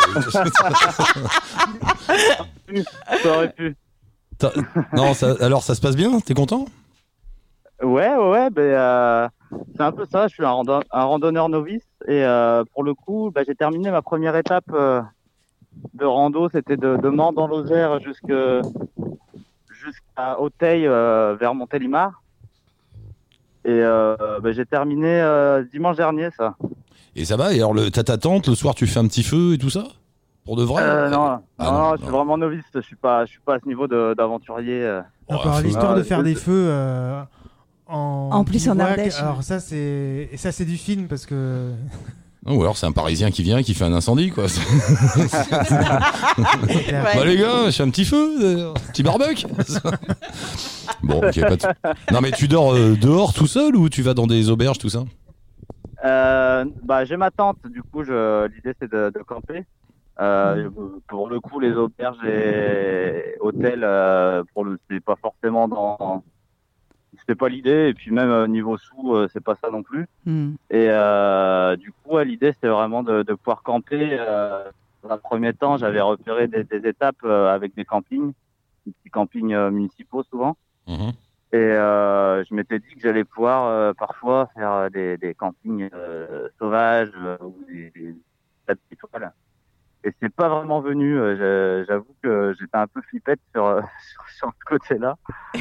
[SPEAKER 11] Ça aurait pu.
[SPEAKER 3] T'as- non, ça- alors ça se passe bien T'es content
[SPEAKER 11] Ouais, ouais, ouais, ben, euh, c'est un peu ça. Je suis un, rando- un randonneur novice et euh, pour le coup, bah, j'ai terminé ma première étape euh, de rando. C'était de, de Mans dans Lozère jusque jusqu'à Auteuil euh, vers Montélimar. Et euh, bah, j'ai terminé euh, dimanche dernier, ça.
[SPEAKER 3] Et ça va Et alors, le- t'as ta tante, le soir, tu fais un petit feu et tout ça Pour de vrai
[SPEAKER 11] Euh, non,
[SPEAKER 3] Ah,
[SPEAKER 11] non,
[SPEAKER 3] non,
[SPEAKER 11] non, je
[SPEAKER 3] non.
[SPEAKER 11] suis vraiment novice. Je suis pas, je suis pas à ce niveau de- d'aventurier. euh.
[SPEAKER 4] Alors,
[SPEAKER 3] Ouais,
[SPEAKER 4] par
[SPEAKER 3] faut-
[SPEAKER 4] l'histoire
[SPEAKER 11] Ah,
[SPEAKER 4] de faire
[SPEAKER 11] je-
[SPEAKER 4] des feux euh, en,
[SPEAKER 5] En plus, en
[SPEAKER 4] bivouac,
[SPEAKER 5] Ardèche.
[SPEAKER 4] Alors ça c'est et ça c'est du film parce que
[SPEAKER 3] Non, ou alors c'est un Parisien qui vient et qui fait un incendie, quoi.
[SPEAKER 4] c'est clair.
[SPEAKER 5] Ouais.
[SPEAKER 3] Bah les gars, je fais un petit feu, d'ailleurs. Un petit barbecue. Bon, ok, pas de... Non mais tu dors euh, dehors tout seul ou tu vas dans des auberges, tout ça
[SPEAKER 11] Euh, bah, j'ai ma tante, du coup, je, l'idée c'est de, de camper. Euh, pour le coup, les auberges et hôtels, euh, pour le, c'est pas forcément dans, c'est pas l'idée. Et puis même euh, niveau sous, euh, c'est pas ça non plus.
[SPEAKER 5] Hmm.
[SPEAKER 11] Et euh, du coup, ouais, l'idée c'était vraiment de, de pouvoir camper. Euh, dans un premier temps, j'avais repéré des, des étapes euh, avec des campings, des petits campings euh, municipaux souvent.
[SPEAKER 3] Mhm.
[SPEAKER 11] Et euh, je m'étais dit que j'allais pouvoir euh, parfois faire euh, des, des campings euh, sauvages euh, ou des, des stades d'étoiles. Et c'est pas vraiment venu. euh, je- J'avoue que j'étais un peu flippette sur, euh, sur, sur ce côté-là.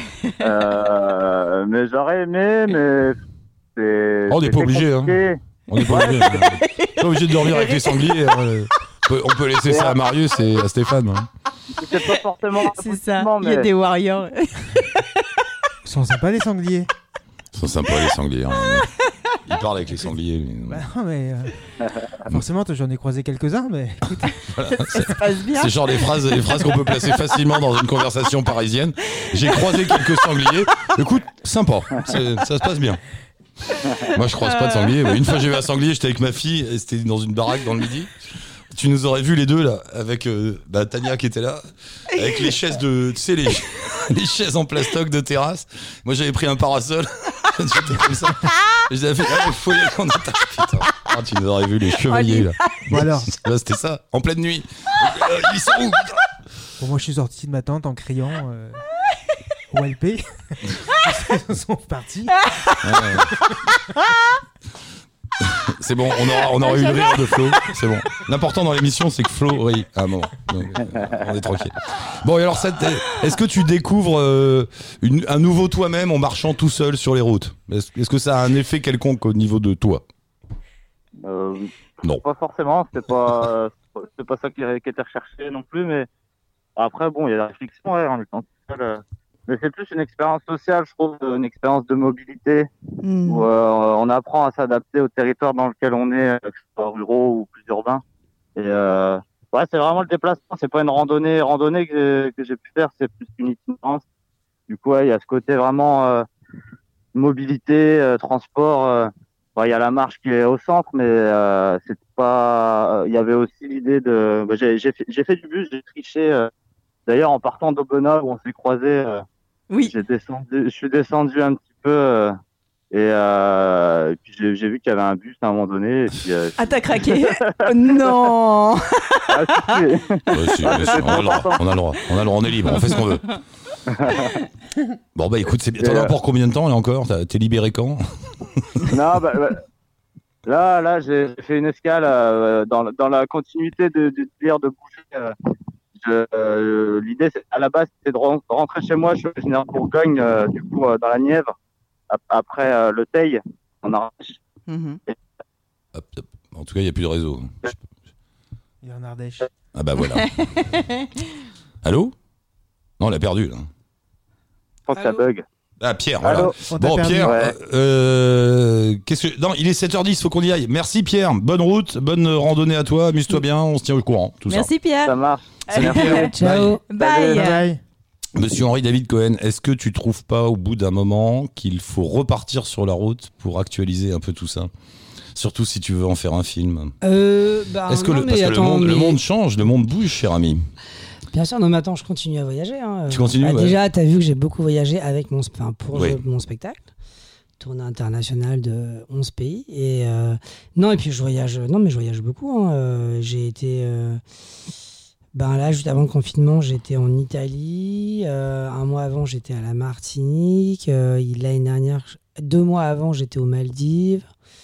[SPEAKER 11] Euh, mais j'aurais aimé, mais c'est.
[SPEAKER 3] Oh, on n'est
[SPEAKER 11] c'était
[SPEAKER 3] pas obligé, hein.
[SPEAKER 11] compliqué.
[SPEAKER 3] On n'est pas obligé, hein. Pas obligé de dormir avec les sangliers. hein. On peut- On peut laisser ça à Marius et à Stéphane. hein.
[SPEAKER 11] C'était pas forcément.
[SPEAKER 5] C'est ça.
[SPEAKER 11] impossible,
[SPEAKER 5] Il y a
[SPEAKER 11] mais-
[SPEAKER 5] des warriors.
[SPEAKER 4] Ils sont sympas les sangliers.
[SPEAKER 3] Ils sont sympas les sangliers. hein. Il parle avec les sangliers. lui.
[SPEAKER 4] Bah non mais euh, forcément toi, j'en ai croisé quelques-uns mais écoute,
[SPEAKER 5] Ça se passe bien.
[SPEAKER 3] C'est genre les phrases, les phrases qu'on peut placer facilement dans une conversation parisienne. J'ai croisé quelques sangliers. Écoute, sympa. C'est- Ça se passe bien. Moi, je croise pas de sanglier. Une fois, j'ai vu un sanglier, j'étais avec ma fille, et c'était dans une baraque dans le midi. Tu nous aurais vu les deux là, avec euh, bah, Tania qui était là, avec les chaises de, tu sais les, les chaises en plastoc de terrasse. Moi, j'avais pris un parasol. J'étais comme ça. Et je avais fait, ah, il faut y aller qu'on attaque. Putain. Ah, tu nous aurais vu les chevaliers là.
[SPEAKER 4] bon alors
[SPEAKER 3] Là, c'était ça, en pleine nuit. Euh, ils sont où, putain
[SPEAKER 4] bon, moi je suis sorti de ma tente en criant euh, O L P. Ils sont partis.
[SPEAKER 3] C'est bon, on aura, on aura eu le rire de Flo. C'est bon. L'important dans l'émission, c'est que Flo rit à un moment. Donc, euh, on est tranquille. Bon, et alors, ça, est-ce que tu découvres euh, une, un nouveau toi-même en marchant tout seul sur les routes ? Est-ce, est-ce que ça a un effet quelconque au niveau de toi ?
[SPEAKER 11] Euh,
[SPEAKER 3] Non.
[SPEAKER 11] Pas forcément, c'est pas, c'est pas ça qui, qui était recherché non plus, mais après, bon, il y a la réflexion, ouais, en étant tout seul. Euh, mais c'est plus une expérience sociale, je trouve, une expérience de mobilité, mmh. où euh, on apprend à s'adapter au territoire dans lequel on est, que ce soit ruraux ou plus urbain. Et euh, ouais, c'est vraiment le déplacement, c'est pas une randonnée, randonnée que, que j'ai pu faire, c'est plus une itinérance. Du coup, ouais, il y a ce côté vraiment euh, mobilité, euh, transport. Euh, bah, il y a la marche qui est au centre, mais euh, c'est pas. Il y avait aussi l'idée de. Bah, j'ai, j'ai, fait, j'ai fait du bus, j'ai triché. Euh, d'ailleurs, en partant d'Aubenas où on s'est croisés. Euh,
[SPEAKER 5] Oui.
[SPEAKER 11] J'ai descendu, je suis descendu un petit peu euh, et, euh, et puis j'ai, j'ai vu qu'il y avait un bus à un moment donné. Et puis, euh,
[SPEAKER 5] ah, t'as craqué? Non.
[SPEAKER 11] Ah, si, si.
[SPEAKER 3] Ouais, si, bien sûr, on a le droit, on a le droit, on a le droit, on est libre, on fait ce qu'on veut. Bon bah écoute, c'est bien. T'en as pour combien de temps là encore? T'es libéré quand?
[SPEAKER 11] Non, bah, bah, là, là, j'ai fait une escale euh, dans, dans la continuité de, de dire de bouger. Euh, Je, euh, l'idée, c'est, à la base, c'était de rentrer chez moi. Je suis originaire de Bourgogne, euh, du coup, euh, dans la Nièvre, après euh, le Teil, en Ardèche.
[SPEAKER 5] Mm-hmm.
[SPEAKER 11] Et...
[SPEAKER 3] Hop, hop. En tout cas, il n'y a plus de réseau.
[SPEAKER 4] Il est en Ardèche.
[SPEAKER 3] Ah bah voilà. Allô? Non, on l'a perdu, là.
[SPEAKER 11] Je pense que ça bug.
[SPEAKER 3] Ah, Pierre, voilà.
[SPEAKER 11] On
[SPEAKER 3] bon,
[SPEAKER 11] perdu.
[SPEAKER 3] Pierre,
[SPEAKER 11] Ouais.
[SPEAKER 3] euh, qu'est-ce que... Non, il est sept heures dix, faut qu'on y aille. Merci, Pierre. Bonne route, bonne randonnée à toi. Amuse-toi bien, on se tient au courant. Tout
[SPEAKER 5] Merci,
[SPEAKER 3] ça.
[SPEAKER 5] Pierre.
[SPEAKER 11] Ça marche.
[SPEAKER 3] Salut, Pierre.
[SPEAKER 5] Ciao. Bye.
[SPEAKER 4] Bye. Bye.
[SPEAKER 3] Monsieur Henri David Cohen, est-ce que tu trouves pas au bout d'un moment qu'il faut repartir sur la route pour actualiser un peu tout ça? Surtout si tu veux en faire un film.
[SPEAKER 8] Euh, bah,
[SPEAKER 3] est-ce que,
[SPEAKER 8] non,
[SPEAKER 3] le, parce que
[SPEAKER 8] attends,
[SPEAKER 3] le, monde,
[SPEAKER 8] mais...
[SPEAKER 3] le monde change, le monde bouge, cher ami.
[SPEAKER 8] Bien sûr, non mais attends, je continue à voyager. Hein.
[SPEAKER 3] Tu continues,
[SPEAKER 8] bah,
[SPEAKER 3] ouais.
[SPEAKER 8] Déjà, t'as vu que j'ai beaucoup voyagé avec mon, enfin, pour
[SPEAKER 3] Oui.
[SPEAKER 8] jouer mon spectacle. Tournée internationale de onze pays. Et euh, non, et puis je voyage, non mais je voyage beaucoup. Hein. Euh, j'ai été... Euh, Ben là, juste avant le confinement, j'étais en Italie. Euh, un mois avant, j'étais à la Martinique. Euh, l'année dernière, deux mois avant, j'étais aux Maldives.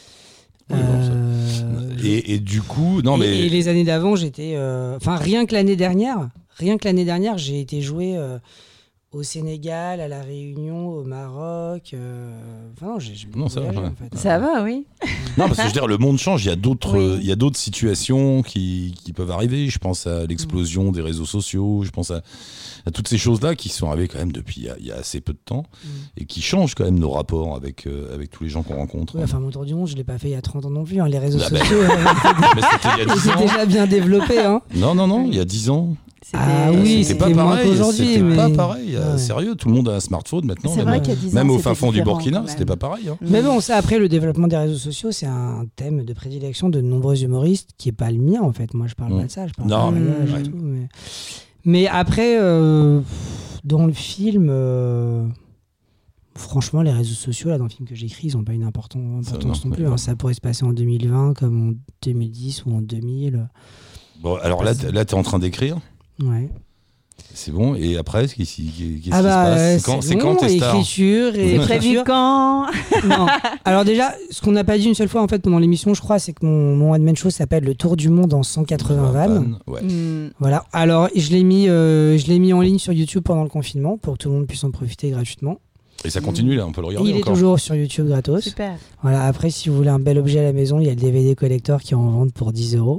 [SPEAKER 3] Oui,
[SPEAKER 8] euh,
[SPEAKER 3] bon, et, et du coup, non
[SPEAKER 8] et,
[SPEAKER 3] mais
[SPEAKER 8] et les années d'avant, j'étais. Enfin, euh, rien que l'année dernière, rien que l'année dernière, j'ai été jouer euh, au Sénégal, à la Réunion, au Maroc. Euh... Enfin non, j'ai. j'ai
[SPEAKER 3] non, ça
[SPEAKER 8] voyagé,
[SPEAKER 3] va.
[SPEAKER 8] en fait.
[SPEAKER 5] Ça va, oui.
[SPEAKER 3] Non, parce que je veux dire, le monde change. Il y a d'autres,
[SPEAKER 5] Oui.
[SPEAKER 3] il y a d'autres situations qui, qui peuvent arriver. Je pense à l'explosion des réseaux sociaux. Je pense à, à toutes ces choses-là qui sont arrivées quand même depuis il y a, il y a assez peu de temps
[SPEAKER 8] Mm.
[SPEAKER 3] et qui changent quand même nos rapports avec euh, avec tous les gens qu'on rencontre.
[SPEAKER 8] Ouais, enfin, mon tour du monde, je l'ai pas fait il y a trente ans non plus. Hein. Les réseaux
[SPEAKER 3] Ah ben,
[SPEAKER 8] sociaux, euh,
[SPEAKER 3] mais c'était il y a dix
[SPEAKER 8] étaient
[SPEAKER 3] ans.
[SPEAKER 8] déjà bien développés. Hein.
[SPEAKER 3] Non, non, non, il y a dix ans.
[SPEAKER 5] C'était...
[SPEAKER 8] Ah oui,
[SPEAKER 3] c'était pas
[SPEAKER 8] c'était moins
[SPEAKER 3] pareil.
[SPEAKER 8] qu'aujourd'hui,
[SPEAKER 3] C'était
[SPEAKER 8] mais-
[SPEAKER 3] pas pareil. euh,
[SPEAKER 8] Ouais.
[SPEAKER 3] Sérieux, tout le monde a un smartphone maintenant.
[SPEAKER 5] C'est
[SPEAKER 3] même,
[SPEAKER 5] vrai qu'il y a dix ans,
[SPEAKER 3] même au
[SPEAKER 5] c'était
[SPEAKER 3] fin fond du
[SPEAKER 5] différent,
[SPEAKER 3] Burkina,
[SPEAKER 5] quand même.
[SPEAKER 3] c'était pas pareil. Hein.
[SPEAKER 8] Mais bon, ça, après, le développement des réseaux sociaux, c'est un thème de prédilection de nombreux humoristes qui n'est pas le mien, en fait. Moi, je parle
[SPEAKER 3] Mm.
[SPEAKER 8] pas de ça, je parle
[SPEAKER 3] Non,
[SPEAKER 8] de
[SPEAKER 3] mais-
[SPEAKER 8] voyage et
[SPEAKER 3] ouais.
[SPEAKER 8] tout. Mais, mais après, euh, dans le film, euh, franchement, les réseaux sociaux, là, dans le film que j'écris, ils n'ont pas une important- importance
[SPEAKER 3] non,
[SPEAKER 8] non plus.
[SPEAKER 3] mais
[SPEAKER 8] hein.
[SPEAKER 3] non.
[SPEAKER 8] Ça pourrait se passer en deux mille vingt, comme en deux mille dix ou en deux mille.
[SPEAKER 3] Bon, alors là, t'es- là, t'es en train d'écrire.
[SPEAKER 8] Ouais.
[SPEAKER 3] C'est bon. Et après, qu'est-ce qui, qu'est-ce
[SPEAKER 8] Ah
[SPEAKER 3] qui
[SPEAKER 8] bah,
[SPEAKER 3] se passe
[SPEAKER 8] euh,
[SPEAKER 3] C'est quand,
[SPEAKER 8] c'est
[SPEAKER 3] c'est quand
[SPEAKER 8] bon,
[SPEAKER 3] tes stars
[SPEAKER 8] écriture et
[SPEAKER 5] C'est prévu quand?
[SPEAKER 8] Non. Alors déjà, ce qu'on n'a pas dit une seule fois en fait pendant l'émission, je crois, c'est que mon, mon one-man show s'appelle Le Tour du monde en cent quatre-vingts vannes.
[SPEAKER 3] Ouais.
[SPEAKER 5] Hmm.
[SPEAKER 8] Voilà. Alors, je l'ai mis, euh, je l'ai mis en ligne sur YouTube pendant le confinement pour que tout le monde puisse en profiter gratuitement.
[SPEAKER 3] Et ça continue là, on peut le
[SPEAKER 8] Et
[SPEAKER 3] regarder
[SPEAKER 8] il est
[SPEAKER 3] encore.
[SPEAKER 8] toujours sur YouTube gratos.
[SPEAKER 5] Super.
[SPEAKER 8] Voilà. Après, si vous voulez un bel objet à la maison, il y a le D V D collector qui est en vente pour dix euros,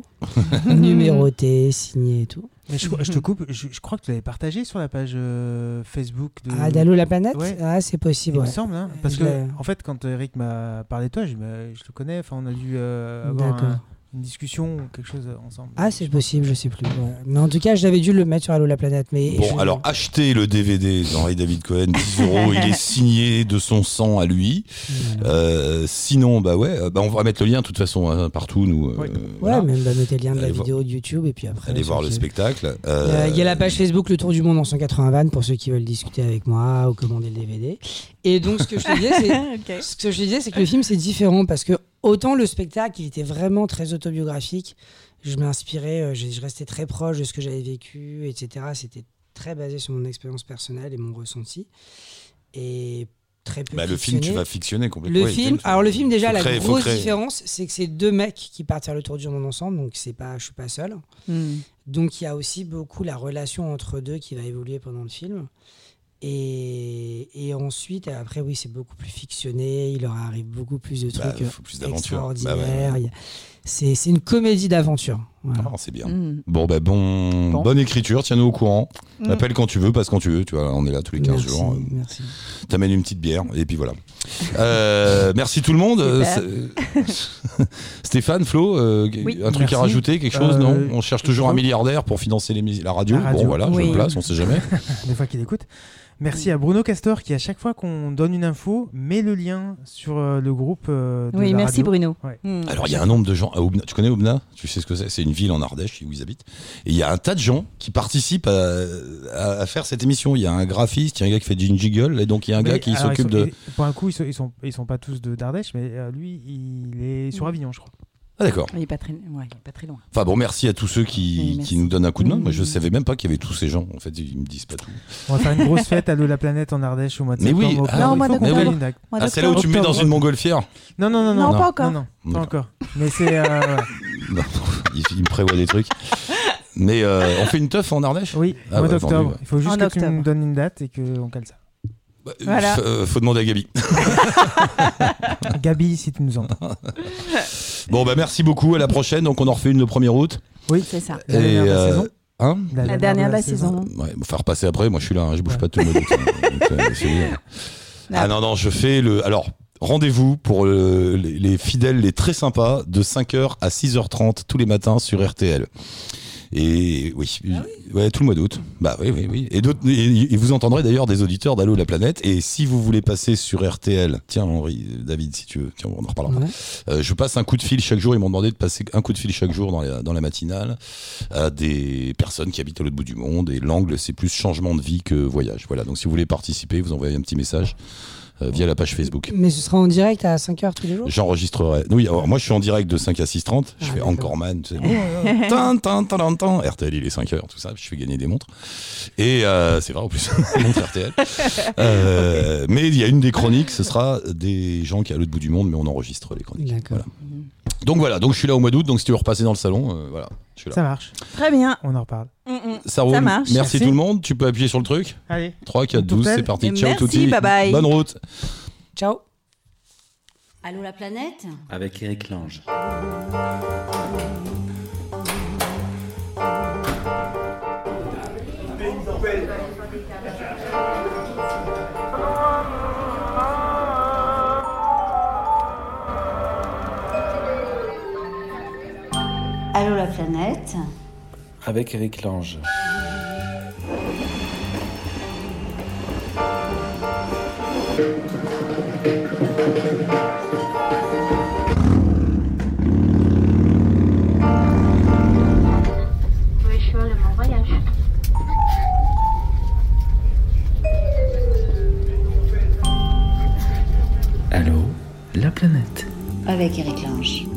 [SPEAKER 8] numéroté, signé et tout.
[SPEAKER 4] Mais je, je te coupe, je, je crois que tu l'avais partagé sur la page euh, Facebook de.
[SPEAKER 8] Ah, d'Allo la planète.
[SPEAKER 4] Ouais.
[SPEAKER 8] Ah, c'est possible.
[SPEAKER 4] Il me
[SPEAKER 8] Ouais.
[SPEAKER 4] semble, hein, parce
[SPEAKER 8] Je
[SPEAKER 4] que
[SPEAKER 8] l'ai-
[SPEAKER 4] en fait, quand Eric m'a parlé de toi, je, me- je le connais. Enfin, on a dû euh, avoir
[SPEAKER 8] D'accord.
[SPEAKER 4] un- une discussion ou quelque chose ensemble.
[SPEAKER 8] Ah, c'est possible, je sais plus. Ouais. Mais en tout cas, j'avais dû le mettre sur Allo la planète. Mais
[SPEAKER 3] Bon,
[SPEAKER 8] je-
[SPEAKER 3] alors achetez le D V D d'Henri David Cohen, dix euros, il est signé de son sang à lui.
[SPEAKER 8] Voilà.
[SPEAKER 3] Euh, sinon, bah ouais, euh, bah on va mettre le lien de toute façon hein, partout, nous. euh,
[SPEAKER 4] Oui.
[SPEAKER 8] Ouais,
[SPEAKER 3] voilà.
[SPEAKER 8] même bah, notez le lien de la
[SPEAKER 3] Allez voir-
[SPEAKER 8] vidéo de YouTube et puis après.
[SPEAKER 3] Allez
[SPEAKER 8] sur
[SPEAKER 3] voir le
[SPEAKER 8] YouTube.
[SPEAKER 3] spectacle.
[SPEAKER 8] Il y a-
[SPEAKER 3] Euh,
[SPEAKER 8] Il y a la page Facebook Le Tour du Monde en cent quatre-vingts vannes pour ceux qui veulent discuter avec moi ou commander le D V D. Et donc, ce que je te disais, c'est,
[SPEAKER 5] Ok.
[SPEAKER 8] ce que je te disais, c'est que le film, c'est différent parce que autant le spectacle, il était vraiment très autobiographique. Je m'inspirais, euh, je, je restais très proche de ce que j'avais vécu, et cetera. C'était très basé sur mon expérience personnelle et mon ressenti. Et très peu
[SPEAKER 3] bah, le film, tu vas fictionner complètement.
[SPEAKER 8] Le
[SPEAKER 3] ouais,
[SPEAKER 8] film, alors le film déjà,
[SPEAKER 3] créer,
[SPEAKER 8] la grosse différence, c'est que c'est deux mecs qui partent faire le tour du monde ensemble, donc c'est pas, je suis pas seul. Mm. Donc il y a aussi beaucoup la relation entre deux qui va évoluer pendant le film. Et, et ensuite, après, oui, c'est beaucoup plus fictionné. Il leur arrive beaucoup plus de trucs bah, plus extraordinaires. Bah ouais. C'est, c'est une comédie d'aventure.
[SPEAKER 3] Voilà. Ah, c'est bien. Mmh. Bon, bah, bon, bon, bonne écriture. Tiens-nous au courant. Mmh. Appelle quand tu veux, passe quand tu veux. Tu vois, on est là tous les quinze
[SPEAKER 8] merci,
[SPEAKER 3] jours.
[SPEAKER 8] Merci.
[SPEAKER 3] T'amènes une petite bière et puis voilà. euh, merci tout le monde. Stéphane, Flo, euh, oui. un truc merci. à rajouter, quelque chose, euh, non ? On cherche toujours un milliardaire pour financer les, la radio. La radio. Bon, voilà, oui. je me place, on sait jamais.
[SPEAKER 4] Des fois qu'il écoute. Merci à Bruno Castor qui, à chaque fois qu'on donne une info, met le lien sur euh, le groupe euh, de
[SPEAKER 5] oui,
[SPEAKER 4] la
[SPEAKER 5] merci
[SPEAKER 4] radio.
[SPEAKER 5] Bruno.
[SPEAKER 3] Ouais. Mmh. Alors, il y a un nombre de gens à Aubna. Tu connais Aubna ? Tu sais ce que c'est ? C'est une ville en Ardèche où ils habitent. Et il y a un tas de gens qui participent à, à, à faire cette émission. Il y a un graphiste, il y a un gars qui fait du jiggle, et donc il y a un mais, gars qui alors, s'occupe
[SPEAKER 4] sont,
[SPEAKER 3] de...
[SPEAKER 4] Pour un coup, ils sont, ils sont, ils sont pas tous de, d'Ardèche, mais euh, lui, il est sur Avignon, je crois.
[SPEAKER 3] Ah d'accord.
[SPEAKER 5] Il est pas très, ouais, il est pas très loin.
[SPEAKER 3] Enfin bon, merci à tous ceux qui, qui nous donnent un coup de main. Mmh. Moi, je savais même pas qu'il y avait tous ces gens. En fait, ils me disent pas tout.
[SPEAKER 4] On va faire une grosse fête à Allô la planète en Ardèche au mois de
[SPEAKER 3] mais
[SPEAKER 4] septembre.
[SPEAKER 3] Oui,
[SPEAKER 4] octobre.
[SPEAKER 3] ah,
[SPEAKER 5] non, mois d'octobre.
[SPEAKER 3] Mais oui. Ah, c'est là où tu me mets dans une montgolfière.
[SPEAKER 4] Non, non, non,
[SPEAKER 5] non,
[SPEAKER 4] non,
[SPEAKER 5] non, pas encore.
[SPEAKER 4] Non, non, pas encore. Mais c'est. Euh...
[SPEAKER 3] non, il, il me prévoit des trucs. Mais euh, on fait une teuf en Ardèche ?
[SPEAKER 4] Oui, au ah, mois ouais, d'octobre. Ouais. Il faut juste en que octobre. Tu me donnes une date et qu'on cale ça.
[SPEAKER 3] Bah, voilà. euh, faut demander à Gabi.
[SPEAKER 4] Gabi, si tu nous entends.
[SPEAKER 3] Bon, bah merci beaucoup. À la prochaine. Donc, on en refait une le premier août.
[SPEAKER 4] Oui,
[SPEAKER 5] c'est ça.
[SPEAKER 4] La dernière de la euh, saison.
[SPEAKER 3] Hein
[SPEAKER 5] la, la dernière de la, la saison. saison.
[SPEAKER 3] Ouais, faut faire repasser après. Moi, je suis là. Hein, je bouge ouais. pas tout le monde. Donc, euh, c'est ah non, non, je fais le. Alors, rendez-vous pour le, les, les fidèles, les très sympas, de cinq heures à six heures trente tous les matins sur R T L. Et oui, ah oui, ouais, tout le mois d'août. Bah oui, oui, oui. Et, et, et vous entendrez d'ailleurs des auditeurs d'Allô la planète. Et si vous voulez passer sur R T L, tiens Henri, David, si tu veux, tiens, on en reparlera. Ouais. Euh, je passe un coup de fil chaque jour. Ils m'ont demandé de passer un coup de fil chaque jour dans la, dans la matinale à des personnes qui habitent à l'autre bout du monde. Et l'angle, c'est plus changement de vie que voyage. Voilà. Donc si vous voulez participer, vous envoyez un petit message. Euh, via la page Facebook.
[SPEAKER 8] Mais ce sera en direct à cinq heures tous les jours ?
[SPEAKER 3] J'enregistrerai. Oui, alors moi je suis en direct de cinq à six heures trente. Je ah, fais encore man. Tu sais, tan, tan, tan, tan. R T L, il est cinq heures, tout ça. Je fais gagner des montres. Et euh, c'est vrai en plus, montre R T L. Euh, mais il y a une des chroniques, ce sera des gens qui sont à l'autre bout du monde, mais on enregistre les chroniques.
[SPEAKER 8] D'accord.
[SPEAKER 3] Voilà. Donc voilà, donc je suis là au mois d'août. Donc si tu veux repasser dans le salon, euh, voilà. Je suis là.
[SPEAKER 4] Ça marche.
[SPEAKER 5] Très bien.
[SPEAKER 4] On en reparle.
[SPEAKER 5] Mm-mm.
[SPEAKER 3] Ça roule.
[SPEAKER 5] Ça marche.
[SPEAKER 3] Merci,
[SPEAKER 5] Merci
[SPEAKER 3] tout le monde. Tu peux appuyer sur le truc.
[SPEAKER 4] Allez.
[SPEAKER 3] trois, quatre, douze, c'est parti.
[SPEAKER 5] Et
[SPEAKER 3] ciao
[SPEAKER 5] merci,
[SPEAKER 3] touti.
[SPEAKER 5] Bye bye.
[SPEAKER 3] Bonne route.
[SPEAKER 5] Ciao.
[SPEAKER 1] Allô la planète ?
[SPEAKER 2] Avec Eric Lange.
[SPEAKER 1] Allô la planète ?
[SPEAKER 2] Avec Eric Lange. Allô, la planète.
[SPEAKER 1] Avec Eric Lange.